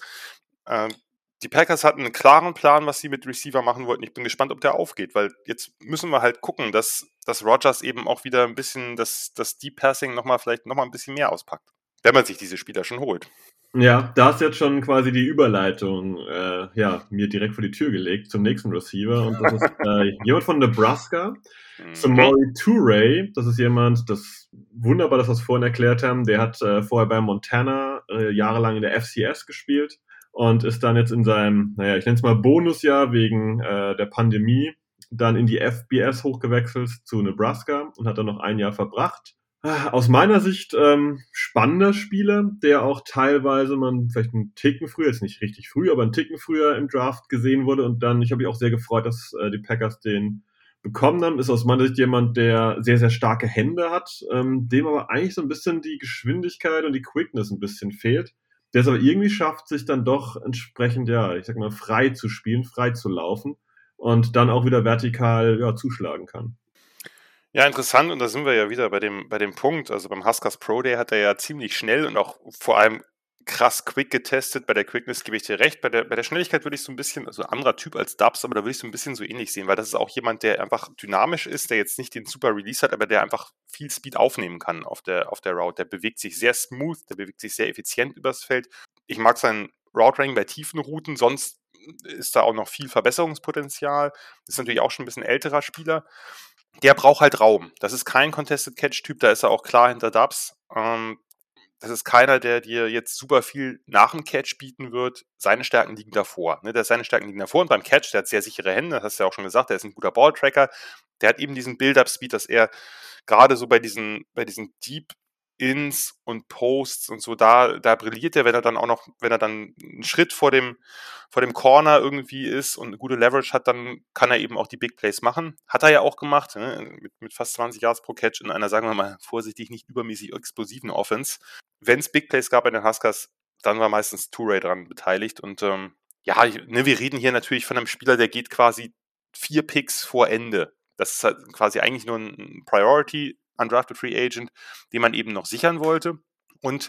Die Packers hatten einen klaren Plan, was sie mit Receiver machen wollten. Ich bin gespannt, ob der aufgeht, weil jetzt müssen wir halt gucken, dass Rodgers eben auch wieder ein bisschen das Deep Passing vielleicht nochmal ein bisschen mehr auspackt, wenn man sich diese Spieler schon holt. Ja, da ist jetzt schon quasi die Überleitung mir direkt vor die Tür gelegt zum nächsten Receiver und das ist jemand von Nebraska, Samori Toure. Das ist jemand, das wunderbar, dass wir es vorhin erklärt haben, der hat vorher bei Montana jahrelang in der FCS gespielt und ist dann jetzt in seinem, ich nenne es mal Bonusjahr wegen der Pandemie, dann in die FBS hochgewechselt zu Nebraska und hat dann noch ein Jahr verbracht. Aus meiner Sicht spannender Spieler, der auch teilweise man vielleicht einen Ticken früher, jetzt nicht richtig früh, aber einen Ticken früher im Draft gesehen wurde und dann, ich habe mich auch sehr gefreut, dass die Packers den bekommen haben, ist aus meiner Sicht jemand, der sehr, sehr starke Hände hat, dem aber eigentlich so ein bisschen die Geschwindigkeit und die Quickness ein bisschen fehlt, der es aber irgendwie schafft, sich dann doch entsprechend, frei zu spielen, frei zu laufen und dann auch wieder vertikal zuschlagen kann. Ja, interessant, und da sind wir ja wieder bei dem Punkt, also beim Huskers Pro Day hat er ja ziemlich schnell und auch vor allem krass quick getestet. Bei der Quickness gebe ich dir recht, bei der Schnelligkeit würde ich so ein bisschen, also anderer Typ als Dubs, aber da würde ich so ein bisschen so ähnlich sehen, weil das ist auch jemand, der einfach dynamisch ist, der jetzt nicht den super Release hat, aber der einfach viel Speed aufnehmen kann auf der Route. Der bewegt sich sehr smooth, der bewegt sich sehr effizient übers Feld. Ich mag seinen Route Running bei tiefen Routen, sonst ist da auch noch viel Verbesserungspotenzial. Ist natürlich auch schon ein bisschen älterer Spieler. Der braucht halt Raum. Das ist kein Contested-Catch-Typ, da ist er auch klar hinter Dubs. das ist keiner, der dir jetzt super viel nach dem Catch bieten wird. Seine Stärken liegen davor. Ne? Seine Stärken liegen davor und beim Catch, der hat sehr sichere Hände, das hast du ja auch schon gesagt, der ist ein guter Balltracker. Der hat eben diesen Build-Up-Speed, dass er gerade so bei diesen Deep Ins und Posts und so, da brilliert er, wenn er dann einen Schritt vor dem Corner irgendwie ist und eine gute Leverage hat, dann kann er eben auch die Big Plays machen. Hat er ja auch gemacht, ne? mit fast 20 Yards pro Catch in einer, sagen wir mal vorsichtig, nicht übermäßig explosiven Offense. Wenn es Big Plays gab bei den Huskers, dann war meistens Toure dran beteiligt und wir reden hier natürlich von einem Spieler, der geht quasi 4 Picks vor Ende. Das ist halt quasi eigentlich nur ein Priority Undrafted Free Agent, den man eben noch sichern wollte. Und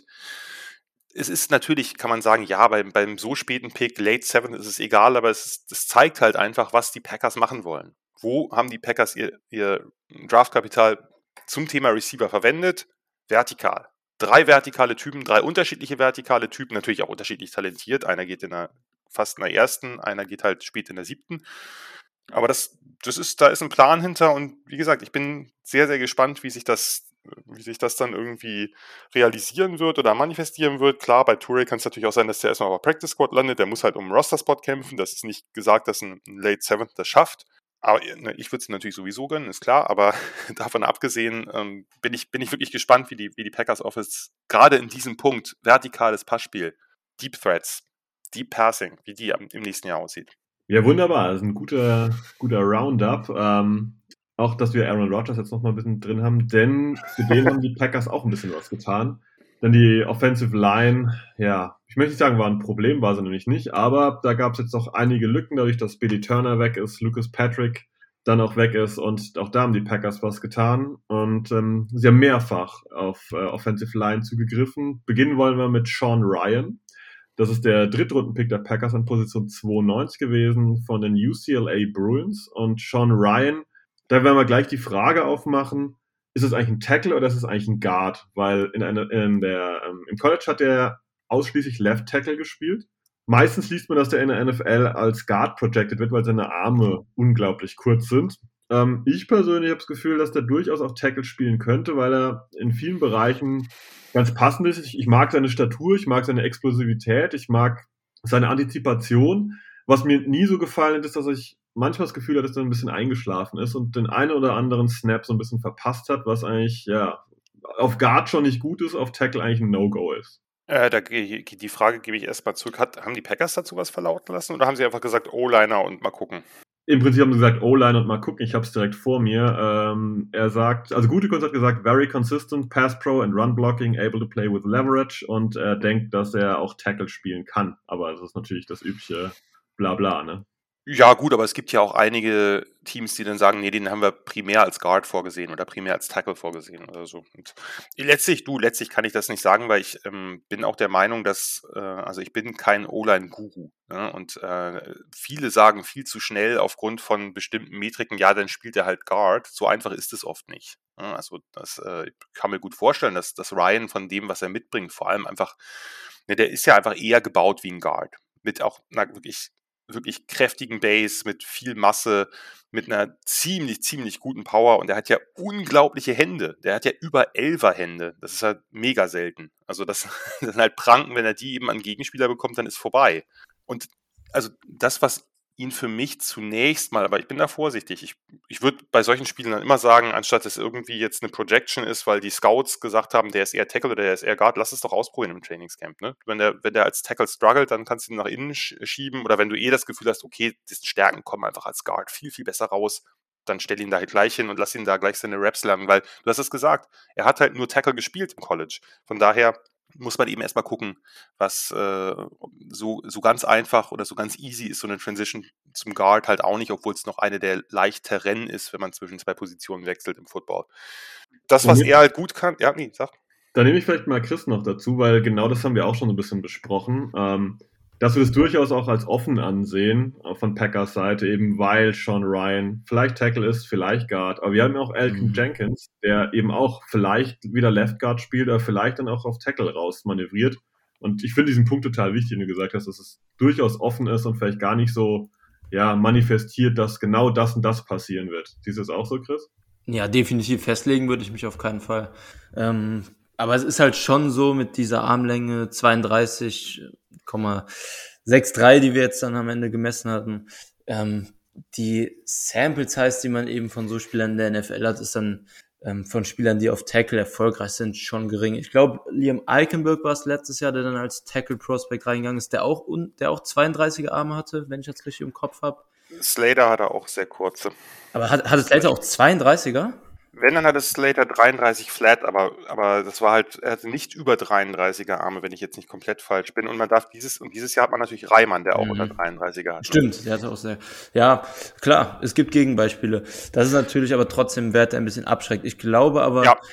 es ist natürlich, kann man sagen, ja, beim so späten Pick, Late 7, ist es egal, aber das zeigt halt einfach, was die Packers machen wollen. Wo haben die Packers ihr Draftkapital zum Thema Receiver verwendet? Vertikal. 3 vertikale Typen, 3 unterschiedliche vertikale Typen, natürlich auch unterschiedlich talentiert. Einer geht fast in der ersten, einer geht halt spät in der 7. Aber da ist ein Plan hinter und wie gesagt, ich bin sehr, sehr gespannt, wie sich das dann irgendwie realisieren wird oder manifestieren wird. Klar, bei Toure kann es natürlich auch sein, dass der erstmal auf der Practice Squad landet, der muss halt um einen Roster-Spot kämpfen, das ist nicht gesagt, dass ein Late 7 das schafft. Aber ich würde es natürlich sowieso gönnen, ist klar, aber davon abgesehen bin ich wirklich gespannt, wie die Packers Offense gerade in diesem Punkt, vertikales Passspiel, Deep Threats, Deep Passing, wie die im nächsten Jahr aussieht. Ja, wunderbar. Das ist ein guter Roundup. Auch, dass wir Aaron Rodgers jetzt noch mal ein bisschen drin haben, denn für den haben die Packers auch ein bisschen was getan. Denn die Offensive Line, ja, ich möchte nicht sagen, war ein Problem, war sie nämlich nicht, aber da gab es jetzt noch einige Lücken, dadurch, dass Billy Turner weg ist, Lucas Patrick dann auch weg ist und auch da haben die Packers was getan und sie haben mehrfach auf Offensive Line zugegriffen. Beginnen wollen wir mit Sean Ryan. Das ist der Drittrunden-Pick der Packers an Position 92 gewesen von den UCLA Bruins. Und Sean Ryan, da werden wir gleich die Frage aufmachen, ist es eigentlich ein Tackle oder ist es eigentlich ein Guard? Weil im College hat er ausschließlich Left Tackle gespielt. Meistens liest man, dass der in der NFL als Guard projected wird, weil seine Arme unglaublich kurz sind. Ich persönlich habe das Gefühl, dass der durchaus auch Tackle spielen könnte, weil er in vielen Bereichen ganz passend ist. Ich mag seine Statur, ich mag seine Explosivität, ich mag seine Antizipation. Was mir nie so gefallen hat, ist, dass ich manchmal das Gefühl hatte, dass er ein bisschen eingeschlafen ist und den einen oder anderen Snap so ein bisschen verpasst hat, was eigentlich auf Guard schon nicht gut ist, auf Tackle eigentlich ein No-Go ist. Die Frage gebe ich erstmal zurück. Haben die Packers dazu was verlauten lassen oder haben sie einfach gesagt, O-Liner und mal gucken? Im Prinzip haben sie gesagt, O-Line und mal gucken, ich habe es direkt vor mir. Er sagt, also Gutekunst hat gesagt, very consistent, pass pro and run blocking, able to play with leverage und er denkt, dass er auch Tackle spielen kann. Aber das ist natürlich das übliche Blabla, ne? Ja gut, aber es gibt ja auch einige Teams, die dann sagen, nee, den haben wir primär als Guard vorgesehen oder primär als Tackle vorgesehen oder so. Und letztlich kann ich das nicht sagen, weil ich bin auch der Meinung, dass, also ich bin kein O-Line-Guru. Ne? Und viele sagen viel zu schnell aufgrund von bestimmten Metriken, ja, dann spielt er halt Guard. So einfach ist es oft nicht. Ne? Also ich kann mir gut vorstellen, dass Ryan von dem, was er mitbringt, vor allem einfach, ne, der ist ja einfach eher gebaut wie ein Guard. Mit auch wirklich kräftigen Base, mit viel Masse, mit einer ziemlich guten Power und der hat ja unglaubliche Hände. Der hat ja über 11er Hände. Das ist halt mega selten. Also das sind halt Pranken, wenn er die eben an Gegenspieler bekommt, dann ist vorbei. Und also das, was ihn für mich zunächst mal, aber ich bin da vorsichtig. Ich würde bei solchen Spielen dann immer sagen, anstatt es irgendwie jetzt eine Projection ist, weil die Scouts gesagt haben, der ist eher Tackle oder der ist eher Guard, lass es doch ausprobieren im Trainingscamp. Ne? Wenn der als Tackle struggelt, dann kannst du ihn nach innen schieben oder wenn du das Gefühl hast, okay, die Stärken kommen einfach als Guard viel besser raus, dann stell ihn da halt gleich hin und lass ihn da gleich seine Raps lernen, weil du hast es gesagt, er hat halt nur Tackle gespielt im College. Von daher muss man eben erstmal gucken, was so ganz einfach oder so ganz easy ist so eine Transition zum Guard halt auch nicht, obwohl es noch eine der leichteren ist, wenn man zwischen 2 Positionen wechselt im Football. Das, was er halt gut kann, sag. Da nehme ich vielleicht mal Chris noch dazu, weil genau das haben wir auch schon so ein bisschen besprochen. Dass wir das durchaus auch als offen ansehen, von Packers Seite, eben weil Sean Ryan vielleicht Tackle ist, vielleicht Guard, aber wir haben ja auch Elgton Jenkins, der eben auch vielleicht wieder Left Guard spielt oder vielleicht dann auch auf Tackle raus manövriert. Und ich finde diesen Punkt total wichtig, den du gesagt hast, dass es durchaus offen ist und vielleicht gar nicht so manifestiert, dass genau das und das passieren wird. Siehst du das auch so, Chris? Ja, definitiv festlegen würde ich mich auf keinen Fall. Aber es ist halt schon so mit dieser Armlänge 32,63, die wir jetzt dann am Ende gemessen hatten. Die Sample Size, die man eben von so Spielern in der NFL hat, ist dann von Spielern, die auf Tackle erfolgreich sind, schon gering. Ich glaube, Liam Eichenberg war es letztes Jahr, der dann als Tackle Prospect reingegangen ist, der auch 32er Arme hatte, wenn ich das richtig im Kopf habe. Slater hatte auch sehr kurze. Aber hat Slater auch 32er? Wenn, dann hatte Slater 33 flat, aber das war halt, er hatte nicht über 33er Arme, wenn ich jetzt nicht komplett falsch bin. Und man darf dieses Jahr hat man natürlich Reimann, der auch unter 33er hat. Stimmt, der hatte auch sehr, ja, klar, es gibt Gegenbeispiele. Das ist natürlich aber trotzdem ein Wert, der ein bisschen abschreckt. Ich glaube aber, Ja.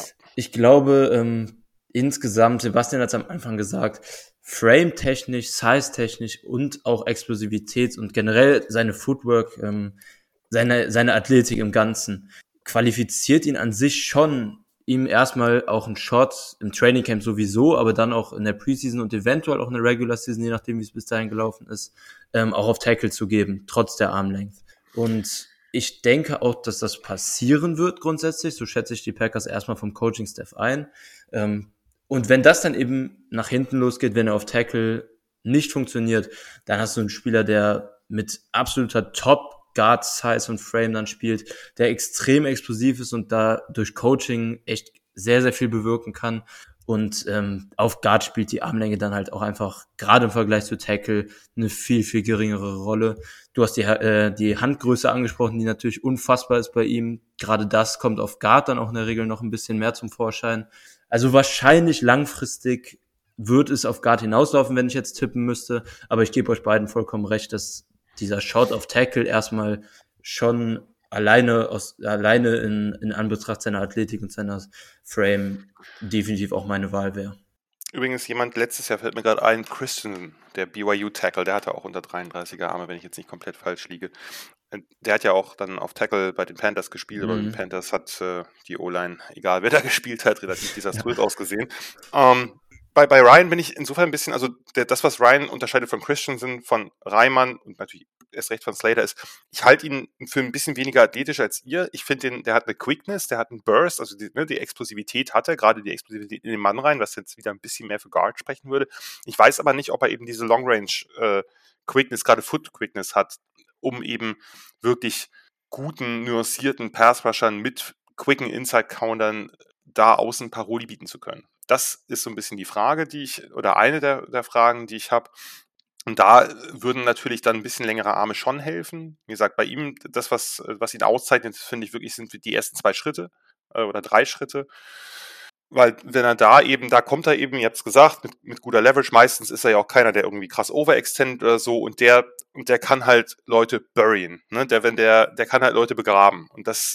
Insgesamt, Sebastian hat es am Anfang gesagt, frame-technisch, size-technisch und auch Explosivität und generell seine Footwork, seine Athletik im Ganzen qualifiziert ihn an sich schon, ihm erstmal auch einen Shot im Trainingcamp sowieso, aber dann auch in der Preseason und eventuell auch in der Regular Season, je nachdem, wie es bis dahin gelaufen ist, auch auf Tackle zu geben, trotz der Armlength. Und ich denke auch, dass das passieren wird grundsätzlich, so schätze ich die Packers erstmal vom Coaching-Staff ein. Und wenn das dann eben nach hinten losgeht, wenn er auf Tackle nicht funktioniert, dann hast du einen Spieler, der mit absoluter Top-Guard, Size und Frame dann spielt, der extrem explosiv ist und da durch Coaching echt sehr, sehr viel bewirken kann. Und auf Guard spielt die Armlänge dann halt auch einfach, gerade im Vergleich zu Tackle, eine viel, viel geringere Rolle. Du hast die Handgröße angesprochen, die natürlich unfassbar ist bei ihm. Gerade das kommt auf Guard dann auch in der Regel noch ein bisschen mehr zum Vorschein. Also wahrscheinlich langfristig wird es auf Guard hinauslaufen, wenn ich jetzt tippen müsste. Aber ich gebe euch beiden vollkommen recht, dass dieser Shot auf Tackle erstmal schon alleine in Anbetracht seiner Athletik und seiner Frame definitiv auch meine Wahl wäre. Übrigens jemand, letztes Jahr fällt mir gerade ein, Christensen, der BYU-Tackle, der hatte auch unter 33er Arme, wenn ich jetzt nicht komplett falsch liege. Der hat ja auch dann auf Tackle bei den Panthers gespielt, aber bei den Panthers hat die O-Line, egal wer da gespielt hat, relativ desaströs ausgesehen. Bei Ryan bin ich insofern ein bisschen, also das, was Ryan unterscheidet von Christensen, von Reimann und natürlich erst recht von Slater ist, ich halte ihn für ein bisschen weniger athletisch als ihr. Ich finde, der hat eine Quickness, der hat einen Burst, also die Explosivität hat er, gerade die Explosivität in den Mann rein, was jetzt wieder ein bisschen mehr für Guard sprechen würde. Ich weiß aber nicht, ob er eben diese Long-Range Quickness, gerade Foot-Quickness hat, um eben wirklich guten, nuancierten Pass-Rushern mit quicken Inside-Countern da außen Paroli bieten zu können. Das ist so ein bisschen die Frage, eine der Fragen, die ich habe. Und da würden natürlich dann ein bisschen längere Arme schon helfen. Wie gesagt, bei ihm, das, was ihn auszeichnet, finde ich wirklich, sind die ersten 2 Schritte oder 3 Schritte. Weil wenn er da kommt er eben, ihr habt es gesagt, mit guter Leverage. Meistens ist er ja auch keiner, der irgendwie krass overextendet oder so. Und der kann halt Leute buryen. Ne? Der kann halt Leute begraben. Und das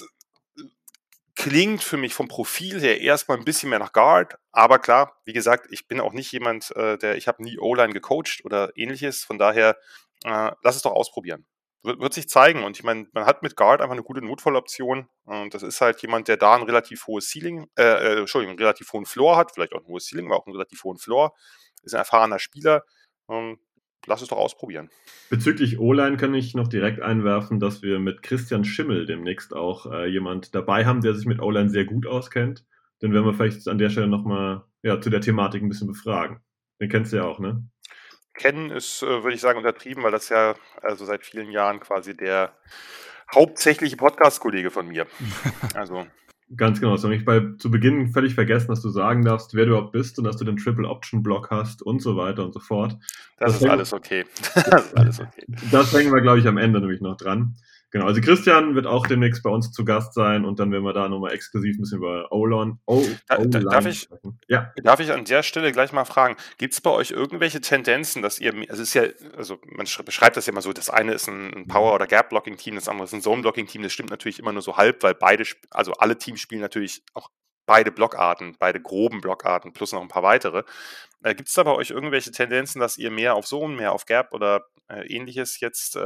klingt für mich vom Profil her erstmal ein bisschen mehr nach Guard, aber klar, wie gesagt, ich bin auch nicht jemand, ich habe nie O-Line gecoacht oder ähnliches, von daher lass es doch ausprobieren. Wird sich zeigen und ich meine, man hat mit Guard einfach eine gute Notfalloption und das ist halt jemand, der da ein relativ hohes einen relativ hohen Floor hat, vielleicht auch ein hohes Ceiling, aber auch einen relativ hohen Floor, ist ein erfahrener Spieler, lass es doch ausprobieren. Bezüglich O-Line kann ich noch direkt einwerfen, dass wir mit Christian Schimmel demnächst auch jemand dabei haben, der sich mit O-Line sehr gut auskennt. Den werden wir vielleicht an der Stelle nochmal zu der Thematik ein bisschen befragen. Den kennst du ja auch, ne? Kennen ist, würde ich sagen, untertrieben, weil das ja also seit vielen Jahren quasi der hauptsächliche Podcast-Kollege von mir. Also ganz genau. Das habe ich zu Beginn völlig vergessen, dass du sagen darfst, wer du überhaupt bist und dass du den Triple-Option-Block hast und so weiter und so fort. Das ist alles okay. Das ist alles okay. Das hängen wir, glaube ich, am Ende nämlich noch dran. Genau, also Christian wird auch demnächst bei uns zu Gast sein und dann werden wir da nochmal exklusiv ein bisschen über O-Line sprechen. Darf ich an der Stelle gleich mal fragen, gibt es bei euch irgendwelche Tendenzen, dass ihr, man beschreibt das ja immer so, das eine ist ein Power- oder Gap-Blocking-Team, das andere ist ein Zone-Blocking-Team, das stimmt natürlich immer nur so halb, weil alle Teams spielen natürlich auch beide groben Blockarten plus noch ein paar weitere. Gibt es da bei euch irgendwelche Tendenzen, dass ihr mehr auf Zone, mehr auf Gap oder ähnliches jetzt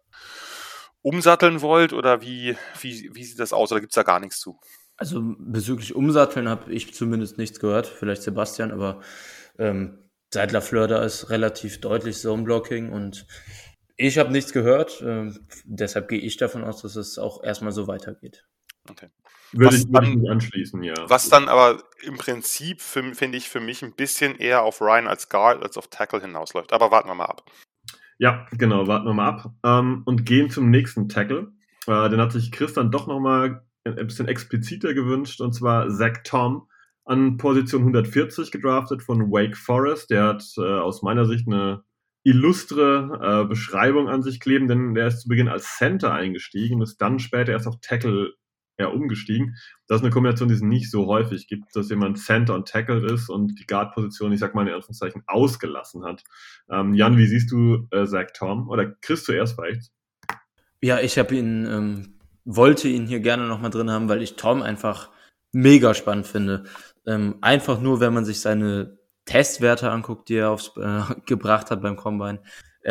umsatteln wollt oder wie sieht das aus oder gibt es da gar nichts zu? Also bezüglich Umsatteln habe ich zumindest nichts gehört, vielleicht Sebastian, aber seit Lafleur da ist relativ deutlich Zone-Blocking und ich habe nichts gehört, deshalb gehe ich davon aus, dass es auch erstmal so weitergeht. Okay. Würde ich mich anschließen, ja. Was dann aber im Prinzip, finde ich, für mich ein bisschen eher auf Ryan als Guard als auf Tackle hinausläuft. Aber warten wir mal ab. Ja, genau, warten wir mal ab. Und gehen zum nächsten Tackle. Den hat sich Chris dann doch nochmal ein bisschen expliziter gewünscht, und zwar Zach Tom an Position 140 gedraftet von Wake Forest. Der hat aus meiner Sicht eine illustre Beschreibung an sich kleben, denn der ist zu Beginn als Center eingestiegen und ist dann später erst auf Tackle umgestiegen. Das ist eine Kombination, die es nicht so häufig gibt, dass jemand Center und Tackle ist und die Guard-Position, ich sag mal in Anführungszeichen, ausgelassen hat. Jan, wie siehst du Zach Tom? Oder Chris zuerst vielleicht? Ja, ich habe wollte ihn hier gerne nochmal drin haben, weil ich Tom einfach mega spannend finde. Einfach nur, wenn man sich seine Testwerte anguckt, die er gebracht hat beim Combine.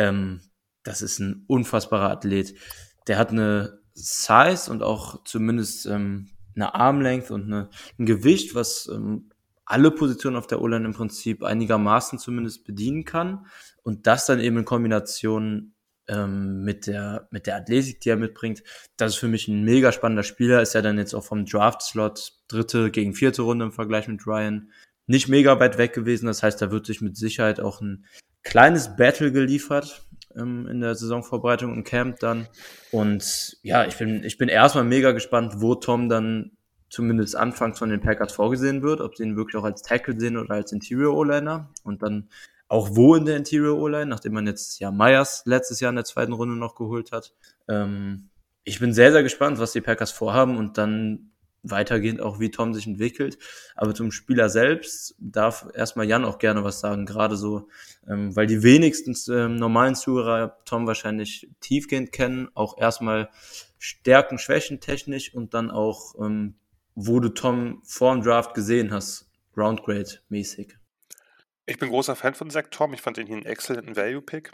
Das ist ein unfassbarer Athlet. Der hat eine Size und auch zumindest eine Armlength und ein Gewicht, was alle Positionen auf der O-Line im Prinzip einigermaßen zumindest bedienen kann. Und das dann eben in Kombination mit der Athletik, die er mitbringt. Das ist für mich ein mega spannender Spieler. Ist ja dann jetzt auch vom Draft-Slot 3. gegen 4. Runde im Vergleich mit Ryan nicht mega weit weg gewesen. Das heißt, da wird sich mit Sicherheit auch ein kleines Battle geliefert in der Saisonvorbereitung im Camp dann. Und ja, ich bin erstmal mega gespannt, wo Tom dann zumindest anfangs von den Packers vorgesehen wird, ob sie ihn wirklich auch als Tackle sehen oder als Interior O-Liner und dann auch wo in der Interior O-Line, nachdem man jetzt ja Myers letztes Jahr in der 2. Runde noch geholt hat. Ich bin sehr, sehr gespannt, was die Packers vorhaben und dann weitergehend auch, wie Tom sich entwickelt. Aber zum Spieler selbst darf erstmal Jan auch gerne was sagen, gerade so, weil die wenigsten normalen Zuhörer Tom wahrscheinlich tiefgehend kennen, auch erstmal Stärken, Schwächen technisch und dann auch, wo du Tom vor dem Draft gesehen hast, Roundgrade-mäßig. Ich bin großer Fan von Zach Tom. Ich fand ihn hier einen exzellenten Value-Pick.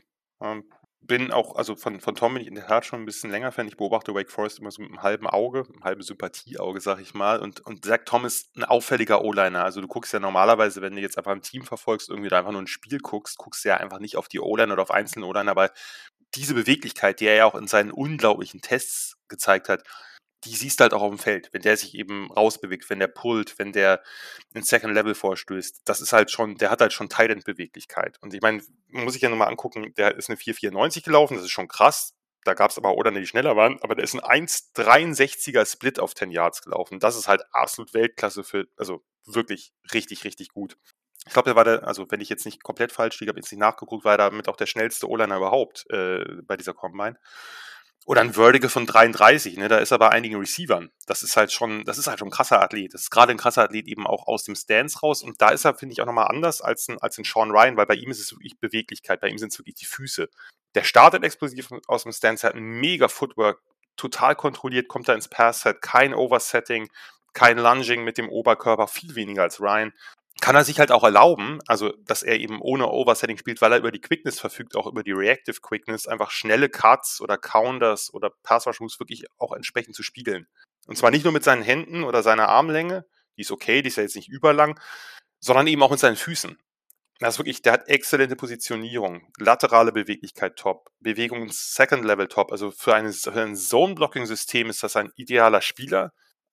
Bin auch, also von Tom bin ich in der Tat schon ein bisschen länger Fan. Ich beobachte Wake Forest immer so mit einem halben Auge, einem halben Sympathieauge, sag ich mal. Und Zach Tom ist ein auffälliger O-Liner. Also du guckst ja normalerweise, wenn du jetzt einfach ein Team verfolgst, irgendwie da einfach nur ein Spiel guckst du ja einfach nicht auf die O-Line oder auf einzelne O-Line, aber diese Beweglichkeit, die er ja auch in seinen unglaublichen Tests gezeigt hat, die siehst du halt auch auf dem Feld, wenn der sich eben rausbewegt, wenn der pullt, wenn der ins Second Level vorstößt. Das ist halt schon, der hat halt schon Tight End Beweglichkeit. Und ich meine, muss ich ja nochmal angucken, der ist eine 4,94 gelaufen, das ist schon krass. Da gab es aber auch Oder, die schneller waren, aber der ist ein 1,63er Split auf 10 Yards gelaufen. Das ist halt absolut Weltklasse also wirklich richtig, richtig gut. Ich glaube, also wenn ich jetzt nicht komplett falsch liege, habe jetzt nicht nachgeguckt, war er damit auch der schnellste O-Liner überhaupt bei dieser Combine. Oder ein Vertical von 33, ne? Da ist er bei einigen Receivern. Das ist halt schon ein krasser Athlet. Das ist gerade ein krasser Athlet eben auch aus dem Stance raus. Und da ist er, finde ich, auch nochmal anders als ein Sean Ryan, weil bei ihm ist es wirklich Beweglichkeit, bei ihm sind es wirklich die Füße. Der startet explosiv aus dem Stance, hat ein mega Footwork, total kontrolliert, kommt da ins Pass-Set, kein Oversetting, kein Lunging mit dem Oberkörper, viel weniger als Ryan. Kann er sich halt auch erlauben, also dass er eben ohne Oversetting spielt, weil er über die Quickness verfügt, auch über die Reactive Quickness, einfach schnelle Cuts oder Counters oder Pass-Rush-Moves wirklich auch entsprechend zu spiegeln. Und zwar nicht nur mit seinen Händen oder seiner Armlänge, die ist okay, die ist ja jetzt nicht überlang, sondern eben auch mit seinen Füßen. Das ist wirklich, der hat exzellente Positionierung, laterale Beweglichkeit top, Bewegung Second Level top, also für ein Zone-Blocking-System ist das ein idealer Spieler.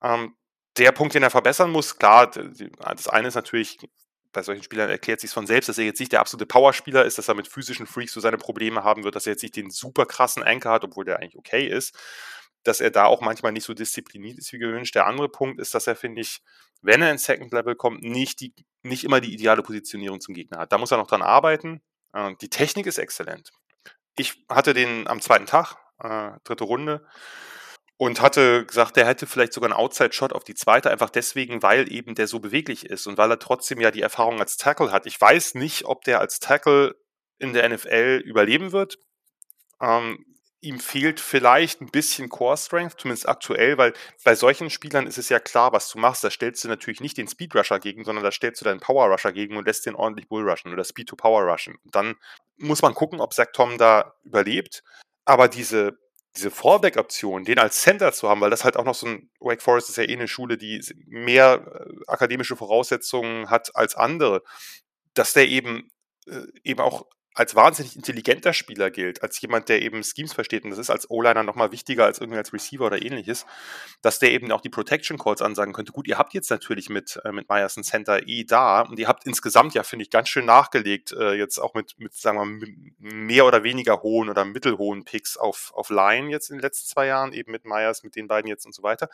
Der Punkt, den er verbessern muss, klar, das eine ist natürlich, bei solchen Spielern erklärt sich von selbst, dass er jetzt nicht der absolute Powerspieler ist, dass er mit physischen Freaks so seine Probleme haben wird, dass er jetzt nicht den super krassen Anchor hat, obwohl der eigentlich okay ist, dass er da auch manchmal nicht so diszipliniert ist wie gewünscht. Der andere Punkt ist, dass er, finde ich, wenn er ins Second Level kommt, nicht immer die ideale Positionierung zum Gegner hat. Da muss er noch dran arbeiten. Die Technik ist exzellent. Ich hatte den am 2. Tag, 3. Runde, und hatte gesagt, der hätte vielleicht sogar einen Outside-Shot auf die 2. einfach deswegen, weil eben der so beweglich ist und weil er trotzdem ja die Erfahrung als Tackle hat. Ich weiß nicht, ob der als Tackle in der NFL überleben wird. Ihm fehlt vielleicht ein bisschen Core-Strength, zumindest aktuell, weil bei solchen Spielern ist es ja klar, was du machst. Da stellst du natürlich nicht den Speed-Rusher gegen, sondern da stellst du deinen Power-Rusher gegen und lässt den ordentlich Bull-Rushen oder Speed-to-Power-Rushen. Und dann muss man gucken, ob Zach Tom da überlebt. Aber diese Fallback-Option, den als Center zu haben, weil das halt auch noch so ein, Wake Forest ist ja eine Schule, die mehr akademische Voraussetzungen hat als andere, dass der eben auch als wahnsinnig intelligenter Spieler gilt, als jemand, der eben Schemes versteht, und das ist als O-Liner nochmal wichtiger als irgendwie als Receiver oder ähnliches, dass der eben auch die Protection Calls ansagen könnte. Gut, ihr habt jetzt natürlich mit Myers einen Center da und ihr habt insgesamt ja, finde ich, ganz schön nachgelegt, jetzt auch mit, sagen wir mal, mehr oder weniger hohen oder mittelhohen Picks auf Line jetzt in den letzten 2 Jahren, eben mit Myers, mit den beiden jetzt und so weiter.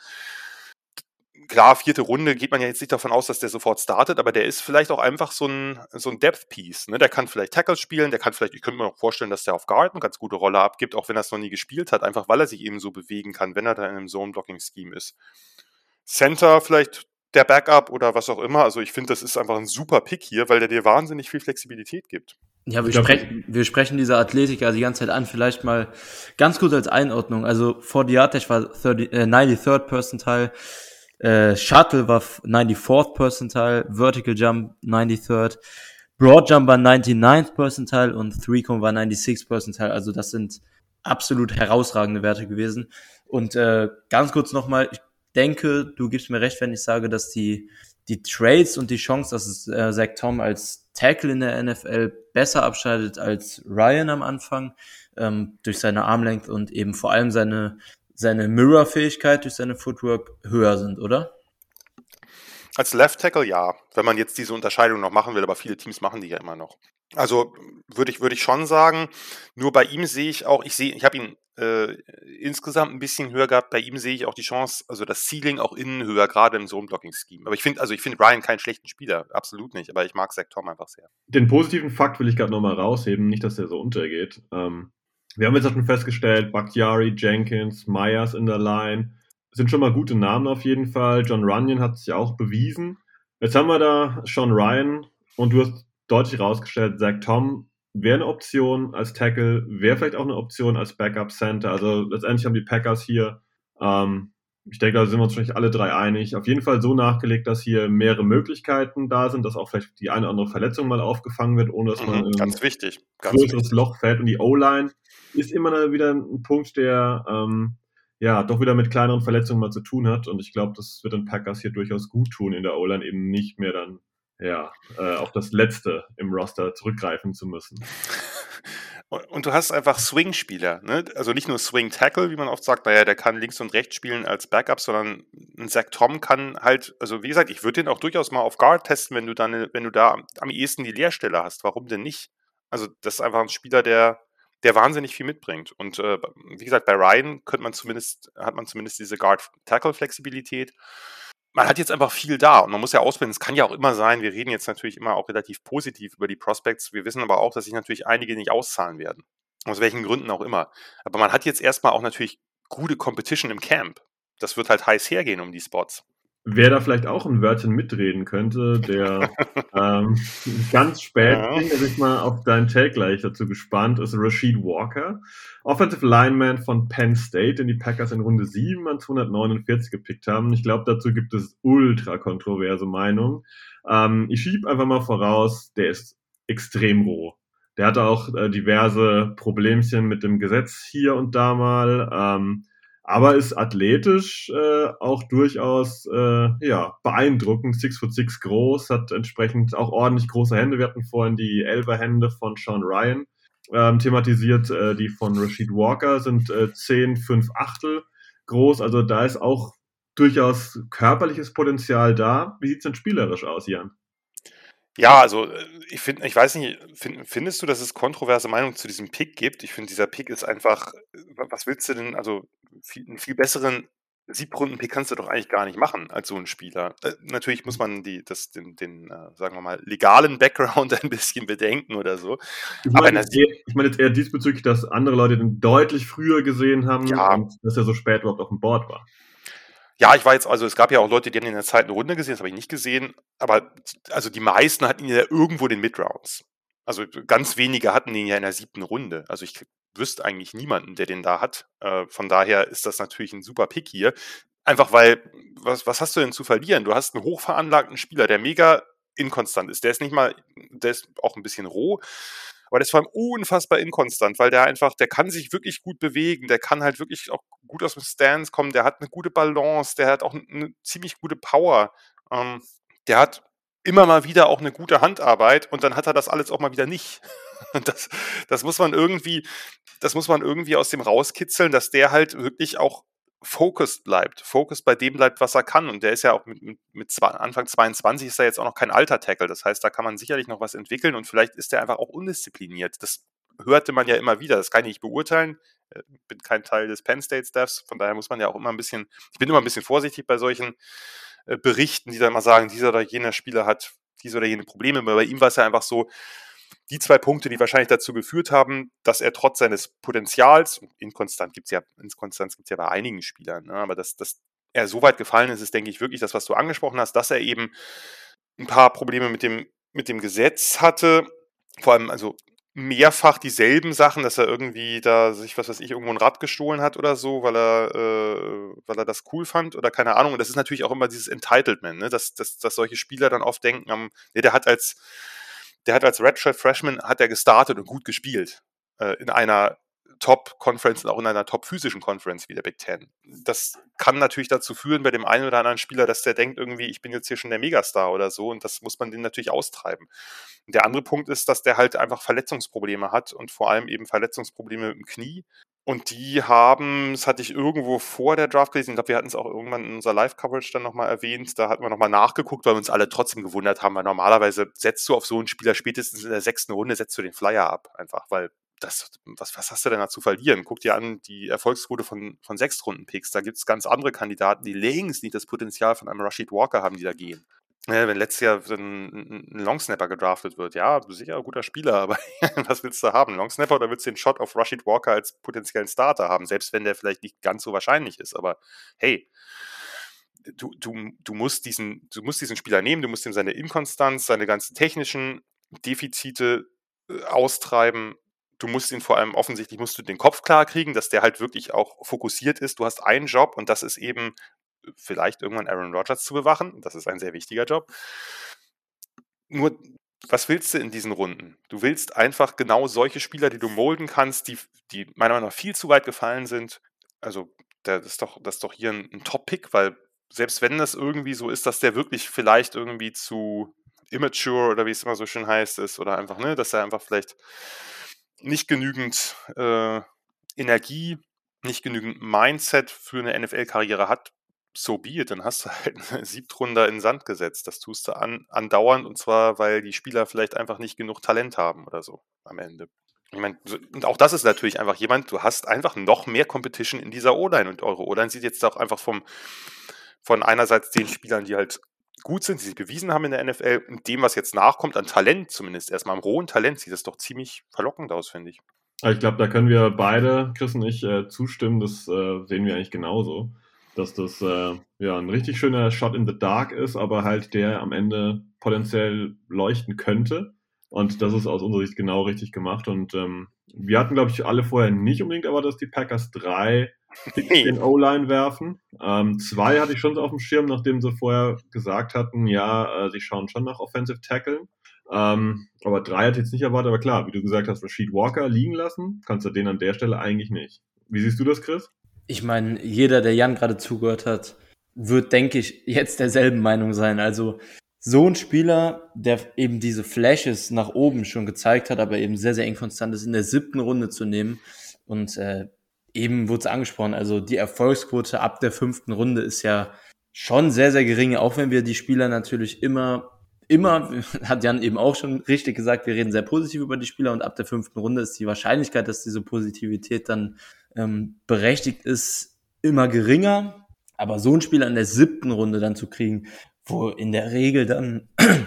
Klar, 4. Runde geht man ja jetzt nicht davon aus, dass der sofort startet, aber der ist vielleicht auch einfach so ein Depth-Piece. Ne? Der kann vielleicht Tackles spielen, ich könnte mir auch vorstellen, dass der auf Guard eine ganz gute Rolle abgibt, auch wenn er es noch nie gespielt hat, einfach weil er sich eben so bewegen kann, wenn er da in einem Zone-Blocking-Scheme ist. Center vielleicht der Backup oder was auch immer. Also ich finde, das ist einfach ein super Pick hier, weil der dir wahnsinnig viel Flexibilität gibt. Ja, wir sprechen diese Athletiker die ganze Zeit an. Vielleicht mal ganz kurz als Einordnung. Also 40 Yard Dash war 93rd Percentile, Shuttle war 94th Percentile, Vertical Jump 93rd, Broad Jump war 99th Percentile und 3-Cone war 96th Percentile. Also das sind absolut herausragende Werte gewesen. Und ganz kurz nochmal, ich denke, du gibst mir recht, wenn ich sage, dass die Trades und die Chance, dass es Zach Tom als Tackle in der NFL besser abschneidet als Ryan am Anfang, durch seine Armlength und eben vor allem seine Mirror-Fähigkeit durch seine Footwork höher sind, oder? Als Left Tackle ja, wenn man jetzt diese Unterscheidung noch machen will, aber viele Teams machen die ja immer noch. Also würde ich schon sagen, nur bei ihm sehe ich auch, ich habe ihn insgesamt ein bisschen höher gehabt, bei ihm sehe ich auch die Chance, also das Ceiling auch innen höher, gerade im Zone-Blocking-Scheme. Aber ich finde Ryan keinen schlechten Spieler, absolut nicht, aber ich mag Zach Tom einfach sehr. Den positiven Fakt will ich gerade nochmal rausheben, nicht, dass der so untergeht. Wir haben jetzt auch schon festgestellt, Bakhtiari, Jenkins, Myers in der Line sind schon mal gute Namen auf jeden Fall. Jon Runyan hat sich auch bewiesen. Jetzt haben wir da Sean Ryan und du hast deutlich rausgestellt, Zach Tom wäre eine Option als Tackle, wäre vielleicht auch eine Option als Backup Center. Also letztendlich haben die Packers hier, ich denke, da sind wir uns wahrscheinlich alle 3 einig, auf jeden Fall so nachgelegt, dass hier mehrere Möglichkeiten da sind, dass auch vielleicht die eine oder andere Verletzung mal aufgefangen wird, ohne dass man ganz wichtig, größeres Loch fällt. Und die O-Line ist immer wieder ein Punkt, der doch wieder mit kleineren Verletzungen mal zu tun hat. Und ich glaube, das wird den Packers hier durchaus gut tun, in der O-Line eben nicht mehr dann auf das Letzte im Roster zurückgreifen zu müssen. Und du hast einfach Swing-Spieler, ne? Also nicht nur Swing-Tackle, wie man oft sagt, naja, der kann links und rechts spielen als Backup, sondern ein Zach Tom kann halt, also wie gesagt, ich würde den auch durchaus mal auf Guard testen, wenn du da am ehesten die Leerstelle hast. Warum denn nicht? Also das ist einfach ein Spieler, der wahnsinnig viel mitbringt. Und wie gesagt, bei Ryan hat man zumindest diese Guard-Tackle-Flexibilität. Man hat jetzt einfach viel da und man muss ja ausblenden, es kann ja auch immer sein, wir reden jetzt natürlich immer auch relativ positiv über die Prospects, wir wissen aber auch, dass sich natürlich einige nicht auszahlen werden, aus welchen Gründen auch immer. Aber man hat jetzt erstmal auch natürlich gute Competition im Camp. Das wird halt heiß hergehen um die Spots. Wer da vielleicht auch ein Wörtchen mitreden könnte, der ganz spät ging, also ich mal auf deinen Take gleich dazu gespannt, ist Rasheed Walker, Offensive Lineman von Penn State, den die Packers in Runde 7 an 249 gepickt haben. Ich glaube, dazu gibt es ultra kontroverse Meinungen. Ich schiebe einfach mal voraus, der ist extrem roh. Der hatte auch diverse Problemchen mit dem Gesetz hier und da mal. Aber ist athletisch auch durchaus beeindruckend. 6'6" groß, hat entsprechend auch ordentlich große Hände. Wir hatten vorhin die 11er Hände von Sean Ryan thematisiert. Die von Rasheed Walker sind 10,5 groß. Also da ist auch durchaus körperliches Potenzial da. Wie sieht es denn spielerisch aus, Jan? Ja, also ich weiß nicht, findest du, dass es kontroverse Meinungen zu diesem Pick gibt? Ich finde, dieser Pick ist einfach, was willst du denn, also einen viel besseren Siebrunden-Pick kannst du doch eigentlich gar nicht machen als so ein Spieler. Natürlich muss man den sagen wir mal, legalen Background ein bisschen bedenken oder so. Ich meine jetzt eher diesbezüglich, dass andere Leute den deutlich früher gesehen haben und dass er so spät überhaupt auf dem Board war. Ja, es gab ja auch Leute, die haben ihn in der zweiten Runde gesehen, das habe ich nicht gesehen, aber also die meisten hatten ihn ja irgendwo in den Midrounds. Also ganz wenige hatten ihn ja in der 7. Runde. Also ich wüsste eigentlich niemanden, der den da hat. Von daher ist das natürlich ein super Pick hier. Einfach weil, was hast du denn zu verlieren? Du hast einen hochveranlagten Spieler, der mega inkonstant ist. Der ist auch ein bisschen roh, aber der ist vor allem unfassbar inkonstant, weil der kann sich wirklich gut bewegen, der kann halt wirklich auch gut aus dem Stance kommen, der hat eine gute Balance, der hat auch eine ziemlich gute Power. Der hat immer mal wieder auch eine gute Handarbeit und dann hat er das alles auch mal wieder nicht. Und das muss man irgendwie aus dem rauskitzeln, dass der halt wirklich auch focused bei dem bleibt, was er kann. Und der ist ja auch mit Anfang 22 ist er jetzt auch noch kein alter Tackle. Das heißt, da kann man sicherlich noch was entwickeln und vielleicht ist der einfach auch undiszipliniert. Das hörte man ja immer wieder. Das kann ich nicht beurteilen. Ich bin kein Teil des Penn State Staffs. Von daher muss man ja auch immer ich bin immer ein bisschen vorsichtig bei solchen Berichten, die dann mal sagen, dieser oder jener Spieler hat diese oder jene Probleme. Aber bei ihm war es ja einfach so, die 2 Punkte, die wahrscheinlich dazu geführt haben, dass er trotz seines Potenzials, Inkonstanz gibt es ja bei einigen Spielern, ne, aber dass er so weit gefallen ist, ist, denke ich, wirklich das, was du angesprochen hast, dass er eben ein paar Probleme mit dem Gesetz hatte, vor allem also mehrfach dieselben Sachen, dass er irgendwie da sich, was weiß ich, irgendwo ein Rad gestohlen hat oder so, weil er das cool fand oder keine Ahnung. Und das ist natürlich auch immer dieses Entitlement, ne? dass solche Spieler dann oft denken, der hat als Redshirt Freshman hat er gestartet und gut gespielt in einer Top-Conference und auch in einer top-physischen Conference wie der Big Ten. Das kann natürlich dazu führen bei dem einen oder anderen Spieler, dass der denkt irgendwie, ich bin jetzt hier schon der Megastar oder so und das muss man den natürlich austreiben. Und der andere Punkt ist, dass der halt einfach Verletzungsprobleme hat und vor allem eben Verletzungsprobleme im Knie. Und die haben, das hatte ich irgendwo vor der Draft gelesen, ich glaube, wir hatten es auch irgendwann in unserer Live-Coverage dann nochmal erwähnt, da hatten wir nochmal nachgeguckt, weil wir uns alle trotzdem gewundert haben, weil normalerweise setzt du auf so einen Spieler spätestens in der 6. Runde, setzt du den Flyer ab, einfach, weil was hast du denn da zu verlieren? Guck dir an, die Erfolgsquote von 6-Runden-Picks, da gibt es ganz andere Kandidaten, die längst nicht das Potenzial von einem Rashid Walker haben, die da gehen. Wenn letztes Jahr ein Longsnapper gedraftet wird, ja, sicher ein guter Spieler, aber was willst du haben? Longsnapper oder willst du den Shot auf Rashid Walker als potenziellen Starter haben, selbst wenn der vielleicht nicht ganz so wahrscheinlich ist, aber hey, du musst diesen Spieler nehmen, du musst ihm seine Inkonstanz, seine ganzen technischen Defizite austreiben. Du musst ihn vor allem, offensichtlich musst du den Kopf klar kriegen, dass der halt wirklich auch fokussiert ist. Du hast einen Job und das ist eben vielleicht irgendwann Aaron Rodgers zu bewachen. Das ist ein sehr wichtiger Job. Nur, was willst du in diesen Runden? Du willst einfach genau solche Spieler, die du molden kannst, die meiner Meinung nach viel zu weit gefallen sind. Also, das ist doch hier ein Top-Pick, weil selbst wenn das irgendwie so ist, dass der wirklich vielleicht irgendwie zu immature oder wie es immer so schön heißt ist oder einfach, ne, dass er einfach vielleicht nicht genügend Energie, nicht genügend Mindset für eine NFL-Karriere hat, so be it, dann hast du halt einen Siebtrunder in den Sand gesetzt. Das tust du andauernd und zwar, weil die Spieler vielleicht einfach nicht genug Talent haben oder so am Ende. Ich meine, und auch das ist natürlich einfach du hast einfach noch mehr Competition in dieser O-Line und eure O-Line sieht jetzt auch einfach von einerseits den Spielern, die halt gut sind, die sich bewiesen haben in der NFL und dem, was jetzt nachkommt, an Talent zumindest, erstmal am rohen Talent, sieht das doch ziemlich verlockend aus, finde ich. Ich glaube, da können wir beide, Chris und ich, zustimmen. Das sehen wir eigentlich genauso. Dass das ein richtig schöner Shot in the Dark ist, aber halt der am Ende potenziell leuchten könnte. Und das ist aus unserer Sicht genau richtig gemacht. Und wir hatten, glaube ich, alle vorher nicht unbedingt erwartet, dass die Packers 3 den O-Line werfen. 2 hatte ich schon so auf dem Schirm, nachdem sie vorher gesagt hatten, sie schauen schon nach Offensive Tackle. Aber 3 hatte ich jetzt nicht erwartet. Aber klar, wie du gesagt hast, Rashid Walker liegen lassen, kannst du den an der Stelle eigentlich nicht. Wie siehst du das, Chris? Ich meine, jeder, der Jan gerade zugehört hat, wird, denke ich, jetzt derselben Meinung sein. Also so ein Spieler, der eben diese Flashes nach oben schon gezeigt hat, aber eben sehr, sehr inkonstant ist, in der 7. Runde zu nehmen. Und eben wurde es angesprochen, also die Erfolgsquote ab der 5. Runde ist ja schon sehr, sehr gering, auch wenn wir die Spieler natürlich immer, hat Jan eben auch schon richtig gesagt, wir reden sehr positiv über die Spieler und ab der 5. Runde ist die Wahrscheinlichkeit, dass diese Positivität dann berechtigt ist, immer geringer. Aber so einen Spieler in der 7. Runde dann zu kriegen, wo in der Regel dann,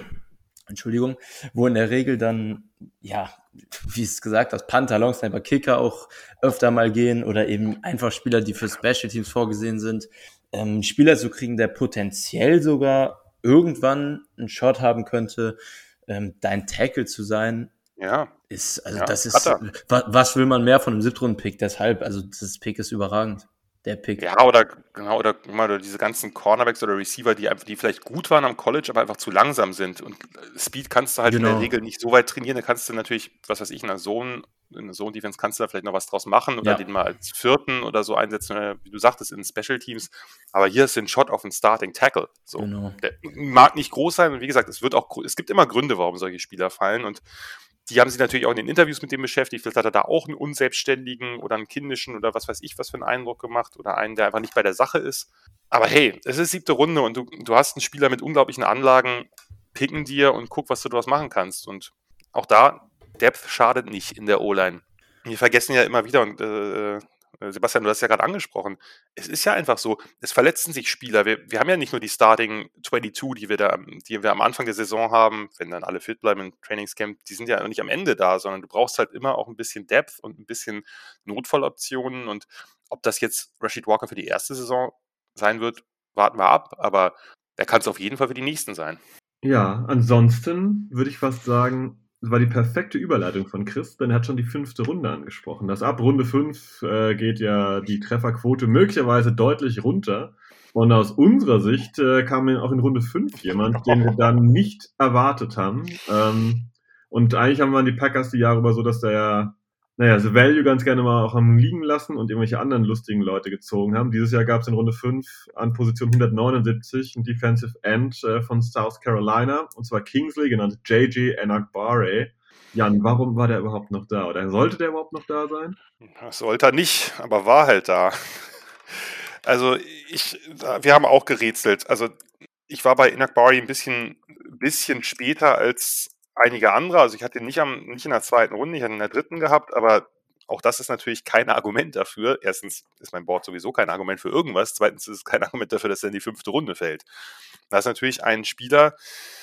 ja, wie es gesagt hast, Panther, Longsnapper, Kicker auch öfter mal gehen oder eben einfach Spieler, die für Special Teams vorgesehen sind, Spieler zu kriegen, der potenziell sogar irgendwann einen Shot haben könnte, dein Tackle zu sein. Ja. Was will man mehr von einem 7-Runden-Pick? Deshalb, also das Pick ist überragend. Der Pick. Ja, oder diese ganzen Cornerbacks oder Receiver, die vielleicht gut waren am College, aber einfach zu langsam sind. Und Speed kannst du halt in der Regel nicht so weit trainieren. Da kannst du natürlich, was weiß ich, in einer Zone in der Zone-Defense kannst du da vielleicht noch was draus machen oder den mal als vierten oder so einsetzen, oder wie du sagtest, in Special Teams. Aber hier ist ein Shot auf den Starting Tackle. So. Genau. Der mag nicht groß sein und wie gesagt, es gibt immer Gründe, warum solche Spieler fallen und die haben sich natürlich auch in den Interviews mit dem beschäftigt. Vielleicht hat er da auch einen unselbstständigen oder einen kindischen oder was weiß ich, was für einen Eindruck gemacht oder einen, der einfach nicht bei der Sache ist. Aber hey, es ist 7. Runde und du hast einen Spieler mit unglaublichen Anlagen, picken dir und guck, was du daraus machen kannst. Und auch da, Depth schadet nicht in der O-Line. Wir vergessen ja immer wieder, und Sebastian, du hast ja gerade angesprochen, es ist ja einfach so, es verletzen sich Spieler. Wir haben ja nicht nur die Starting 22, die wir am Anfang der Saison haben, wenn dann alle fit bleiben im Trainingscamp, die sind ja nicht am Ende da, sondern du brauchst halt immer auch ein bisschen Depth und ein bisschen Notfalloptionen. Und ob das jetzt Rashid Walker für die erste Saison sein wird, warten wir ab, aber er kann es auf jeden Fall für die nächsten sein. Ja, ansonsten würde ich fast sagen, es war die perfekte Überleitung von Chris, denn er hat schon die 5. Runde angesprochen. Das ab Runde 5 geht ja die Trefferquote möglicherweise deutlich runter. Und aus unserer Sicht kam auch in Runde 5 jemand, den wir dann nicht erwartet haben. Und eigentlich haben wir die Packers die Jahre über so, dass der The Value ganz gerne mal auch haben liegen lassen und irgendwelche anderen lustigen Leute gezogen haben. Dieses Jahr gab es in Runde 5 an Position 179 einen Defensive End von South Carolina, und zwar Kingsley, genannt J.J. Enagbare. Jan, warum war der überhaupt noch da? Oder sollte der überhaupt noch da sein? Das sollte er nicht, aber war halt da. Also wir haben auch gerätselt. Also ich war bei Enagbare ein bisschen später als einige andere. Also ich hatte ihn nicht in der 2. Runde, ich hatte ihn in der 3. gehabt, aber auch das ist natürlich kein Argument dafür. Erstens ist mein Board sowieso kein Argument für irgendwas. Zweitens ist es kein Argument dafür, dass er in die 5. Runde fällt. Da ist natürlich ein Spieler,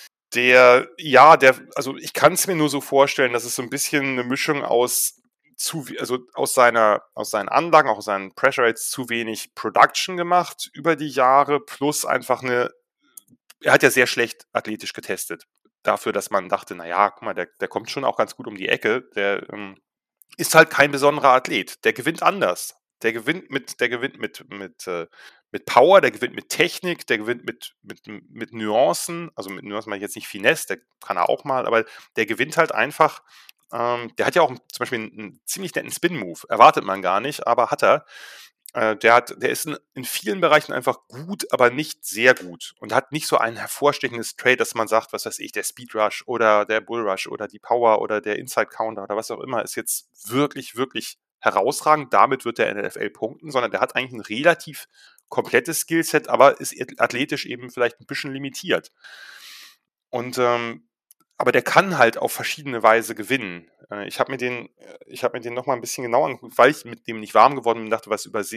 also ich kann es mir nur so vorstellen, dass es so ein bisschen eine Mischung aus seinen Anlagen, auch aus seinen Pressure Rates zu wenig Production gemacht über die Jahre, plus einfach er hat ja sehr schlecht athletisch getestet. Dafür, dass man dachte, naja, guck mal, der kommt schon auch ganz gut um die Ecke, der ist halt kein besonderer Athlet. Der gewinnt anders. Der gewinnt mit Power, der gewinnt mit Technik, der gewinnt mit Nuancen. Also mit Nuancen meine ich jetzt nicht Finesse, der kann er auch mal, aber der gewinnt halt einfach. Der hat ja auch zum Beispiel einen ziemlich netten Spin-Move. Erwartet man gar nicht, aber hat er. Der ist in vielen Bereichen einfach gut, aber nicht sehr gut und hat nicht so ein hervorstechendes Trade, dass man sagt, was weiß ich, der Speed Rush oder der Bull Rush oder die Power oder der Inside Counter oder was auch immer ist jetzt wirklich, wirklich herausragend. Damit wird der NFL punkten, sondern der hat eigentlich ein relativ komplettes Skillset, aber ist athletisch eben vielleicht ein bisschen limitiert. Und aber der kann halt auf verschiedene Weise gewinnen. Ich habe mir den noch mal ein bisschen genauer angeguckt, weil ich mit dem nicht warm geworden bin und dachte,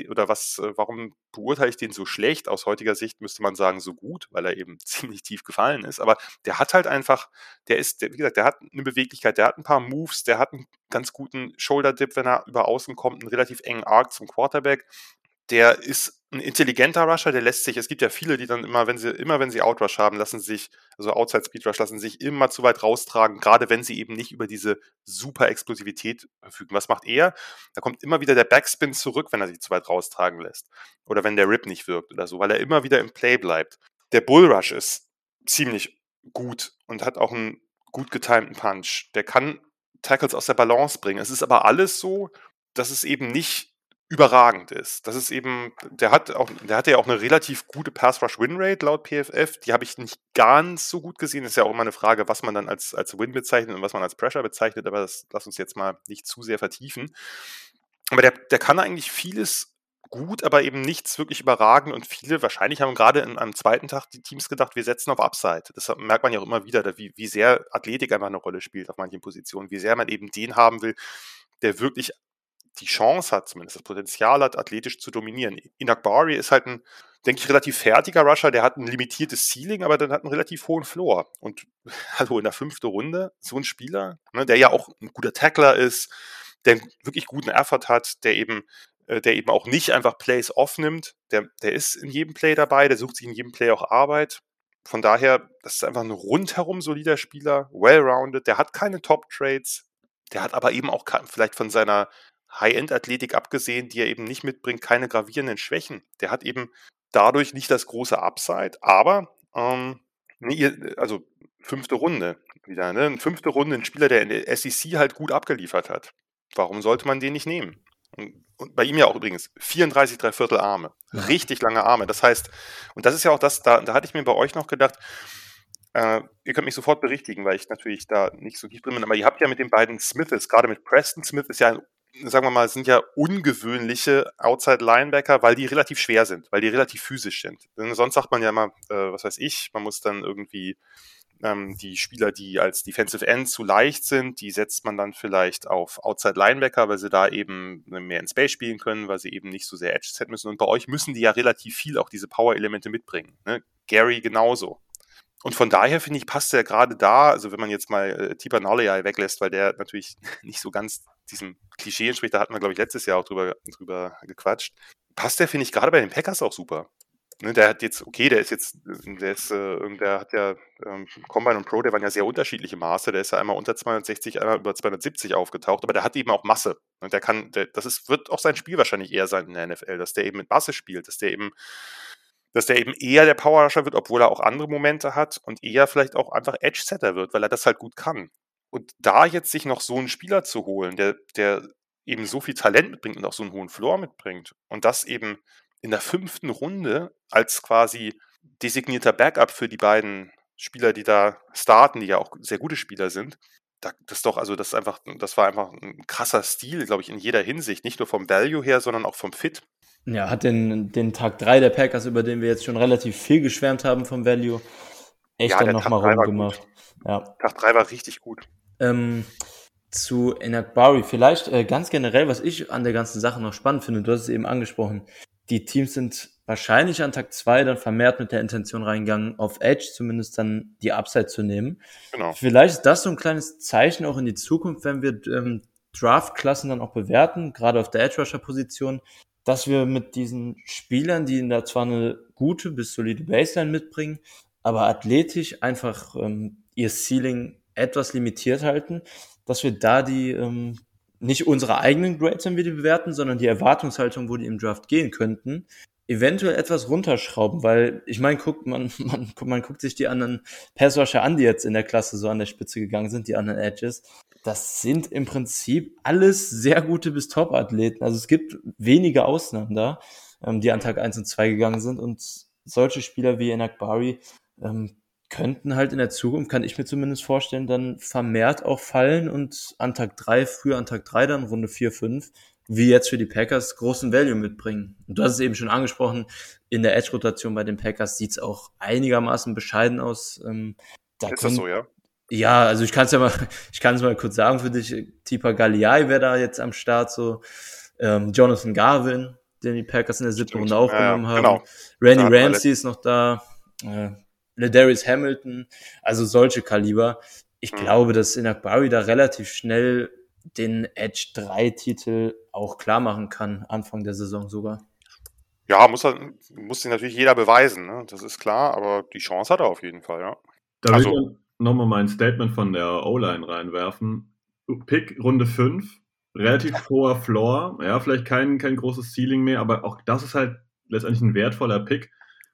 warum beurteile ich den so schlecht? Aus heutiger Sicht müsste man sagen, so gut, weil er eben ziemlich tief gefallen ist. Aber der hat halt einfach, wie gesagt, der hat eine Beweglichkeit, der hat ein paar Moves, der hat einen ganz guten Shoulder-Dip, wenn er über außen kommt, einen relativ engen Arc zum Quarterback. Der ist ein intelligenter Rusher, es gibt ja viele, die dann immer, wenn sie Outrush haben, also Outside Speed Rush, lassen sich immer zu weit raustragen, gerade wenn sie eben nicht über diese super Explosivität verfügen. Was macht er? Da kommt immer wieder der Backspin zurück, wenn er sich zu weit raustragen lässt. Oder wenn der Rip nicht wirkt oder so, weil er immer wieder im Play bleibt. Der Bull Rush ist ziemlich gut und hat auch einen gut getimten Punch. Der kann Tackles aus der Balance bringen. Es ist aber alles so, dass es eben nicht überragend ist. Das ist eben, der hatte ja auch eine relativ gute Pass-Rush-Win-Rate laut PFF. Die habe ich nicht ganz so gut gesehen. Das ist ja auch immer eine Frage, was man dann als Win bezeichnet und was man als Pressure bezeichnet, aber das lass uns jetzt mal nicht zu sehr vertiefen. Aber der kann eigentlich vieles gut, aber eben nichts wirklich überragend und viele, wahrscheinlich haben gerade am zweiten Tag die Teams gedacht, wir setzen auf Upside. Das merkt man ja auch immer wieder, wie sehr Athletik einfach eine Rolle spielt auf manchen Positionen, wie sehr man eben den haben will, der wirklich die Chance hat, zumindest das Potenzial hat, athletisch zu dominieren. Enagbare ist halt ein, denke ich, relativ fertiger Rusher, der hat ein limitiertes Ceiling, aber dann hat einen relativ hohen Floor. Und also in der 5. Runde, so ein Spieler, ne, der ja auch ein guter Tackler ist, der einen wirklich guten Effort hat, der eben auch nicht einfach Plays aufnimmt, der ist in jedem Play dabei, der sucht sich in jedem Play auch Arbeit. Von daher, das ist einfach ein rundherum solider Spieler, well-rounded, der hat keine Top-Trades, der hat aber eben auch vielleicht von seiner High-End-Athletik abgesehen, die er eben nicht mitbringt, keine gravierenden Schwächen. Der hat eben dadurch nicht das große Upside, aber also 5. Runde wieder, ne? 5. Runde, ein Spieler, der in der SEC halt gut abgeliefert hat. Warum sollte man den nicht nehmen? Und bei ihm ja auch übrigens 34 3/4 Arme. Richtig lange Arme. Das heißt, und das ist ja auch das, da hatte ich mir bei euch noch gedacht, ihr könnt mich sofort berichtigen, weil ich natürlich da nicht so tief drin bin, aber ihr habt ja mit den beiden Smiths, gerade mit Preston Smith ist ja, sagen wir mal, sind ja ungewöhnliche Outside-Linebacker, weil die relativ schwer sind, weil die relativ physisch sind. Denn sonst sagt man ja immer, was weiß ich, man muss dann irgendwie die Spieler, die als Defensive End zu leicht sind, die setzt man dann vielleicht auf Outside Linebacker, weil sie da eben mehr in Space spielen können, weil sie eben nicht so sehr Edge-Set müssen. Und bei euch müssen die ja relativ viel auch diese Power-Elemente mitbringen. Ne? Gary genauso. Und von daher finde ich, passt er gerade da, also wenn man jetzt mal Tipa Nolai weglässt, weil der natürlich nicht so ganz diesem Klischee entspricht, da hatten wir, glaube ich, letztes Jahr auch drüber gequatscht, passt der, finde ich, gerade bei den Packers auch super. Ne, der hat jetzt, okay, der hat ja Combine und Pro, der waren ja sehr unterschiedliche Maße, der ist ja einmal unter 260, einmal über 270 aufgetaucht, aber der hat eben auch Masse. Und wird auch sein Spiel wahrscheinlich eher sein in der NFL, dass der eben mit Masse spielt, dass der eben eher der Power-Rusher wird, obwohl er auch andere Momente hat und eher vielleicht auch einfach Edge-Setter wird, weil er das halt gut kann. Und da jetzt sich noch so einen Spieler zu holen, der eben so viel Talent mitbringt und auch so einen hohen Floor mitbringt und das eben in der 5. Runde als quasi designierter Backup für die beiden Spieler, die da starten, die ja auch sehr gute Spieler sind, das war einfach ein krasser Stil, glaube ich, in jeder Hinsicht. Nicht nur vom Value her, sondern auch vom Fit. Ja, hat den Tag 3 der Packers, über den wir jetzt schon relativ viel geschwärmt haben vom Value, echt dann nochmal rumgemacht. Ja. Tag 3 war richtig gut. Zu Enagbari, vielleicht ganz generell, was ich an der ganzen Sache noch spannend finde, du hast es eben angesprochen, die Teams sind wahrscheinlich an Tag 2 dann vermehrt mit der Intention reingegangen, auf Edge zumindest dann die Upside zu nehmen. Genau. Vielleicht ist das so ein kleines Zeichen auch in die Zukunft, wenn wir Draft-Klassen dann auch bewerten, gerade auf der Edge-Rusher-Position, dass wir mit diesen Spielern, die da zwar eine gute bis solide Baseline mitbringen, aber athletisch einfach ihr Ceiling etwas limitiert halten, dass wir da die nicht unsere eigenen Grades, wenn wir die bewerten, sondern die Erwartungshaltung, wo die im Draft gehen könnten, eventuell etwas runterschrauben, weil ich meine, man guckt sich die anderen Passrusher an, die jetzt in der Klasse so an der Spitze gegangen sind, die anderen Edges. Das sind im Prinzip alles sehr gute bis Top-Athleten. Also es gibt wenige Ausnahmen da, die an Tag 1 und 2 gegangen sind und solche Spieler wie Enagbari könnten halt in der Zukunft, kann ich mir zumindest vorstellen, dann vermehrt auch fallen und früher an Tag 3 dann Runde 4, 5, wie jetzt für die Packers, großen Value mitbringen. Und du hast es eben schon angesprochen, in der Edge-Rotation bei den Packers sieht es auch einigermaßen bescheiden aus. Ist das so, ja? Ja, also ich kann es mal kurz sagen für dich. Tipa Galeai wäre da jetzt am Start, so Jonathan Garvin, den die Packers in der 7. Runde aufgenommen haben. Genau. Randy Ramsey ist noch da. Ladarius Hamilton, also solche Kaliber. Ich glaube, dass Enagbari da relativ schnell den Edge 3-Titel auch klar machen kann, Anfang der Saison sogar. Ja, muss sich natürlich jeder beweisen, ne? Das ist klar, aber die Chance hat er auf jeden Fall, ja. Da will ich nochmal mein Statement von der O-Line reinwerfen. Pick Runde 5, relativ hoher Floor, ja, vielleicht kein großes Ceiling mehr, aber auch das ist halt letztendlich ein wertvoller Pick.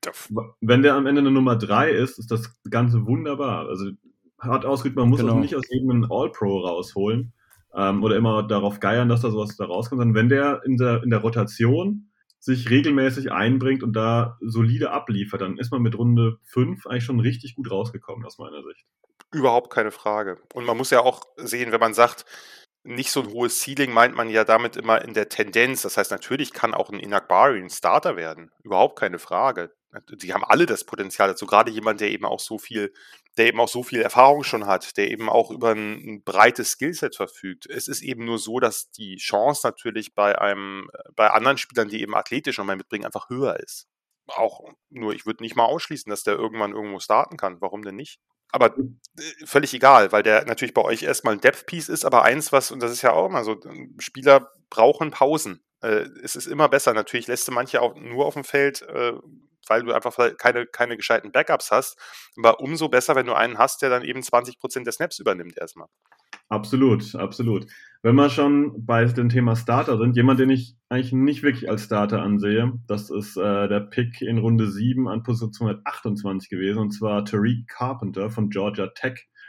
Wenn der am Ende eine Nummer 3 ist das Ganze wunderbar. Also hart ausgedrückt, man muss also nicht aus jedem einen All-Pro rausholen oder immer darauf geiern, dass da sowas da rauskommt, sondern wenn der in der Rotation sich regelmäßig einbringt und da solide abliefert, dann ist man mit Runde 5 eigentlich schon richtig gut rausgekommen aus meiner Sicht. Überhaupt keine Frage. Und man muss ja auch sehen, wenn man sagt, nicht so ein hohes Ceiling, meint man ja damit immer in der Tendenz. Das heißt, natürlich kann auch ein Enagbari ein Starter werden. Überhaupt keine Frage. Die haben alle das Potenzial dazu. Gerade jemand, der eben auch so viel Erfahrung schon hat, der eben auch über ein breites Skillset verfügt. Es ist eben nur so, dass die Chance natürlich bei anderen Spielern, die eben athletisch noch mal mitbringen, einfach höher ist. Auch nur, ich würde nicht mal ausschließen, dass der irgendwann irgendwo starten kann. Warum denn nicht? Aber völlig egal, weil der natürlich bei euch erstmal ein Depth-Piece ist, aber eins, und das ist ja auch immer so, Spieler brauchen Pausen. Es ist immer besser. Natürlich lässt du manche auch nur auf dem Feld, weil du einfach keine gescheiten Backups hast. Aber umso besser, wenn du einen hast, der dann eben 20% der Snaps übernimmt erstmal. Absolut, absolut. Wenn wir schon bei dem Thema Starter sind, jemand, den ich eigentlich nicht wirklich als Starter ansehe, das ist der Pick in Runde 7 an Position 228 gewesen, und zwar Tariq Carpenter von Georgia Tech.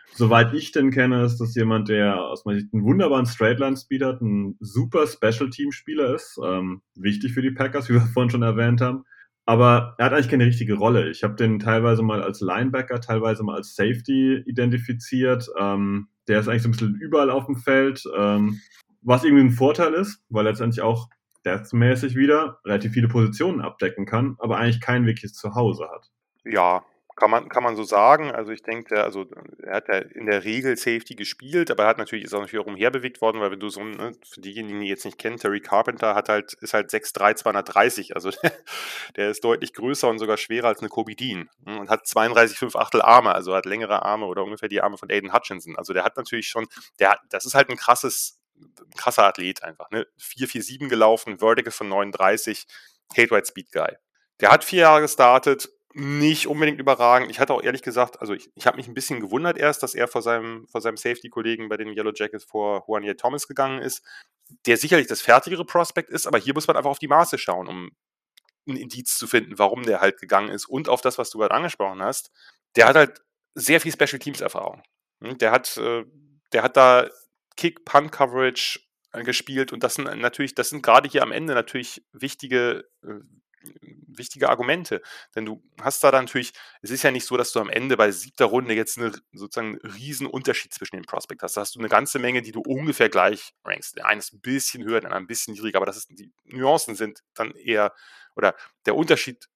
Soweit ich den kenne, ist das jemand, der aus meiner Sicht einen wunderbaren Straight-Line-Speed hat, ein super Special-Team-Spieler ist, wichtig für die Packers, wie wir vorhin schon erwähnt haben. Aber er hat eigentlich keine richtige Rolle. Ich habe den teilweise mal als Linebacker, teilweise mal als Safety identifiziert. Der ist eigentlich so ein bisschen überall auf dem Feld, was irgendwie ein Vorteil ist, weil er letztendlich auch deathmäßig wieder relativ viele Positionen abdecken kann, aber eigentlich kein wirkliches Zuhause hat. Ja, kann man so sagen. Also ich denke, er hat ja in der Regel Safety gespielt, aber er ist auch natürlich umherbewegt worden, weil wenn du so einen, für diejenigen, die jetzt nicht kennen, Terry Carpenter ist halt 6'3", 230, also der ist deutlich größer und sogar schwerer als eine Kobe Dean und hat 32,5 Achtel Arme, also hat längere Arme oder ungefähr die Arme von Aiden Hutchinson. Also der hat natürlich schon, das ist halt ein krasser Athlet einfach, ne? 4,47 gelaufen, Vertical von 39, Statewide Speed Guy. Der hat 4 Jahre gestartet, nicht unbedingt überragend. Ich hatte auch ehrlich gesagt, also ich habe mich ein bisschen gewundert erst, dass er vor seinem Safety-Kollegen bei den Yellow Jackets vor Juanier Thomas gegangen ist, der sicherlich das fertigere Prospect ist, aber hier muss man einfach auf die Maße schauen, um ein Indiz zu finden, warum der halt gegangen ist und auf das, was du gerade angesprochen hast. Der hat halt sehr viel Special-Teams-Erfahrung. Der hat da Kick, Punt-Coverage gespielt und das sind gerade hier am Ende natürlich wichtige Argumente, denn du hast da dann natürlich, es ist ja nicht so, dass du am Ende bei 7. Runde jetzt sozusagen einen riesen Unterschied zwischen den Prospects hast. Da hast du eine ganze Menge, die du ungefähr gleich rankst. Der eine ist ein bisschen höher, der andere ein bisschen niedriger, aber die Nuancen sind dann eher, oder der Unterschied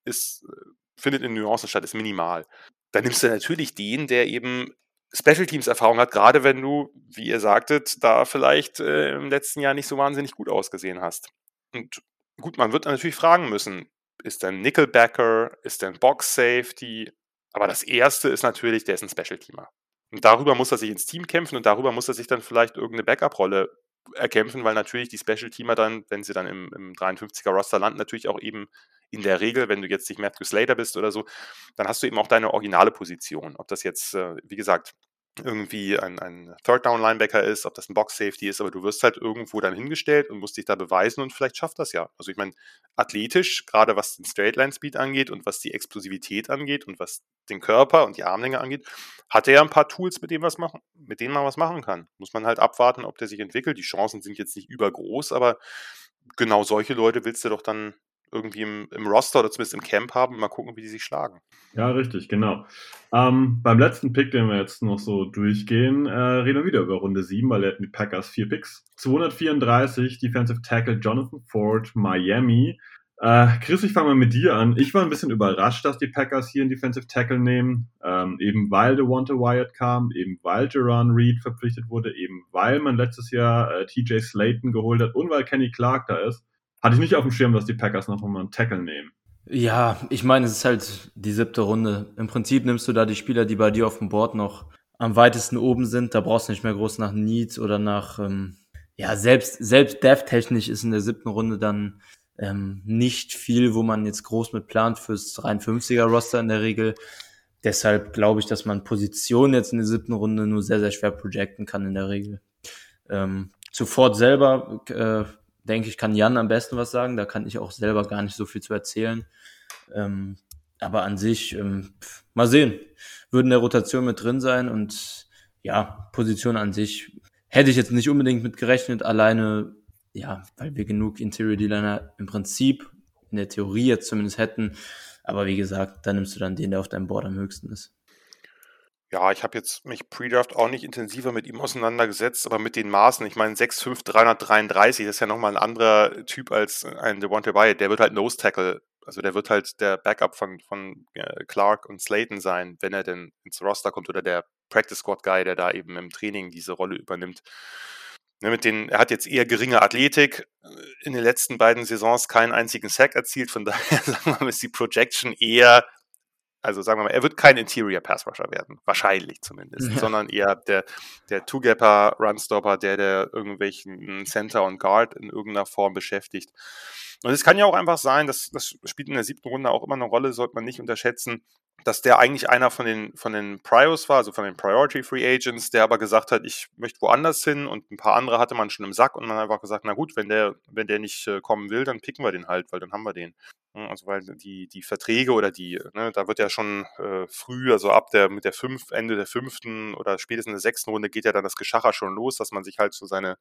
findet in Nuancen statt, ist minimal. Dann nimmst du natürlich den, der eben Special Teams Erfahrung hat, gerade wenn du, wie ihr sagtet, da vielleicht im letzten Jahr nicht so wahnsinnig gut ausgesehen hast. Und gut, man wird natürlich fragen müssen, ist der ein Nickelbacker, ist der ein Box Safety? Aber das Erste ist natürlich, der ist ein Special Teamer. Und darüber muss er sich ins Team kämpfen und darüber muss er sich dann vielleicht irgendeine Backup-Rolle erkämpfen, weil natürlich die Special Teamer dann, wenn sie dann im 53er Roster landen, natürlich auch eben in der Regel, wenn du jetzt nicht Matthew Slater bist oder so, dann hast du eben auch deine originale Position. Ob das jetzt, wie gesagt, irgendwie ein Third-Down-Linebacker ist, ob das ein Box-Safety ist, aber du wirst halt irgendwo dann hingestellt und musst dich da beweisen und vielleicht schafft das ja. Also ich meine, athletisch, gerade was den Straight-Line-Speed angeht und was die Explosivität angeht und was den Körper und die Armlänge angeht, hat er ja ein paar Tools, mit denen man was machen kann. Muss man halt abwarten, ob der sich entwickelt. Die Chancen sind jetzt nicht übergroß, aber genau solche Leute willst du doch dann irgendwie im Roster oder zumindest im Camp haben und mal gucken, wie die sich schlagen. Ja, richtig, genau. Beim letzten Pick, den wir jetzt noch so durchgehen, reden wir wieder über Runde 7, weil er hatten die Packers 4 Picks. 234, Defensive Tackle Jonathan Ford, Miami. Chris, ich fange mal mit dir an. Ich war ein bisschen überrascht, dass die Packers hier einen Defensive Tackle nehmen, eben weil Devonta Wyatt kam, eben weil Jerron Reed verpflichtet wurde, eben weil man letztes Jahr TJ Slaton geholt hat und weil Kenny Clark da ist. Hatte ich nicht auf dem Schirm, dass die Packers noch mal einen Tackle nehmen. Ja, ich meine, es ist halt die 7. Runde. Im Prinzip nimmst du da die Spieler, die bei dir auf dem Board noch am weitesten oben sind. Da brauchst du nicht mehr groß nach Needs oder nach, selbst Dev-technisch ist in der 7. Runde dann nicht viel, wo man jetzt groß mit plant fürs 53er-Roster in der Regel. Deshalb glaube ich, dass man Positionen jetzt in der 7. Runde nur sehr, sehr schwer projecten kann in der Regel. Zu Ford selber, denke ich, kann Jan am besten was sagen. Da kann ich auch selber gar nicht so viel zu erzählen. Aber an sich, mal sehen, würden in der Rotation mit drin sein. Und ja, Position an sich hätte ich jetzt nicht unbedingt mit gerechnet. Alleine, ja, weil wir genug Interior D-Liner im Prinzip, in der Theorie jetzt zumindest hätten. Aber wie gesagt, dann nimmst du dann den, der auf deinem Board am höchsten ist. Ja, ich habe jetzt mich Pre-Draft auch nicht intensiver mit ihm auseinandergesetzt, aber mit den Maßen, ich meine 6'5", 333, das ist ja nochmal ein anderer Typ als ein Devonta Wyatt, der wird halt Nose Tackle, also der wird halt der Backup von Clark und Slaton sein, wenn er denn ins Roster kommt oder der Practice Squad Guy, der da eben im Training diese Rolle übernimmt. Er hat jetzt eher geringe Athletik, in den letzten beiden Saisons keinen einzigen Sack erzielt, von daher sagen wir mal, ist die Projection eher, also sagen wir mal, er wird kein Interior Pass Rusher werden, wahrscheinlich zumindest, sondern eher der Two-Gapper, Runstopper, der irgendwelchen Center und Guard in irgendeiner Form beschäftigt. Und es kann ja auch einfach sein, das spielt in der 7. Runde auch immer eine Rolle, sollte man nicht unterschätzen, dass der eigentlich einer von den Prios war, also von den Priority Free Agents, der aber gesagt hat, ich möchte woanders hin, und ein paar andere hatte man schon im Sack und man hat einfach gesagt, na gut, wenn der nicht kommen will, dann picken wir den halt, weil dann haben wir den. Also weil die Verträge oder da wird ja schon früh, also Ende der 5. oder spätestens in der 6. Runde geht ja dann das Geschacher schon los, dass man sich halt so seine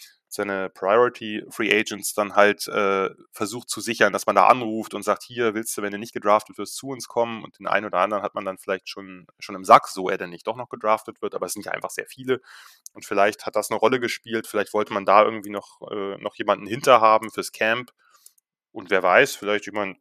Priority Free Agents dann halt versucht zu sichern, dass man da anruft und sagt, hier willst du, wenn du nicht gedraftet wirst, zu uns kommen, und den einen oder anderen hat man dann vielleicht schon im Sack, so er denn nicht doch noch gedraftet wird, aber es sind ja einfach sehr viele und vielleicht hat das eine Rolle gespielt, vielleicht wollte man da irgendwie noch jemanden hinterhaben fürs Camp, und wer weiß, vielleicht jemand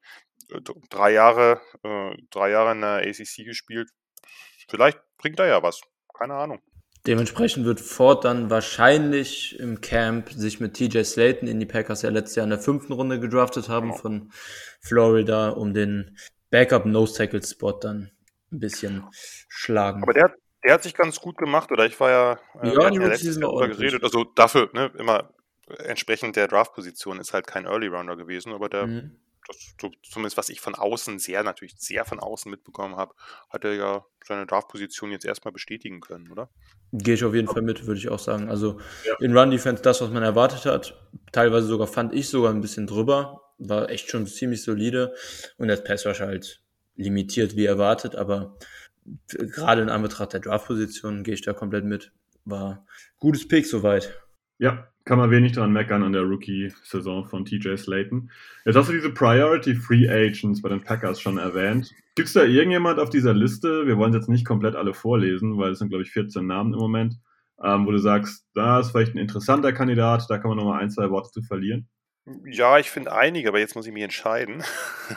3 Jahre in der ACC gespielt, vielleicht bringt er ja was, keine Ahnung. Dementsprechend wird Ford dann wahrscheinlich im Camp sich mit TJ Slaton, in die Packers ja letztes Jahr in der 5. Runde gedraftet haben, von Florida, um den Backup-Nose-Tackle-Spot dann ein bisschen schlagen. Aber der hat sich ganz gut gemacht, oder? Ich war ja, wir hatten ja letztes Jahr darüber geredet, also dafür, immer entsprechend der Draft-Position ist halt kein Early-Rounder gewesen, aber zumindest was ich natürlich sehr von außen mitbekommen habe, hat er ja seine Draft-Position jetzt erstmal bestätigen können, oder? Gehe ich auf jeden Fall mit, würde ich auch sagen. Also in Run-Defense das, was man erwartet hat, teilweise fand ich sogar ein bisschen drüber, war echt schon ziemlich solide, und das Pass-Rush halt limitiert wie erwartet, aber gerade in Anbetracht der Draft-Position gehe ich da komplett mit. War gutes Pick soweit. Ja, kann man wenig dran meckern an der Rookie-Saison von TJ Slaton. Jetzt hast du diese Priority Free Agents bei den Packers schon erwähnt. Gibt es da irgendjemand auf dieser Liste, wir wollen jetzt nicht komplett alle vorlesen, weil es sind, glaube ich, 14 Namen im Moment, wo du sagst, da ist vielleicht ein interessanter Kandidat, da kann man nochmal 1, 2 Worte zu verlieren? Ja, ich finde einige, aber jetzt muss ich mich entscheiden.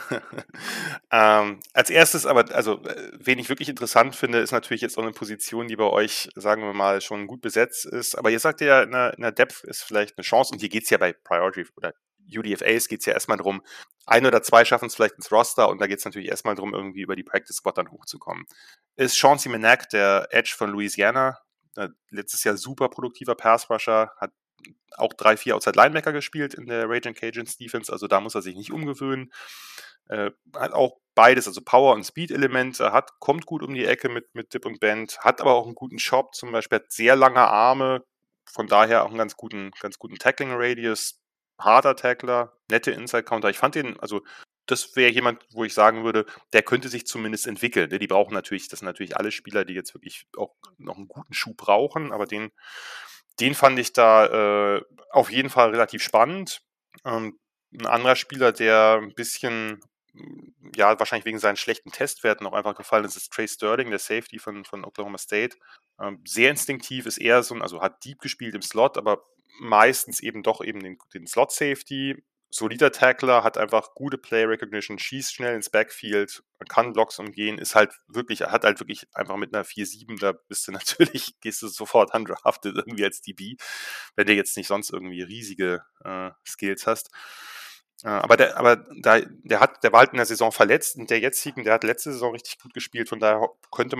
Als erstes aber, also wen ich wirklich interessant finde, ist natürlich jetzt auch eine Position, die bei euch, sagen wir mal, schon gut besetzt ist. Aber ihr sagt ja, in der Depth ist vielleicht eine Chance, und hier geht es ja bei Priority oder UDFAs geht es ja erstmal darum, 1 oder 2 schaffen es vielleicht ins Roster, und da geht es natürlich erstmal darum, irgendwie über die Practice Squad dann hochzukommen. Ist Chauncey Menack, der Edge von Louisiana, letztes Jahr super produktiver Pass-Rusher, hat auch 3-4 Outside-Linebacker gespielt in der Raging Cajuns Defense, also da muss er sich nicht umgewöhnen. Hat auch beides, also Power- und Speed-Elemente, kommt gut um die Ecke mit Dip und Bend, hat aber auch einen guten Shop, zum Beispiel hat sehr lange Arme, von daher auch einen ganz guten Tackling-Radius, harter Tackler, nette Inside-Counter. Ich fand den, also das wäre jemand, wo ich sagen würde, der könnte sich zumindest entwickeln. Die brauchen natürlich, das sind natürlich alle Spieler, die jetzt wirklich auch noch einen guten Schuh brauchen, aber den fand ich da auf jeden Fall relativ spannend. Ein anderer Spieler, der ein bisschen, ja, wahrscheinlich wegen seinen schlechten Testwerten auch einfach gefallen ist, ist Trey Sterling, der Safety von Oklahoma State. Sehr instinktiv, ist eher also hat Deep gespielt im Slot, aber meistens eben den Slot-Safety. Solider Tackler, hat einfach gute Play Recognition, schießt schnell ins Backfield, kann Blocks umgehen, hat wirklich einfach mit einer 4-7, da gehst du sofort undrafted irgendwie als DB, wenn du jetzt nicht sonst irgendwie riesige Skills hast. Aber der war halt in der Saison verletzt, und der hat letzte Saison richtig gut gespielt, von daher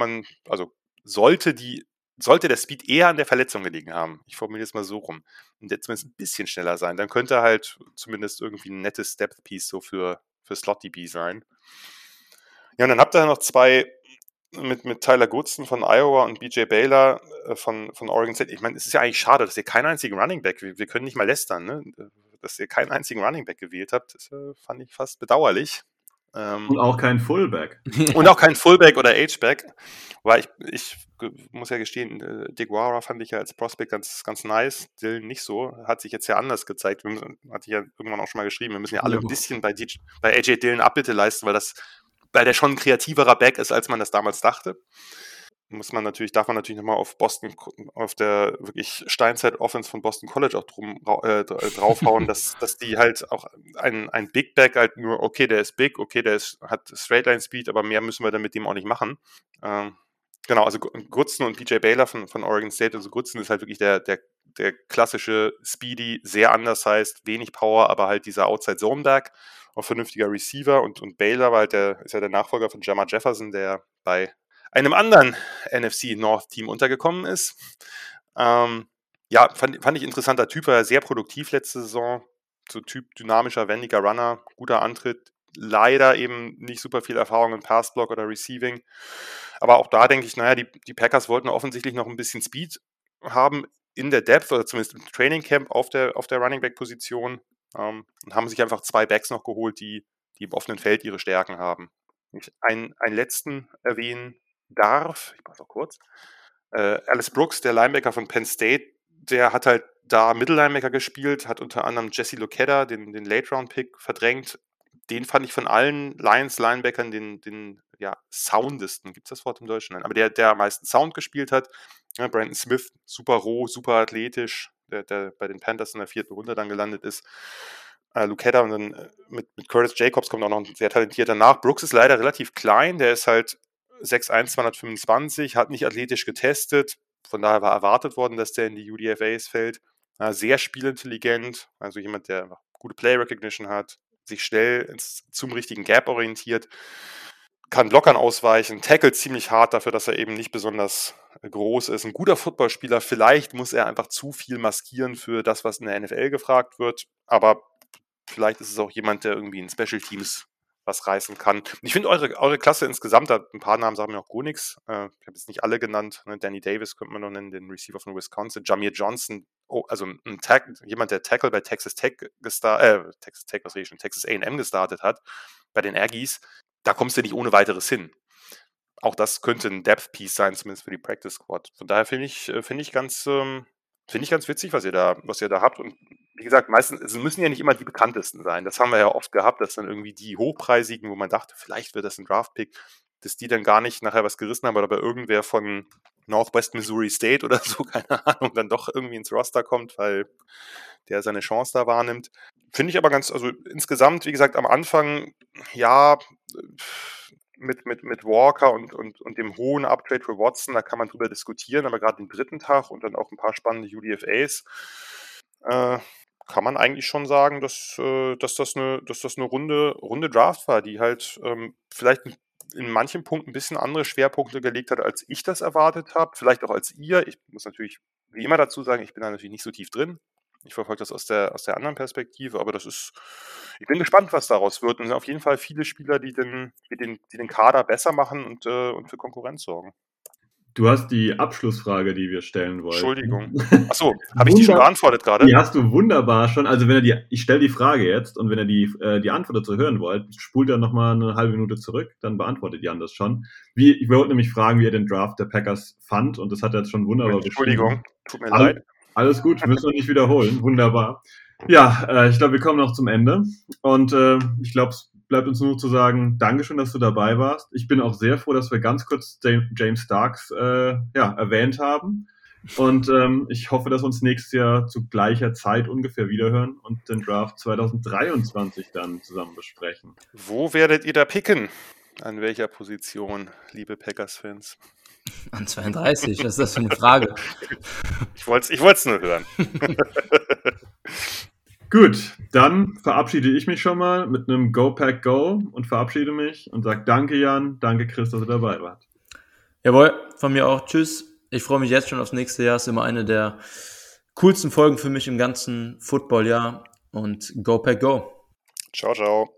sollte der Speed eher an der Verletzung gelegen haben. Ich formuliere es mal so rum. Und der zumindest ein bisschen schneller sein. Dann könnte er halt zumindest irgendwie ein nettes Depth-Piece so für Slot-DB sein. Ja, und dann habt ihr noch 2 mit Tyler Goodson von Iowa und BJ Baylor von Oregon State. Ich meine, es ist ja eigentlich schade, dass ihr keinen einzigen Running Back, wir können nicht mal lästern, ne? Dass ihr keinen einzigen Running Back gewählt habt, das fand ich fast bedauerlich. Und auch kein Fullback. Und auch kein Fullback oder H-Back. Weil ich muss ja gestehen, DeGuara fand ich ja als Prospect ganz, ganz nice. Dylan nicht so. Hat sich jetzt ja anders gezeigt. Hatte ich ja irgendwann auch schon mal geschrieben. Wir müssen ja alle ein bisschen bei AJ Dillon Abbitte leisten, weil der schon ein kreativerer Back ist, als man das damals dachte. Darf man natürlich nochmal auf der wirklich Steinzeit-Offense von Boston College auch draufhauen, dass die halt auch ein Big Back halt nur, okay, der ist big, okay, hat Straight-Line-Speed, aber mehr müssen wir dann mit dem auch nicht machen. Genau, also Goodson und BJ Baylor von Oregon State, also Goodson ist halt wirklich der klassische Speedy, sehr undersized, wenig Power, aber halt dieser Outside-Zone-Back, auch vernünftiger Receiver, und Baylor war halt ist ja der Nachfolger von Jermar Jefferson, der bei einem anderen NFC North Team untergekommen ist. Ja, fand ich interessanter Typ, war sehr produktiv letzte Saison. so Typ dynamischer, wendiger Runner, guter Antritt, leider eben nicht super viel Erfahrung im Passblock oder Receiving. Aber auch da denke ich, die Packers wollten offensichtlich noch ein bisschen Speed haben in der Depth oder zumindest im Training Camp auf der Running Back Position und haben sich einfach 2 Backs noch geholt, die im offenen Feld ihre Stärken haben. Wenn ich einen letzten erwähnen darf, ich mache es auch kurz, Alice Brooks, der Linebacker von Penn State, der hat halt da Mittellinebacker gespielt, hat unter anderem Jesse Luketa, den Late-Round-Pick, verdrängt. Den fand ich von allen Lions-Linebackern den soundesten, gibt es das Wort im Deutschen? Nein, aber der am meisten Sound gespielt hat. Ja, Brandon Smith, super roh, super athletisch, der bei den Panthers in der 4. Runde dann gelandet ist. Luketa und dann mit Curtis Jacobs kommt auch noch ein sehr talentierter nach. Brooks ist leider relativ klein, der ist halt 6'1", 225, hat nicht athletisch getestet, von daher war erwartet worden, dass der in die UDFAs fällt. Sehr spielintelligent, also jemand, der gute Play-Recognition hat, sich schnell zum richtigen Gap orientiert, kann Blockern ausweichen, tackelt ziemlich hart dafür, dass er eben nicht besonders groß ist. Ein guter Footballspieler, vielleicht muss er einfach zu viel maskieren für das, was in der NFL gefragt wird, aber vielleicht ist es auch jemand, der irgendwie in Special Teams was reißen kann. Ich finde eure Klasse insgesamt, ein paar Namen sagen mir auch gar nichts. Ich habe jetzt nicht alle genannt. Ne? Danny Davis könnte man noch nennen, den Receiver von Wisconsin. Jameer Johnson, also jemand, der Tackle bei Texas A&M gestartet hat, bei den Aggies. Da kommst du nicht ohne weiteres hin. Auch das könnte ein Depth-Piece sein, zumindest für die Practice Squad. Von daher finde ich ganz witzig, was ihr da habt. Und wie gesagt, meistens, es müssen ja nicht immer die bekanntesten sein. Das haben wir ja oft gehabt, dass dann irgendwie die hochpreisigen, wo man dachte, vielleicht wird das ein Draft-Pick, dass die dann gar nicht nachher was gerissen haben oder bei irgendwer von Northwest Missouri State oder so, keine Ahnung, dann doch irgendwie ins Roster kommt, weil der seine Chance da wahrnimmt. Finde ich aber also insgesamt, wie gesagt, am Anfang, ja, mit Walker und dem hohen Uptrade für Watson, da kann man drüber diskutieren, aber gerade den 3. Tag und dann auch ein paar spannende UDFAs, kann man eigentlich schon sagen, dass das eine runde Draft war, die halt vielleicht in manchen Punkten ein bisschen andere Schwerpunkte gelegt hat, als ich das erwartet habe, vielleicht auch als ihr. Ich muss natürlich wie immer dazu sagen, ich bin da natürlich nicht so tief drin. Ich verfolge das aus der anderen Perspektive, aber ich bin gespannt, was daraus wird. Und es sind auf jeden Fall viele Spieler, die den Kader besser machen und für Konkurrenz sorgen. Du hast die Abschlussfrage, die wir stellen wollten. Entschuldigung. Achso, habe ich die schon beantwortet gerade? Die hast du wunderbar schon. Also ich stelle die Frage jetzt und wenn ihr die Antwort dazu hören wollt, spult dann nochmal eine halbe Minute zurück, dann beantwortet Jan das schon. Ich wollte nämlich fragen, wie ihr den Draft der Packers fand und das hat er jetzt schon wunderbar Entschuldigung, tut mir leid. Alles gut, müssen wir nicht wiederholen. Wunderbar. Ja, ich glaube, wir kommen noch zum Ende und ich glaube, es bleibt uns nur zu sagen, Dankeschön, dass du dabei warst. Ich bin auch sehr froh, dass wir ganz kurz James Starks erwähnt haben. Und ich hoffe, dass wir uns nächstes Jahr zu gleicher Zeit ungefähr wiederhören und den Draft 2023 dann zusammen besprechen. Wo werdet ihr da picken? An welcher Position, liebe Packers-Fans? An 32, was ist das für eine Frage? Ich wollte es nur hören. Gut, dann verabschiede ich mich schon mal mit einem Go Pack Go und verabschiede mich und sage danke Jan, danke Chris, dass ihr dabei wart. Jawohl, von mir auch. Tschüss. Ich freue mich jetzt schon aufs nächste Jahr. Ist immer eine der coolsten Folgen für mich im ganzen Footballjahr. Und Go Pack Go. Ciao, ciao.